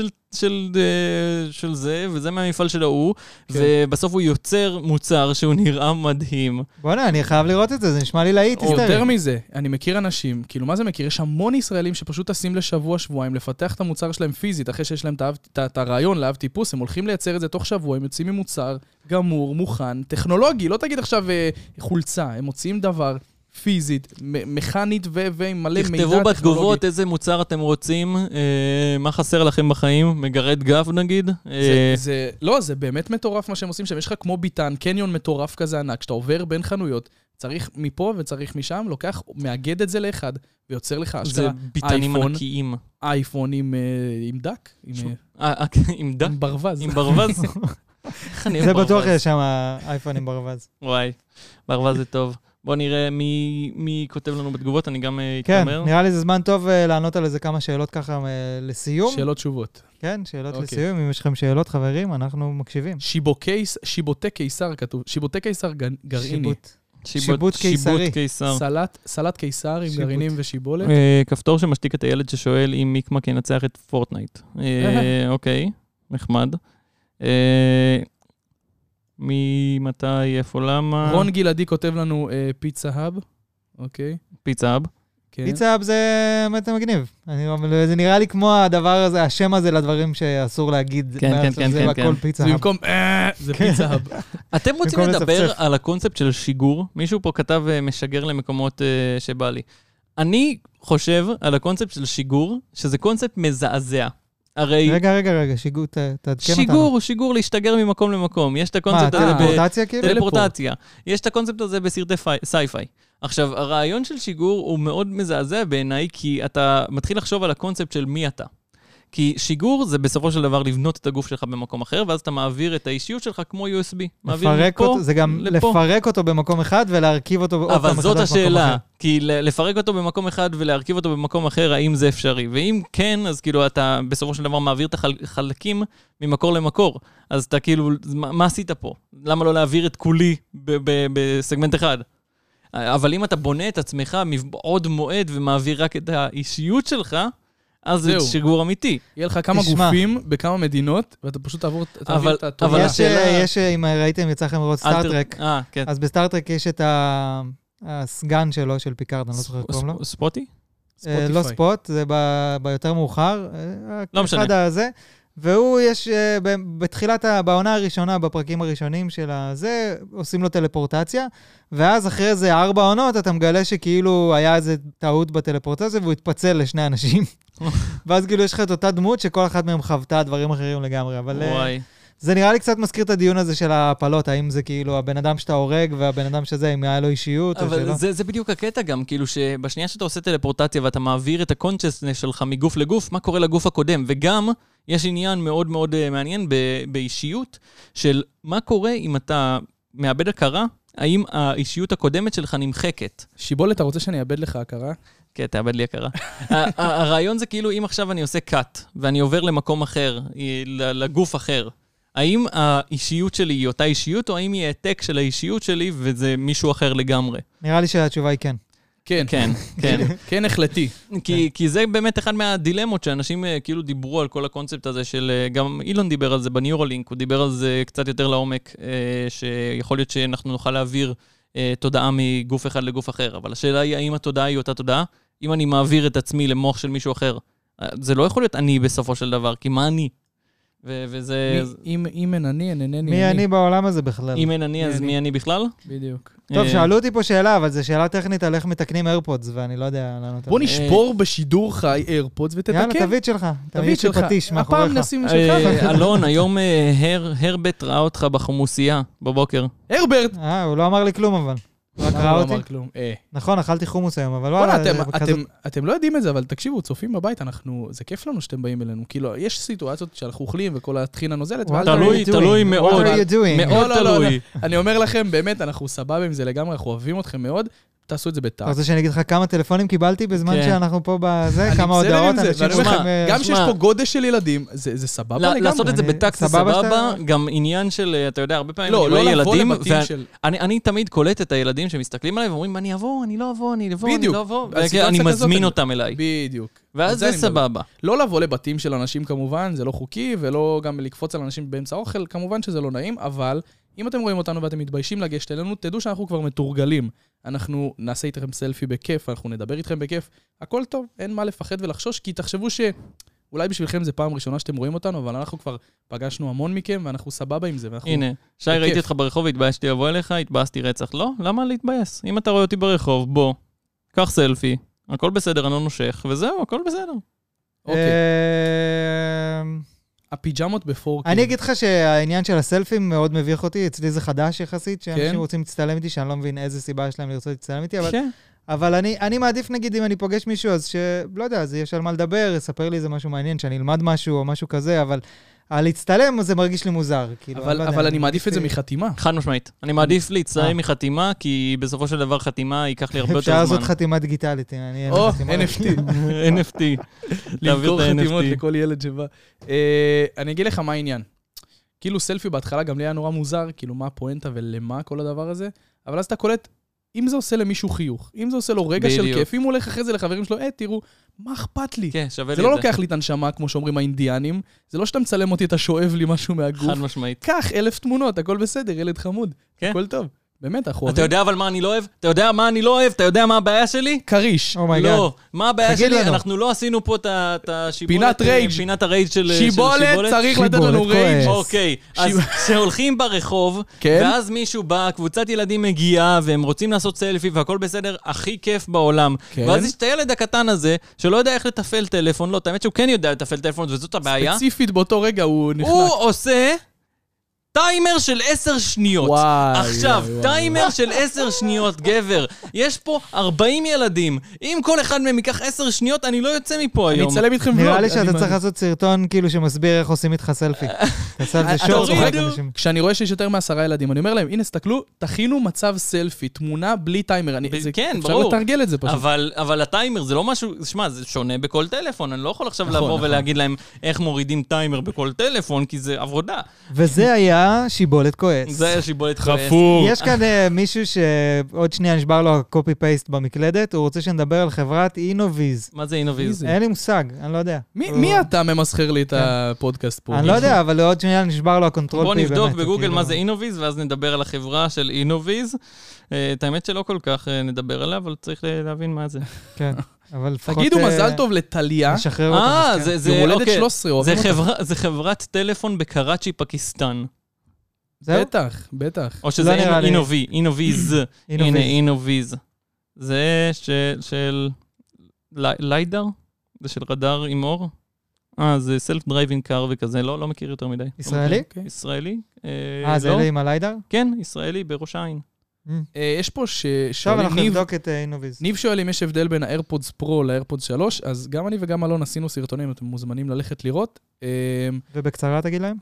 של זה, וזה מהמפעל של ההוא, ובסוף הוא יוצר מוצר שהוא נראה מדהים. בוא'נה, אני חייב לראות את זה, זה נשמע לי להיט היסטרי. יותר מזה, אני מכיר אנשים, כאילו מה זה מכיר? יש המון ישראלים שפשוט טסים לשבוע, שבועיים, לפתח את המוצר שלהם פיזית, אחרי שיש להם את הרעיון לאב טיפוס, הם הולכים לייצר את זה תוך שבוע, הם יוצאים ממוצר גמור, מוכן, טכנולוגי, לא תגיד עכשיו חולצה, הם מוציאים דבר פיזית, מכנית ומלא מידע טכנולוגי. תכתבו בתגובות איזה מוצר אתם רוצים, מה חסר לכם בחיים, מגרד גב נגיד. לא, זה באמת מטורף מה שהם עושים שם, יש לך כמו ביטן, קניון מטורף כזה ענק, שאתה עובר בין חנויות, צריך מפה וצריך משם, לוקח, מאגד את זה לאחד, ויוצר לך זה ביטנים ענקיים. אייפון עם דק? עם דק? עם ברווז. עם ברווז? זה בטוח יש שם אייפון עם ברווז. וואי, ברווז זה טוב. בוא נראה מי כותב לנו בתגובות, אני גם אתאמר. כן, נראה לי זה זמן טוב לענות על איזה כמה שאלות ככה לסיום. שאלות תשובות. כן, שאלות לסיום. אם יש לכם שאלות, חברים, אנחנו מקשיבים. שיבוטי קיסר כתוב. שיבוטי קיסר גרעיני. שיבוט קיסרי. סלט קיסר עם גרעינים ושיבולת. כפתור שמשתיק את הילד ששואל אם מיקמק ינצח את פורטנייט. אוקיי, נחמד. ממתי, איפה, למה? רון גלעדי כותב לנו פיצה האב. אוקיי. פיצה האב. פיצה האב זה באמת מגניב. זה נראה לי כמו הדבר הזה, השם הזה לדברים שאסור להגיד. כן. זה הכל פיצה האב. זה במקום, זה פיצה האב. אתם רוצים לדבר על הקונספט של שיגור? מישהו פה כתב משגר למקומות שבא לי. אני חושב על הקונספט של שיגור, שזה קונספט מזעזע. רגע, תעדכן אותנו. שיגור להשתגר ממקום למקום. יש את הקונספט הזה טלפורטציה כאילו? טלפורטציה. יש את הקונספט הזה בסרטי סייפיי. עכשיו, הרעיון של שיגור הוא מאוד מזעזע בעיניי, כי אתה מתחיל לחשוב על הקונספט של מי אתה. כי שיגור זה בסופו של דבר לבנות את הגוף שלך במקום אחר, ואז אתה מעביר את האישיות שלך כמו USB. זה גם לפרק אותו במקום אחד ולהרכיב אותו אבל זאת השאלה, כי לפרק אותו במקום אחד ולהרכיב אותו במקום אחר, האם זה אפשרי? ואם כן, אז כאילו אתה בסופו של דבר מעביר את החלקים ממקור למקור. אז אתה כאילו, מה עשית פה? למה לא להעביר את כולי בסגמנט אחד? אבל אם אתה בונה את עצמך מבעוד מועד ומעביר רק את האישיות שלך, אז זה שיגור אמיתי. יהיה לך כמה גופים בכמה מדינות, ואתה פשוט תעביר את התורה. אבל יש, אם ראיתם, יצא לכם לראות סטארטרק, אז בסטארטרק יש את הסגן שלו, של פיקארד, אני לא זוכר קוראים לו. ספוטי? לא ספוט, זה ביותר מאוחר. לא משנה. והוא יש, בתחילת, בעונה הראשונה, בפרקים הראשונים של הזה, עושים לו טלפורטציה, ואז אחרי זה 4 עונות, אתה מגלה שכאילו היה איזה טעות בטלפורטציה, והוא התפצל לשני אנשים. ואז כאילו יש לך את אותה דמות, שכל אחת מהם חוותה דברים אחרים לגמרי, אבל זה נראה לי קצת מזכיר את הדיון הזה של הפלות, האם זה כאילו הבן אדם שאתה הורג, והבן אדם שזה, אם היה לו אישיות או שלא. אבל זה בדיוק הקטע גם, כאילו שבשנייה שאתה עושה טלפורטציה, ואתה מעביר את הקונצ'סנס שלך מגוף לגוף, מה קורה לגוף הקודם? וגם יש עניין מאוד מאוד מעניין באישיות, של מה קורה אם אתה מאבד הכרה, האם האישיות הקודמת שלך נמחקת? שיבולת, אתה רוצה שאני אאבד לך הכרה? כן, תאבד לי הכרה. הרעיון זה כאילו, אם עכשיו אני עושה קאט, ואני עובר למקום אחר, לגוף אחר, האם האישיות שלי היא אותה אישיות, או האם היא העתק של האישיות שלי, וזה מישהו אחר לגמרי? נראה לי שהתשובה היא כן. כן. כן, החלטי. כי זה באמת אחד מהדילמות שאנשים כאילו דיברו על כל הקונספט הזה של, גם אילון דיבר על זה בניורלינק, הוא דיבר על זה קצת יותר לעומק, שיכול להיות שאנחנו נוכל להעביר תודעה מגוף אחד לגוף אחר, אבל השאלה היא האם התודעה היא אותה תודעה? אם אני מעביר את עצמי למוח של מישהו אחר, זה לא יכול להיות אני בסופו של דבר, כי מה אני? וזה... אם אין אני, אין אינני. מי אני בעולם הזה בכלל? אם אין אני, אז מי אני בכלל? בדיוק. טוב, שאלו אותי פה שאלה, אבל זו שאלה טכנית על איך מתקנים איירפודס, ואני לא יודע לענות. בוא נשבור בשידור חי איירפודס ותתקן. יאללה, תביא את שלך. תביא את פטיש מאחוריך. הפעם נשים שלך. אלון, היום הרבט ראה אותך בחומוסייה בבוקר. הרברט! הוא לא אמר לי כלום, אבל. רק ראה אותי. נכון, אכלתי חומוס היום, אבל וואלה. אתם לא יודעים את זה, אבל תקשיבו, צופים בבית, זה כיף לנו שאתם באים אלינו. כאילו, יש סיטואציות שאנחנו אוכלים וכל הטחינה נוזלת. תלוי מאוד. מאוד תלוי. אני אומר לכם, באמת, אנחנו סבבה עם זה לגמרי, אנחנו אוהבים אתכם מאוד. תעשו את זה בטח. אתה רוצה שאני אגיד לך כמה טלפונים קיבלתי בזמן שאנחנו פה בזה, כמה הודעות. גם שיש פה גודש של ילדים, זה סבבה לגמרי. לעשות את זה בטק זה סבבה, גם עניין של, אתה יודע, הרבה פעמים אני רואה ילדים, אני תמיד קולט את הילדים שמסתכלים עליי ואומרים, אני אבוא, אני לא אבוא, אני לא אבוא, אני מזמין אותם אליי. בדיוק. ואז זה סבבה. לא לבוא לבתים של אנשים כמובן, זה לא חוקי, ולא גם לקפוץ על אנשים באמצע אוכל, כמובן שזה לא נעים, אבל אם אתם רואים אותנו ואתם מתביישים לגשת אלינו, תדעו שאנחנו כבר מתורגלים. אנחנו נעשה איתכם סלפי בכיף, אנחנו נדבר איתכם בכיף. הכל טוב, אין מה לפחד ולחשוש, כי תחשבו שאולי בשבילכם זה פעם ראשונה שאתם רואים אותנו, אבל אנחנו כבר פגשנו המון מכם, ואנחנו סבבה עם זה. הנה, שי, ראיתי אותך ברחוב, התביישתי לבוא אליך, התבאסתי רצח. לא, למה להתבייס? אם אתה רואה אותי ברחוב, בוא, קח סלפי, הכל בסדר, אני לא נושך, וזהו, הכל בסדר. אוקיי. הפיג'מות בפורקי. אני אגיד לך שהעניין של הסלפים מאוד מביך אותי, אצלי זה חדש יחסית, שאנשים רוצים להצטלם איתי, שאני לא מבין איזה סיבה יש להם לרצות להצטלם איתי, אבל אני מעדיף נגיד אם אני פוגש מישהו, אז שלא יודע, אז יש על מה לדבר, יספר לי איזה משהו מעניין, שאני אלמד משהו או משהו כזה, אבל להצטלם זה מרגיש לי מוזר. אבל אני מעדיף את זה מחתימה. חד משמעית. אני מעדיף להצטלם מחתימה, כי בסופו של דבר חתימה ייקח לי הרבה יותר זמן. אפשר לעשות חתימה דיגיטלית. או, NFT. NFT. למכור חתימות לכל ילד שבא. אני אגיד לך מה העניין. כאילו סלפי בהתחלה גם לי היה נורא מוזר, כאילו מה הפואנטה ולמה כל הדבר הזה, אבל אז אתה קולט, אם זה עושה למישהו חיוך, אם זה עושה לו רגע של כיף, אם הוא הולך אחרי זה לחברים שלו, תראו, מה אכפת לי? כן, שווה לי את זה. זה לא לוקח לי את הנשמה, כמו שאומרים האינדיאנים, זה לא שאתה מצלם אותי, אתה שואב לי משהו מהגוף. חד משמעית. קח 1000 תמונות, הכל בסדר, ילד חמוד. כן. הכל טוב. באמת, אנחנו אוהבים. אתה יודע אבל מה אני לא אוהב? אתה יודע מה אני לא אוהב? אתה יודע מה הבעיה שלי? קריש. לא. מה הבעיה שלי? אנחנו לא עשינו פה את השיבולת. פינת רייג' של שיבולת. צריך לתת לנו רייג'. אוקיי. אז כשהולכים ברחוב, ואז מישהו בא, קבוצת ילדים מגיעה, והם רוצים לעשות סלפי, והכל בסדר, הכי כיף בעולם. ואז יש את הילד הקטן הזה, שלא יודע איך לתפעל טלפון. לא, האמת שהוא כן יודע לתפעל טלפון, וזאת הבעיה. ספציפית באותו רגע הוא נחנק. הוא עושה טיימר של 10 שניות. עכשיו, טיימר של 10 שניות, גבר. יש פה 40 ילדים. אם כל אחד מהם ייקח 10 שניות, אני לא יוצא מפה היום. אני אצלם איתכם ולוג. נראה לי שאתה צריך לעשות סרטון כאילו שמסביר איך עושים איתך סלפי. תעשה על זה שורט. כשאני רואה שיש יותר מ10 ילדים, אני אומר להם, הנה, סתכלו, תכינו מצב סלפי, תמונה בלי טיימר. כן, ברור. אפשר לתרגל את זה פשוט. אבל הטיימר זה לא משהו, שמע, זה שונה בכל טלפון. אני לא יכול עכשיו לבוא ולהגיד להם איך מורידים טיימר בכל טלפון, כי זה עבודה. וזה היה שיבולת כועס. זה היה שיבולת כועס. חפור. יש כאן מישהו שעוד שנייה נשבר לו קופי פייסט במקלדת, הוא רוצה שנדבר על חברת אינוביז. מה זה אינוביז? אין לי מושג, אני לא יודע. מי אתה ממסחר לי את הפודקאסט פה? אני לא יודע, אבל עוד שנייה נשבר לו הקונטרול פי. בוא נבדוק בגוגל מה זה אינוביז, ואז נדבר על החברה של אינוביז. את האמת שלא כל כך נדבר עליה, אבל צריך להבין מה זה. כן. תגידו מזל טוב לטליה. זה מולדת 13. זה חברת טלפון בקראצ'י, פקיסטן. בטח, בטח. או שזה אינוביז. הנה, אינוביז. זה של ליידר? זה של רדאר עם אור? זה סלף דרייבינג קאר וכזה, לא מכיר יותר מדי. ישראלי? ישראלי. זה אלה עם הליידר? כן, ישראלי, בראש העין. יש פה עכשיו אנחנו נבדוק את אינוביז. ניב שואל אם יש הבדל בין האיירפודס פרו לאיירפודס 3, אז גם אני וגם אלון עשינו סרטונים, אתם מוזמנים ללכת לראות. ובקצרה תגיד להם?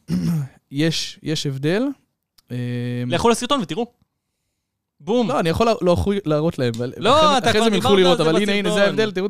יש הבדל. לכו לסרטון ותראו. בום. לא, אני יכול להראות להם. לא, אתה אחרי זה הם ילכו לראות, אבל הנה, זה ההבדל, תראו.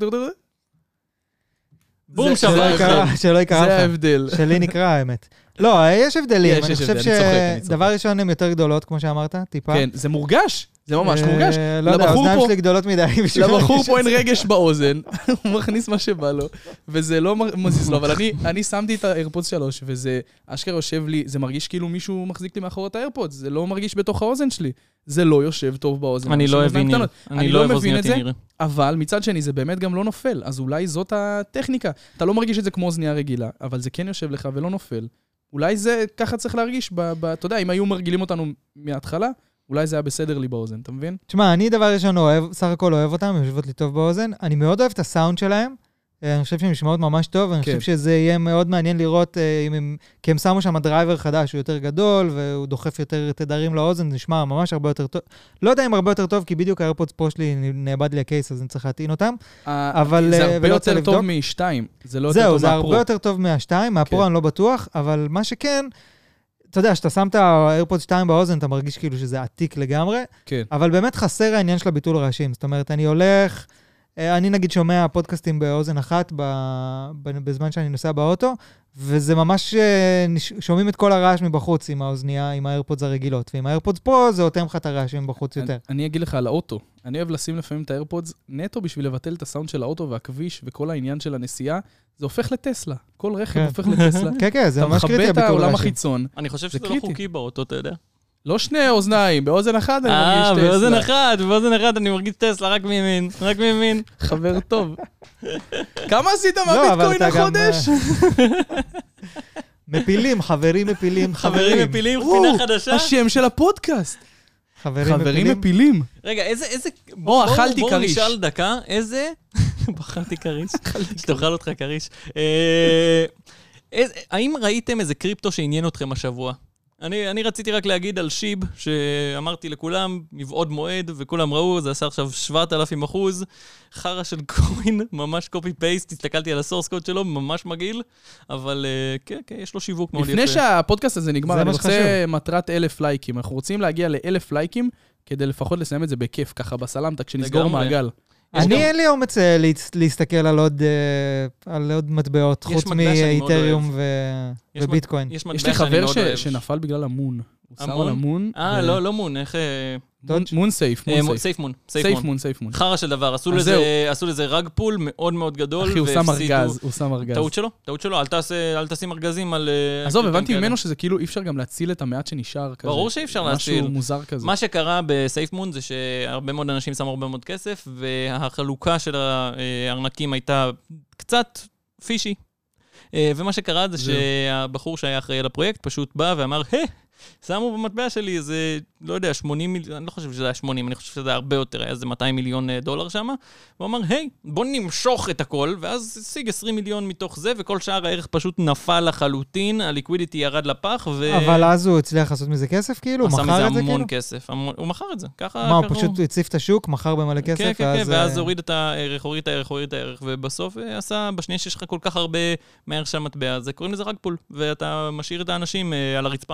בום, שלא יקרה לך. זה ההבדל. שלי נקרא, האמת. לא, יש הבדלים. אני חושב שדבר ראשון הן יותר גדולות, כמו שאמרת, טיפה. כן, זה מורגש. זה ממש מורגש. לא יודע, האוזניים שלי גדולות מדי. לבחור פה אין רגש באוזן, הוא מכניס מה שבא לו, וזה לא מזיז לו, אבל אני שמתי את האיירפודס 3, וזה אשכרה יושב לי, זה מרגיש כאילו מישהו מחזיק לי מאחור את האיירפודס, זה לא מרגיש בתוך האוזן שלי, זה לא יושב טוב באוזן. אני לא מבין את זה, אבל מצד שני זה באמת גם לא נופל, אז אולי זאת הטכניקה. אתה לא מרגיש את זה כמו אוזניה רגילה, אבל זה כן יושב לך ולא נופל. אולי זה ככה צריך להרגיש, אתה יודע, אם היו מרגילים אותנו מההתחלה, אולי זה היה בסדר לי באוזן, אתה מבין? תשמע, אני דבר ראשון אוהב, סך הכל אוהב אותם, הם יושבות לי טוב באוזן. אני מאוד אוהב את הסאונד שלהם, אני חושב שהם נשמעות ממש טוב, ואני חושב שזה יהיה מאוד מעניין לראות, כי הם שמו שם דרייבר חדש, הוא יותר גדול, והוא דוחף יותר תדרים לאוזן, זה נשמע ממש הרבה יותר טוב. לא יודע אם הרבה יותר טוב, כי בדיוק האיירפודס פרו שלי נאבד לי הקייס, אז אני צריך להטעין אותם. אבל זה הרבה יותר טוב מ-2, זה לא יותר טוב מהפרו. זהו, זה הרבה יותר טוב מה-2, מהפרו אני לא בטוח, אבל מה שכן, אתה יודע, שאתה שם את האיירפודס 2 באוזן, אתה מרגיש כאילו שזה עתיק לגמרי, אבל באמת חסר העניין של הביטול רעשים. זאת אומרת, אני נגיד שומע פודקאסטים באוזן אחת בזמן שאני נוסע באוטו, וזה ממש שומעים את כל הרעש מבחוץ עם האוזנייה, עם האיירפודס הרגילות, ועם האיירפודס פרו זה אותם לך את הרעשים בחוץ יותר. אני אגיד לך על האוטו, אני אוהב לשים לפעמים את האיירפודס נטו בשביל לבטל את הסאונד של האוטו והכביש וכל העניין של הנסיעה, זה הופך לטסלה. כל רכב הופך לטסלה. כן, זה ממש קריטי הביטול רעשים. אתה מכבה את העולם החיצון. אני חושב שזה לא חוקי באוטו, אתה יודע. לא שני אוזניים, באוזן אחד אני מרגיש טסלה. באוזן אחד אני מרגיש טסלה, רק מימין. חבר טוב. כמה עשית מהביטקוין החודש? חברים מפילים. פינה חדשה. השם של הפודקאסט. חברים מפילים. רגע, איזה... אכלתי קריש. בואו נשאל דקה, איזה... בחרתי קריש. שתאכל אותך קריש. האם ראיתם איזה קריפטו שעניין אתכם השבוע? אני רציתי רק להגיד על שיב, שאמרתי לכולם, מבעוד מועד, וכולם ראו, זה עשה עכשיו 7,000%, חרה של קוין, ממש קופי פייסט, הסתכלתי על הסורס קוד שלו, ממש מגעיל, אבל כן, יש לו שיווק מאוד יפה. לפני שהפודקאסט הזה נגמר, אני רוצה מטרת 1,000 לייקים, אנחנו רוצים להגיע ל1,000 לייקים, כדי לפחות לסיים את זה בכיף, ככה בסלמתא, כשנסגור מעגל. אין לי אומץ להסתכל על עוד מטבעות, חוץ מאיתריום וביטקוין. יש לי חבר שנפל בגלל המון. הוא שם על המון. לא מון, איך... מון סייף. סייף מון. חרה של דבר, עשו לזה רג פול מאוד מאוד גדול. אחי, הוא שם ארגז. טעות שלו, אל תשים ארגזים על... עזוב, הבנתי ממנו שזה כאילו אי אפשר גם להציל את המעט שנשאר כזה. ברור שאי אפשר להציל. משהו מוזר כזה. מה שקרה בסייף מון זה שהרבה מאוד אנשים שמו הרבה מאוד כסף, והחלוקה של הארנקים הייתה קצת פישי. ומה שקרה זה שהבחור שהיה אחראי על הפרויקט פשוט בא ואמר, שמו במטבע שלי איזה, לא יודע, 80 מיליון, אני לא חושב שזה היה 80, אני חושב שזה היה הרבה יותר, היה איזה 200 מיליון דולר שם, והוא אמר, בוא נמשוך את הכל, ואז השיג 20 מיליון מתוך זה, וכל שאר הערך פשוט נפל לחלוטין, הליקווידיטי ירד לפח, אבל אז הוא הצליח לעשות מזה כסף, כאילו? הוא מכר את זה, כאילו? עשה מזה המון כסף, הוא מכר את זה, ככה... מה, הוא פשוט הציף את השוק, מכר במלא כסף, כן, ואז הוריד את הערך, הוריד את הערך, ובסוף עשה, בשנייה שיש לך כל כך הרבה מהערך של המטבע, זה קוראים לזה רג פול, ואתה משאיר את האנשים על הרצפה.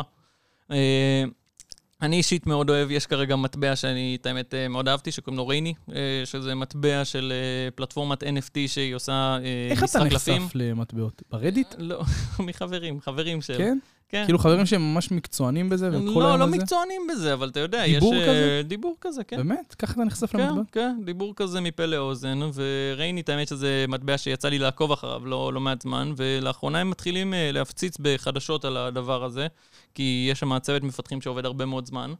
אני אישית מאוד אוהב, יש כרגע מטבע שאני, את האמת, מאוד אהבתי, שקוראים לו רייני, שזה מטבע של פלטפורמת NFT שהיא עושה משחק קלפים. איך אתה נחשף למטבעות? ברדיט? לא, חברים של... כן? כן. כאילו חברים שהם ממש מקצוענים בזה? לא מקצוענים בזה, אבל אתה יודע, יש דיבור כזה, כן. באמת? ככה אתה נחשף למטבע? כן, דיבור כזה מפה לאוזן, ורייני, את האמת שזה מטבע שיצא לי לעקוב אחריו לא מעט זמן, ולאחרונה הם מתחילים להפציץ בחדשות על הדבר הזה, כי יש שם צוות מפתחים שעובד הרבה מאוד זמן,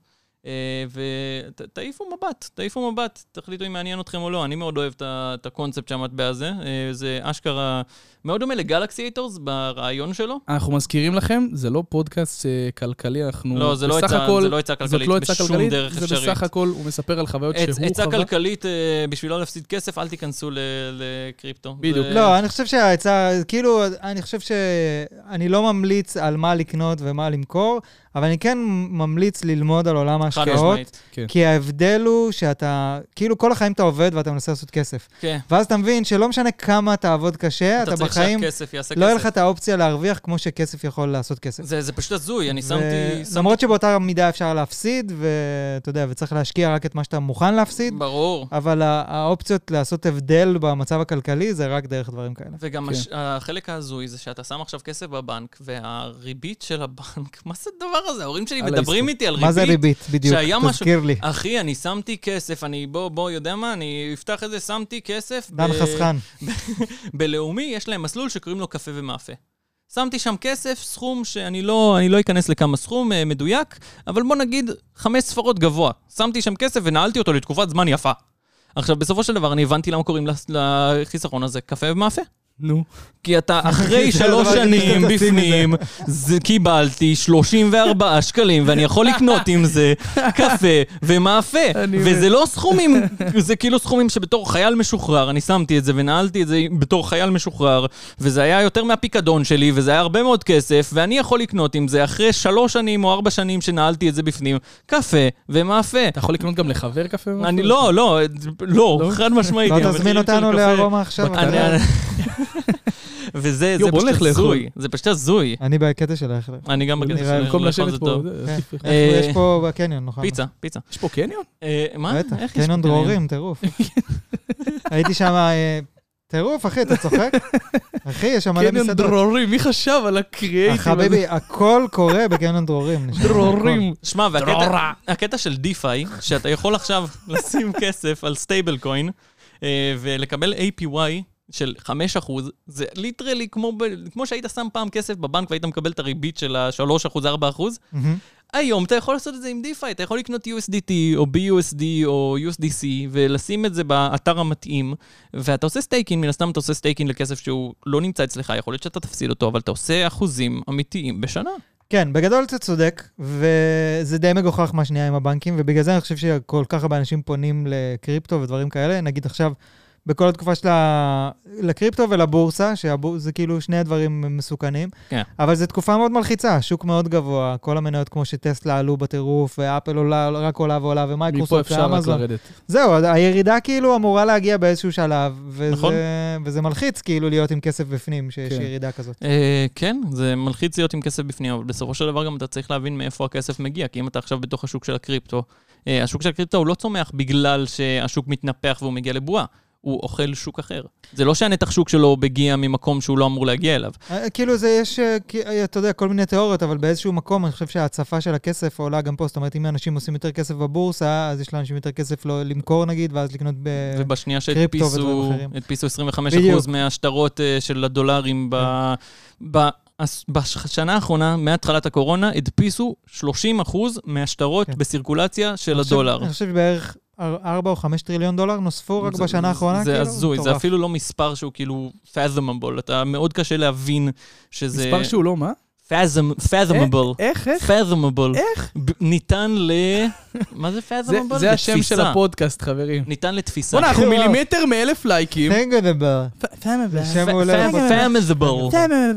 ותעיפו מבט, תחליטו אם מעניין אתכם או לא. אני מאוד אוהב את הקונספט של המטבע הזה, זה אשכרה מאוד דומה לגלקסי אייטורס ברעיון שלו. אנחנו מזכירים לכם, זה לא פודקאסט כלכלי, אנחנו... לא, זה לא עצה כלכלית בשום דרך אפשרית. זה בסך הכל, הוא מספר על חוויות שהוא חווה. עצה כלכלית, בשביל לא להפסיד כסף, אל תיכנסו לקריפטו. בדיוק. לא, אני חושב שהעצה, כאילו, אני חושב שאני לא ממליץ על מה לקנות ומה למכור, אבל אני כן ממליץ ללמוד על עולם ההשקעות, כי ההבדל הוא שאתה, כאילו כל החיים אתה עובד ואתה מנסה לעשות כסף. ואז אתה מבין שלא משנה כמה אתה עבוד קשה, אתה בחיים לא יהיה לך את האופציה להרוויח כמו שכסף יכול לעשות כסף. זה פשוט הזוי, אני שמתי... למרות שבאותה מידה אפשר להפסיד, ואתה יודע, וצריך להשקיע רק את מה שאתה מוכן להפסיד. ברור. אבל האופציות לעשות הבדל במצב הכלכלי זה רק דרך דברים כאלה. וגם החלק הזוי זה שאתה שם עכשיו כסף בבנק, והריבית של הבנק, מה זה דבר הזה? ההורים שלי מדברים איתי על ריבית. מה זה ריבית? בדיוק, תזכיר לי. אחי, אני שמתי כסף, בוא, יודע מה, אני אפתח את זה, שמתי כסף. דן חסכן. בלאומי יש להם מסלול שקוראים לו קפה ומאפה. שמתי שם כסף, סכום שאני לא אכנס לכמה סכום מדויק, אבל בוא נגיד 5 ספרות גבוה. שמתי שם כסף ונעלתי אותו לתקופת זמן יפה. עכשיו, בסופו של דבר, אני הבנתי למה קוראים לחיסכון הזה קפה ומאפה. נו. כי אתה אחרי 3 שנים בפנים, קיבלתי 34 שקלים, ואני יכול לקנות עם זה קפה ומאפה. וזה לא סכומים, זה כאילו סכומים שבתור חייל משוחרר, אני שמתי את זה ונעלתי את זה בתור חייל משוחרר, וזה היה יותר מהפיקדון שלי, וזה היה הרבה מאוד כסף, ואני יכול לקנות עם זה אחרי 3 שנים או 4 שנים שנעלתי את זה בפנים, קפה ומאפה. אתה יכול לקנות גם לחבר קפה ומאפה? אני לא, חד משמעית. לא תזמין אותנו לארומה עכשיו. וזה פשוט הזוי. זה פשוט הזוי. אני בקטע של האחלה. אני גם בקטע של במקום לשבת פה. יש פה בקניון, נוכל. פיצה. יש פה קניון? מה? איך יש פה קניון? קניון דרורים, טירוף. הייתי שם, טירוף, אחי, אתה צוחק? אחי, יש שם מלא מסעדות. קניון דרורים, מי חשב על הקריאייטיב? חביבי, הכל קורה בקניון דרורים. דרורים. שמע, והקטע של דיפיי, שאתה יכול עכשיו לשים כסף על סטייבל קוין, ולקבל APY, של 5%, זה ליטרלי כמו שהיית שם פעם כסף בבנק והיית מקבל את הריבית של 3%, 4%. היום אתה יכול לעשות את זה עם DeFi, אתה יכול לקנות USDT או BUSD או USDC ולשים את זה באתר המתאים, ואתה עושה סטייקין, מן הסתם אתה עושה סטייקין לכסף שהוא לא נמצא אצלך, יכול להיות שאתה תפסיד אותו, אבל אתה עושה אחוזים אמיתיים בשנה. כן, בגדול אתה צודק, וזה די מגוחך מה שנייה עם הבנקים, ובגלל זה אני חושב שכל כך הרבה אנשים פונים לקריפטו ודברים כאלה, נגיד עכשיו, בכל התקופה של לקריפטו ולבורסה, שזה כאילו שני הדברים מסוכנים, אבל זו תקופה מאוד מלחיצה, שוק מאוד גבוה, כל המניות כמו שטסלה עלו בטירוף, ואפל רק עולה ועולה, ומייקרוסופט ואמזון. זהו, הירידה כאילו אמורה להגיע באיזשהו שלב, וזה מלחיץ כאילו להיות עם כסף בפנים, שיש ירידה כזאת. כן, זה מלחיץ להיות עם כסף בפנים, אבל בסופו של דבר גם אתה צריך להבין מאיפה הכסף מגיע, כי אם אתה עכשיו בתוך השוק של הקריפטו, השוק של הקריפטו הוא לא צומח בגלל שהשוק מתנפח והוא מגיע לבועה. הוא אוכל שוק אחר. זה לא שהנתח שוק שלו מגיע ממקום שהוא לא אמור להגיע אליו. כאילו זה יש, אתה יודע, כל מיני תיאוריות, אבל באיזשהו מקום אני חושב שההצפה של הכסף עולה גם פה, זאת אומרת, אם אנשים עושים יותר כסף בבורסה, אז יש לאנשים יותר כסף למכור נגיד, ואז לקנות ובשנייה שהדפיסו 25% מהשטרות של הדולרים בשנה האחרונה, מהתחלת הקורונה, הדפיסו 30% מהשטרות בסירקולציה של הדולר. אני חושב שבערך 4 או 5 טריליון דולר נוספו רק בשנה האחרונה. זה הזוי, זה אפילו לא מספר שהוא כאילו fathomable, אתה מאוד קשה להבין שזה... מספר שהוא לא מה? fathomable. איך? fathomable. איך? ניתן מה זה fathomable? זה השם של הפודקאסט, חברים. ניתן לתפיסה. בוא, אנחנו מילימטר מ1,000 לייקים. fathomable.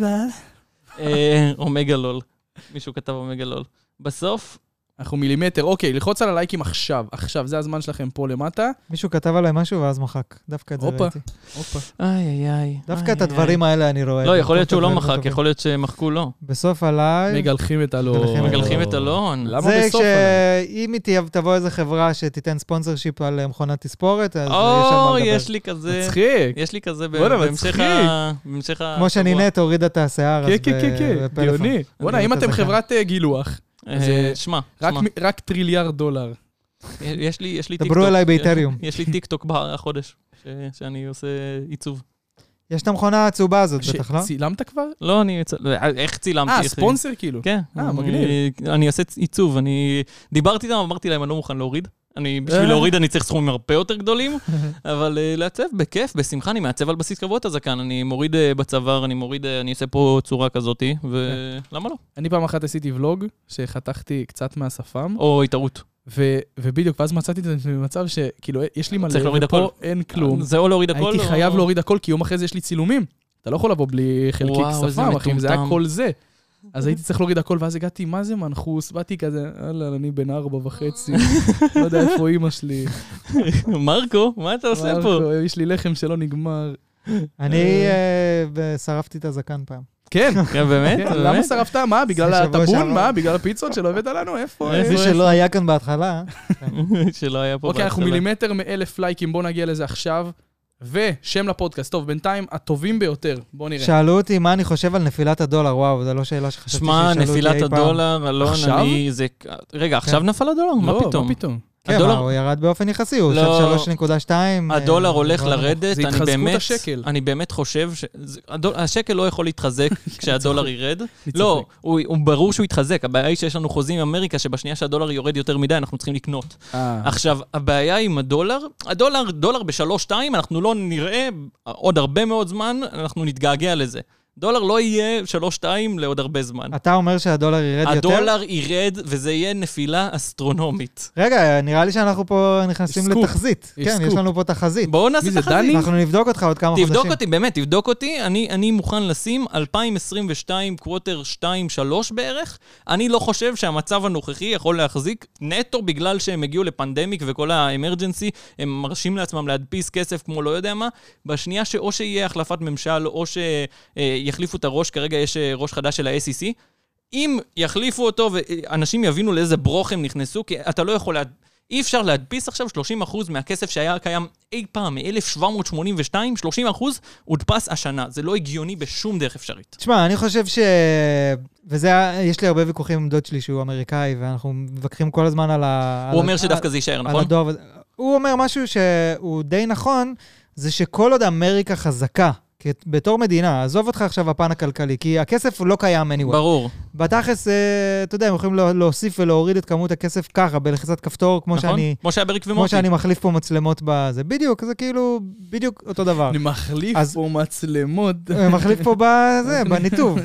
אומגה לול. מישהו כתב אומגה לול. בסוף... אנחנו מילימטר, אוקיי, ללחוץ על הלייקים עכשיו, זה הזמן שלכם פה למטה. מישהו כתב עליי משהו ואז מחק, דווקא את זה ראיתי. איי. דווקא את הדברים האלה אני רואה. לא, יכול להיות שהוא לא מחק, יכול להיות שמחקו לו. בסוף עליי... מגלחים את אלון. מגלחים את אלון. למה בסוף עליי? אם תבוא איזו חברה שתיתן ספונסרשיפ על מכונת תספורת, אז יש לי כזה... מצחיק. יש לי כזה בהמשך ה... כמו שנינת הורידה את השיער. כן, גאוני. בוא'נה, אם אתם חברת גילוח, שמע. רק $1 טריליארד. יש לי טיקטוק. דברו אליי באיתריום. יש לי טיקטוק החודש, שאני עושה עיצוב. יש את המכונה העצובה הזאת, בטח, לא? צילמת כבר? לא, איך צילמתי? ספונסר כאילו? כן. מגניב. אני עושה עיצוב, דיברתי איתם, אמרתי להם, אני לא מוכן להוריד. בשביל להוריד אני צריך סכומים הרבה יותר גדולים, אבל לעצב בכיף, בשמחה, אני מעצב על בסיס קבוע את הזקן, אני מוריד בצוואר, אני אעשה פה צורה כזאת, ולמה לא? אני פעם אחת עשיתי ולוג, שחתכתי קצת מהשפם. או התערות. ובדיוק, ואז מצאתי את זה במצב שכאילו, יש לי מלא, ופה אין כלום. זה או להוריד הכל? הייתי חייב להוריד הכל, כי יום אחרי זה יש לי צילומים. אתה לא יכול לבוא בלי חלקיק שפם, אחי, זה היה כל זה. אז הייתי צריך להוריד הכל, ואז הגעתי, מה זה מנחוס? באתי כזה, אני בן 4.5, לא יודע איפה אמא שלי. מרקו, מה אתה עושה פה? יש לי לחם שלא נגמר. אני שרפתי את הזקן פעם. כן. כן, באמת? למה שרפת? מה? בגלל הטבון? מה? בגלל הפיצות שלא הבאת לנו? איפה? זה שלא היה כאן בהתחלה. שלא היה פה בהתחלה. אוקיי, אנחנו מילימטר מ1,000 לייקים, בוא נגיע לזה עכשיו. ושם לפודקאסט. טוב, בינתיים הטובים ביותר. בוא נראה. שאלו אותי מה אני חושב על נפילת הדולר. וואו, זו לא שאלה שחשבתי שמה, נפילת הדולר, אלון, עכשיו? רגע, עכשיו נפל הדולר? מה פתאום? מה פתאום? כן, הוא ירד באופן יחסי, הוא עכשיו 3.2. הדולר הולך לרדת, אני באמת חושב שהשקל לא יכול להתחזק כשהדולר ירד. לא, הוא ברור שהוא יתחזק, הבעיה היא שיש לנו חוזים עם אמריקה, שבשנייה שהדולר יורד יותר מדי, אנחנו צריכים לקנות. עכשיו, הבעיה עם הדולר ב-3.2, אנחנו לא נראה עוד הרבה מאוד זמן, אנחנו נתגעגע לזה. דולר לא יהיה 3.2 לעוד הרבה זמן. אתה אומר שהדולר ירד יותר? הדולר ירד, וזה יהיה נפילה אסטרונומית. רגע, נראה לי שאנחנו פה נכנסים לתחזית. כן, יש לנו פה תחזית. בואו נעשה תחזית. אנחנו נבדוק אותך עוד כמה חודשים. תבדוק אותי, באמת, תבדוק אותי. אני מוכן לשים 2022, קווטר 2-3 בערך. אני לא חושב שהמצב הנוכחי יכול להחזיק נטו בגלל שהם הגיעו לפנדמיק וכל האמרג'נסי, הם מרשים לעצמם להדפיס כסף כמו לא יודע מה. בשנייה שאו שיהיה החלפת ממשל, או יחליפו את הראש, כרגע יש ראש חדש של ה-SEC, אם יחליפו אותו ואנשים יבינו לאיזה ברוך הם נכנסו, כי אתה לא יכול, אי אפשר להדפיס עכשיו 30% מהכסף שהיה קיים אי פעם, מ-1782, 30% הודפס השנה. זה לא הגיוני בשום דרך אפשרית. תשמע, אני חושב יש לי הרבה ויכוחים עם דוד שלי שהוא אמריקאי, ואנחנו מתווכחים כל הזמן על הוא אומר שדווקא זה יישאר, נכון? הוא אומר משהו שהוא די נכון, זה שכל עוד אמריקה חזקה, בתור מדינה, עזוב אותך עכשיו הפן הכלכלי, כי הכסף לא קיים anyway. ברור. בתכלס, אתה יודע, הם יכולים להוסיף ולהוריד את כמות הכסף ככה, בלחיצת כפתור, כמו שאני מחליף פה מצלמות בזה. בדיוק, זה כאילו, בדיוק אותו דבר. אני מחליף פה מצלמות. מחליף פה בניתוב.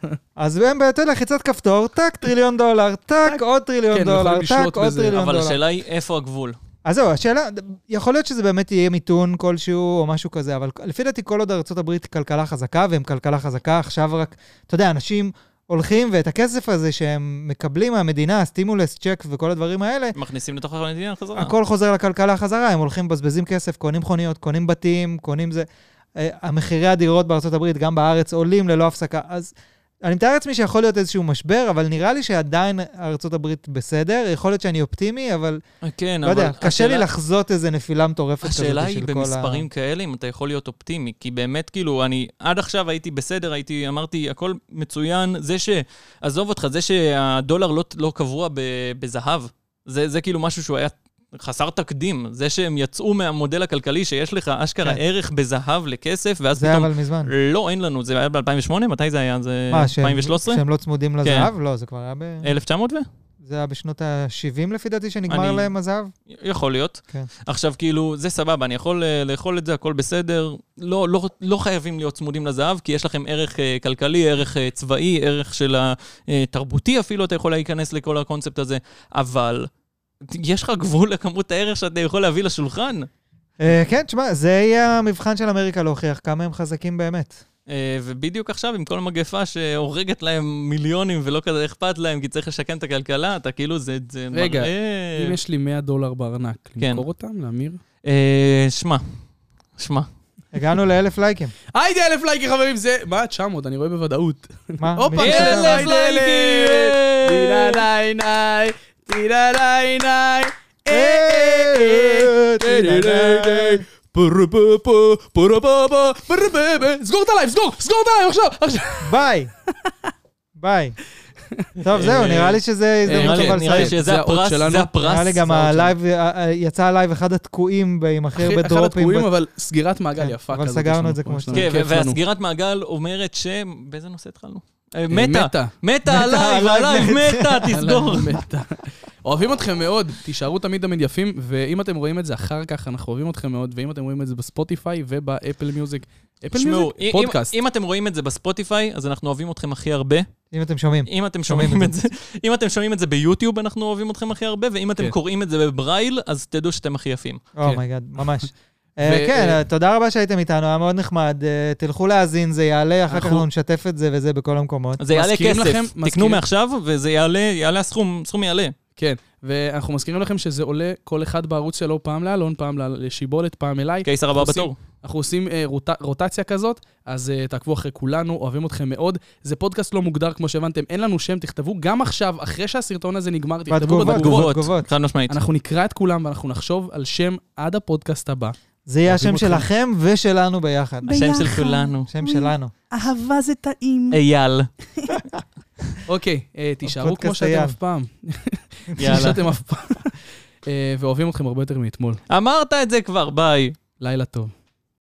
אז הם אתה יודע, לחיצת כפתור, טק, $1 טריליון, טק, עוד $1 טריליון, טק, עוד $1 טריליון. אבל השאלה היא, איפה הגבול? אז זהו, השאלה, יכול להיות שזה באמת יהיה מיתון כלשהו או משהו כזה, אבל לפי דעתי כל עוד ארצות הברית היא כלכלה חזקה, והם כלכלה חזקה, עכשיו רק, אתה יודע, אנשים הולכים, ואת הכסף הזה שהם מקבלים מהמדינה, סטימולס, צ'ק וכל הדברים האלה, מכניסים לתוך המדינה חזרה. הכל חוזר לכלכלה חזרה, הם הולכים, בזבזים כסף, קונים מכוניות, קונים בתים, קונים זה. המחירי הדירות בארצות הברית, גם בארץ, עולים ללא הפסקה. אז אני מתאר לעצמי שיכול להיות איזשהו משבר, אבל נראה לי שעדיין ארצות הברית בסדר, יכול להיות שאני אופטימי, אבל כן, לא יודע, קשה לי לחזות איזה נפילה מטורפת. השאלה היא במספרים כאלה, אם אתה יכול להיות אופטימי, כי באמת כאילו, אני עד עכשיו הייתי בסדר, אמרתי, הכל מצוין, זה עזוב אותך, זה שהדולר לא קבוע בזהב, זה כאילו משהו שהוא היה חסר תקדים, זה שהם יצאו מהמודל הכלכלי שיש לך אשכרה ערך בזהב לכסף, ואז פתאום... זה אבל מזמן. לא, אין לנו, זה היה ב-2008? מתי זה היה? זה 2013? שהם לא צמודים לזהב? לא, זה כבר היה 1900 זה היה בשנות ה-70 לפי דעתי שנגמר להם הזהב? יכול להיות. עכשיו כאילו, זה סבבה, אני יכול לאכול את זה, הכל בסדר. לא חייבים להיות צמודים לזהב, כי יש לכם ערך כלכלי, ערך צבאי, ערך של התרבותי אפילו, אתה יכול להיכנס לכל הקונספט הזה, אבל יש לך גבול לכמות הערך שאתה יכול להביא לשולחן? כן, תשמע, זה יהיה המבחן של אמריקה להוכיח כמה הם חזקים באמת. ובדיוק עכשיו, עם כל מגפה שהורגת להם מיליונים ולא כזה אכפת להם, כי צריך לשקם את הכלכלה, אתה כאילו זה רגע, אם יש לי $100 בארנק, למכור אותם, לאמיר? שמע. הגענו ל1,000 לייקים. היידי 1,000 לייקים, חברים, זה... מה? 900, אני רואה בוודאות. מה? הופה, 1,000 לייקים! די, די, די, די, סגור את הלייב, סגור את הלייב עכשיו. ביי. טוב, זהו, נראה לי שזה הזדמנות טובה לסיים. נראה לי שזה הפרס. נראה לי גם הלייב, יצא הלייב אחד התקועים עם הכי הרבה דרופים. אחד התקועים, אבל סגירת מעגל יפה. אבל סגרנו את זה כמו שצריך. כן, והסגירת מעגל אומרת באיזה נושא התחלנו? מתה עליי, מתה, תסגור. אוהבים אתכם מאוד, תישארו תמיד יפים, ואם אתם רואים את זה אחר כך, אנחנו אוהבים אתכם מאוד, ואם אתם רואים את זה בספוטיפיי ובאפל מיוזיק, פודקאסט. אם אתם רואים את זה בספוטיפיי, אז אנחנו אוהבים אתכם הכי הרבה. אם אתם שומעים. אם אתם שומעים את זה ביוטיוב, אנחנו אוהבים אתכם הכי הרבה, ואם אתם קוראים את זה בברייל, אז תדעו שאתם הכי יפים. אומייגאד, ממש. כן, תודה רבה שהייתם איתנו, היה מאוד נחמד. תלכו להאזין, זה יעלה, אחר כך אנחנו נשתף את זה וזה בכל המקומות. זה יעלה כסף, תקנו מעכשיו, וזה יעלה הסכום יעלה. כן, ואנחנו מזכירים לכם שזה עולה כל אחד בערוץ שלו, פעם לאלון, פעם לשיבולת, פעם אליי. קיסר הבא בתור. אנחנו עושים רוטציה כזאת, אז תעקבו אחרי כולנו, אוהבים אתכם מאוד. זה פודקאסט לא מוגדר, כמו שהבנתם, אין לנו שם, תכתבו גם עכשיו, אחרי שהסרטון הזה נגמר, תכתבו בתגובות. אנחנו נקרא את כולם, ואנחנו נחשוב על שם עד הפודקאסט הבא. זה יהיה השם שלכם ושלנו ביחד. השם של כולנו. השם שלנו. אהבה זה טעים. אייל. אוקיי, תישארו כמו שאתם אף פעם. שאתם אף פעם. ואוהבים אתכם הרבה יותר מאתמול. אמרת את זה כבר, ביי. לילה טוב.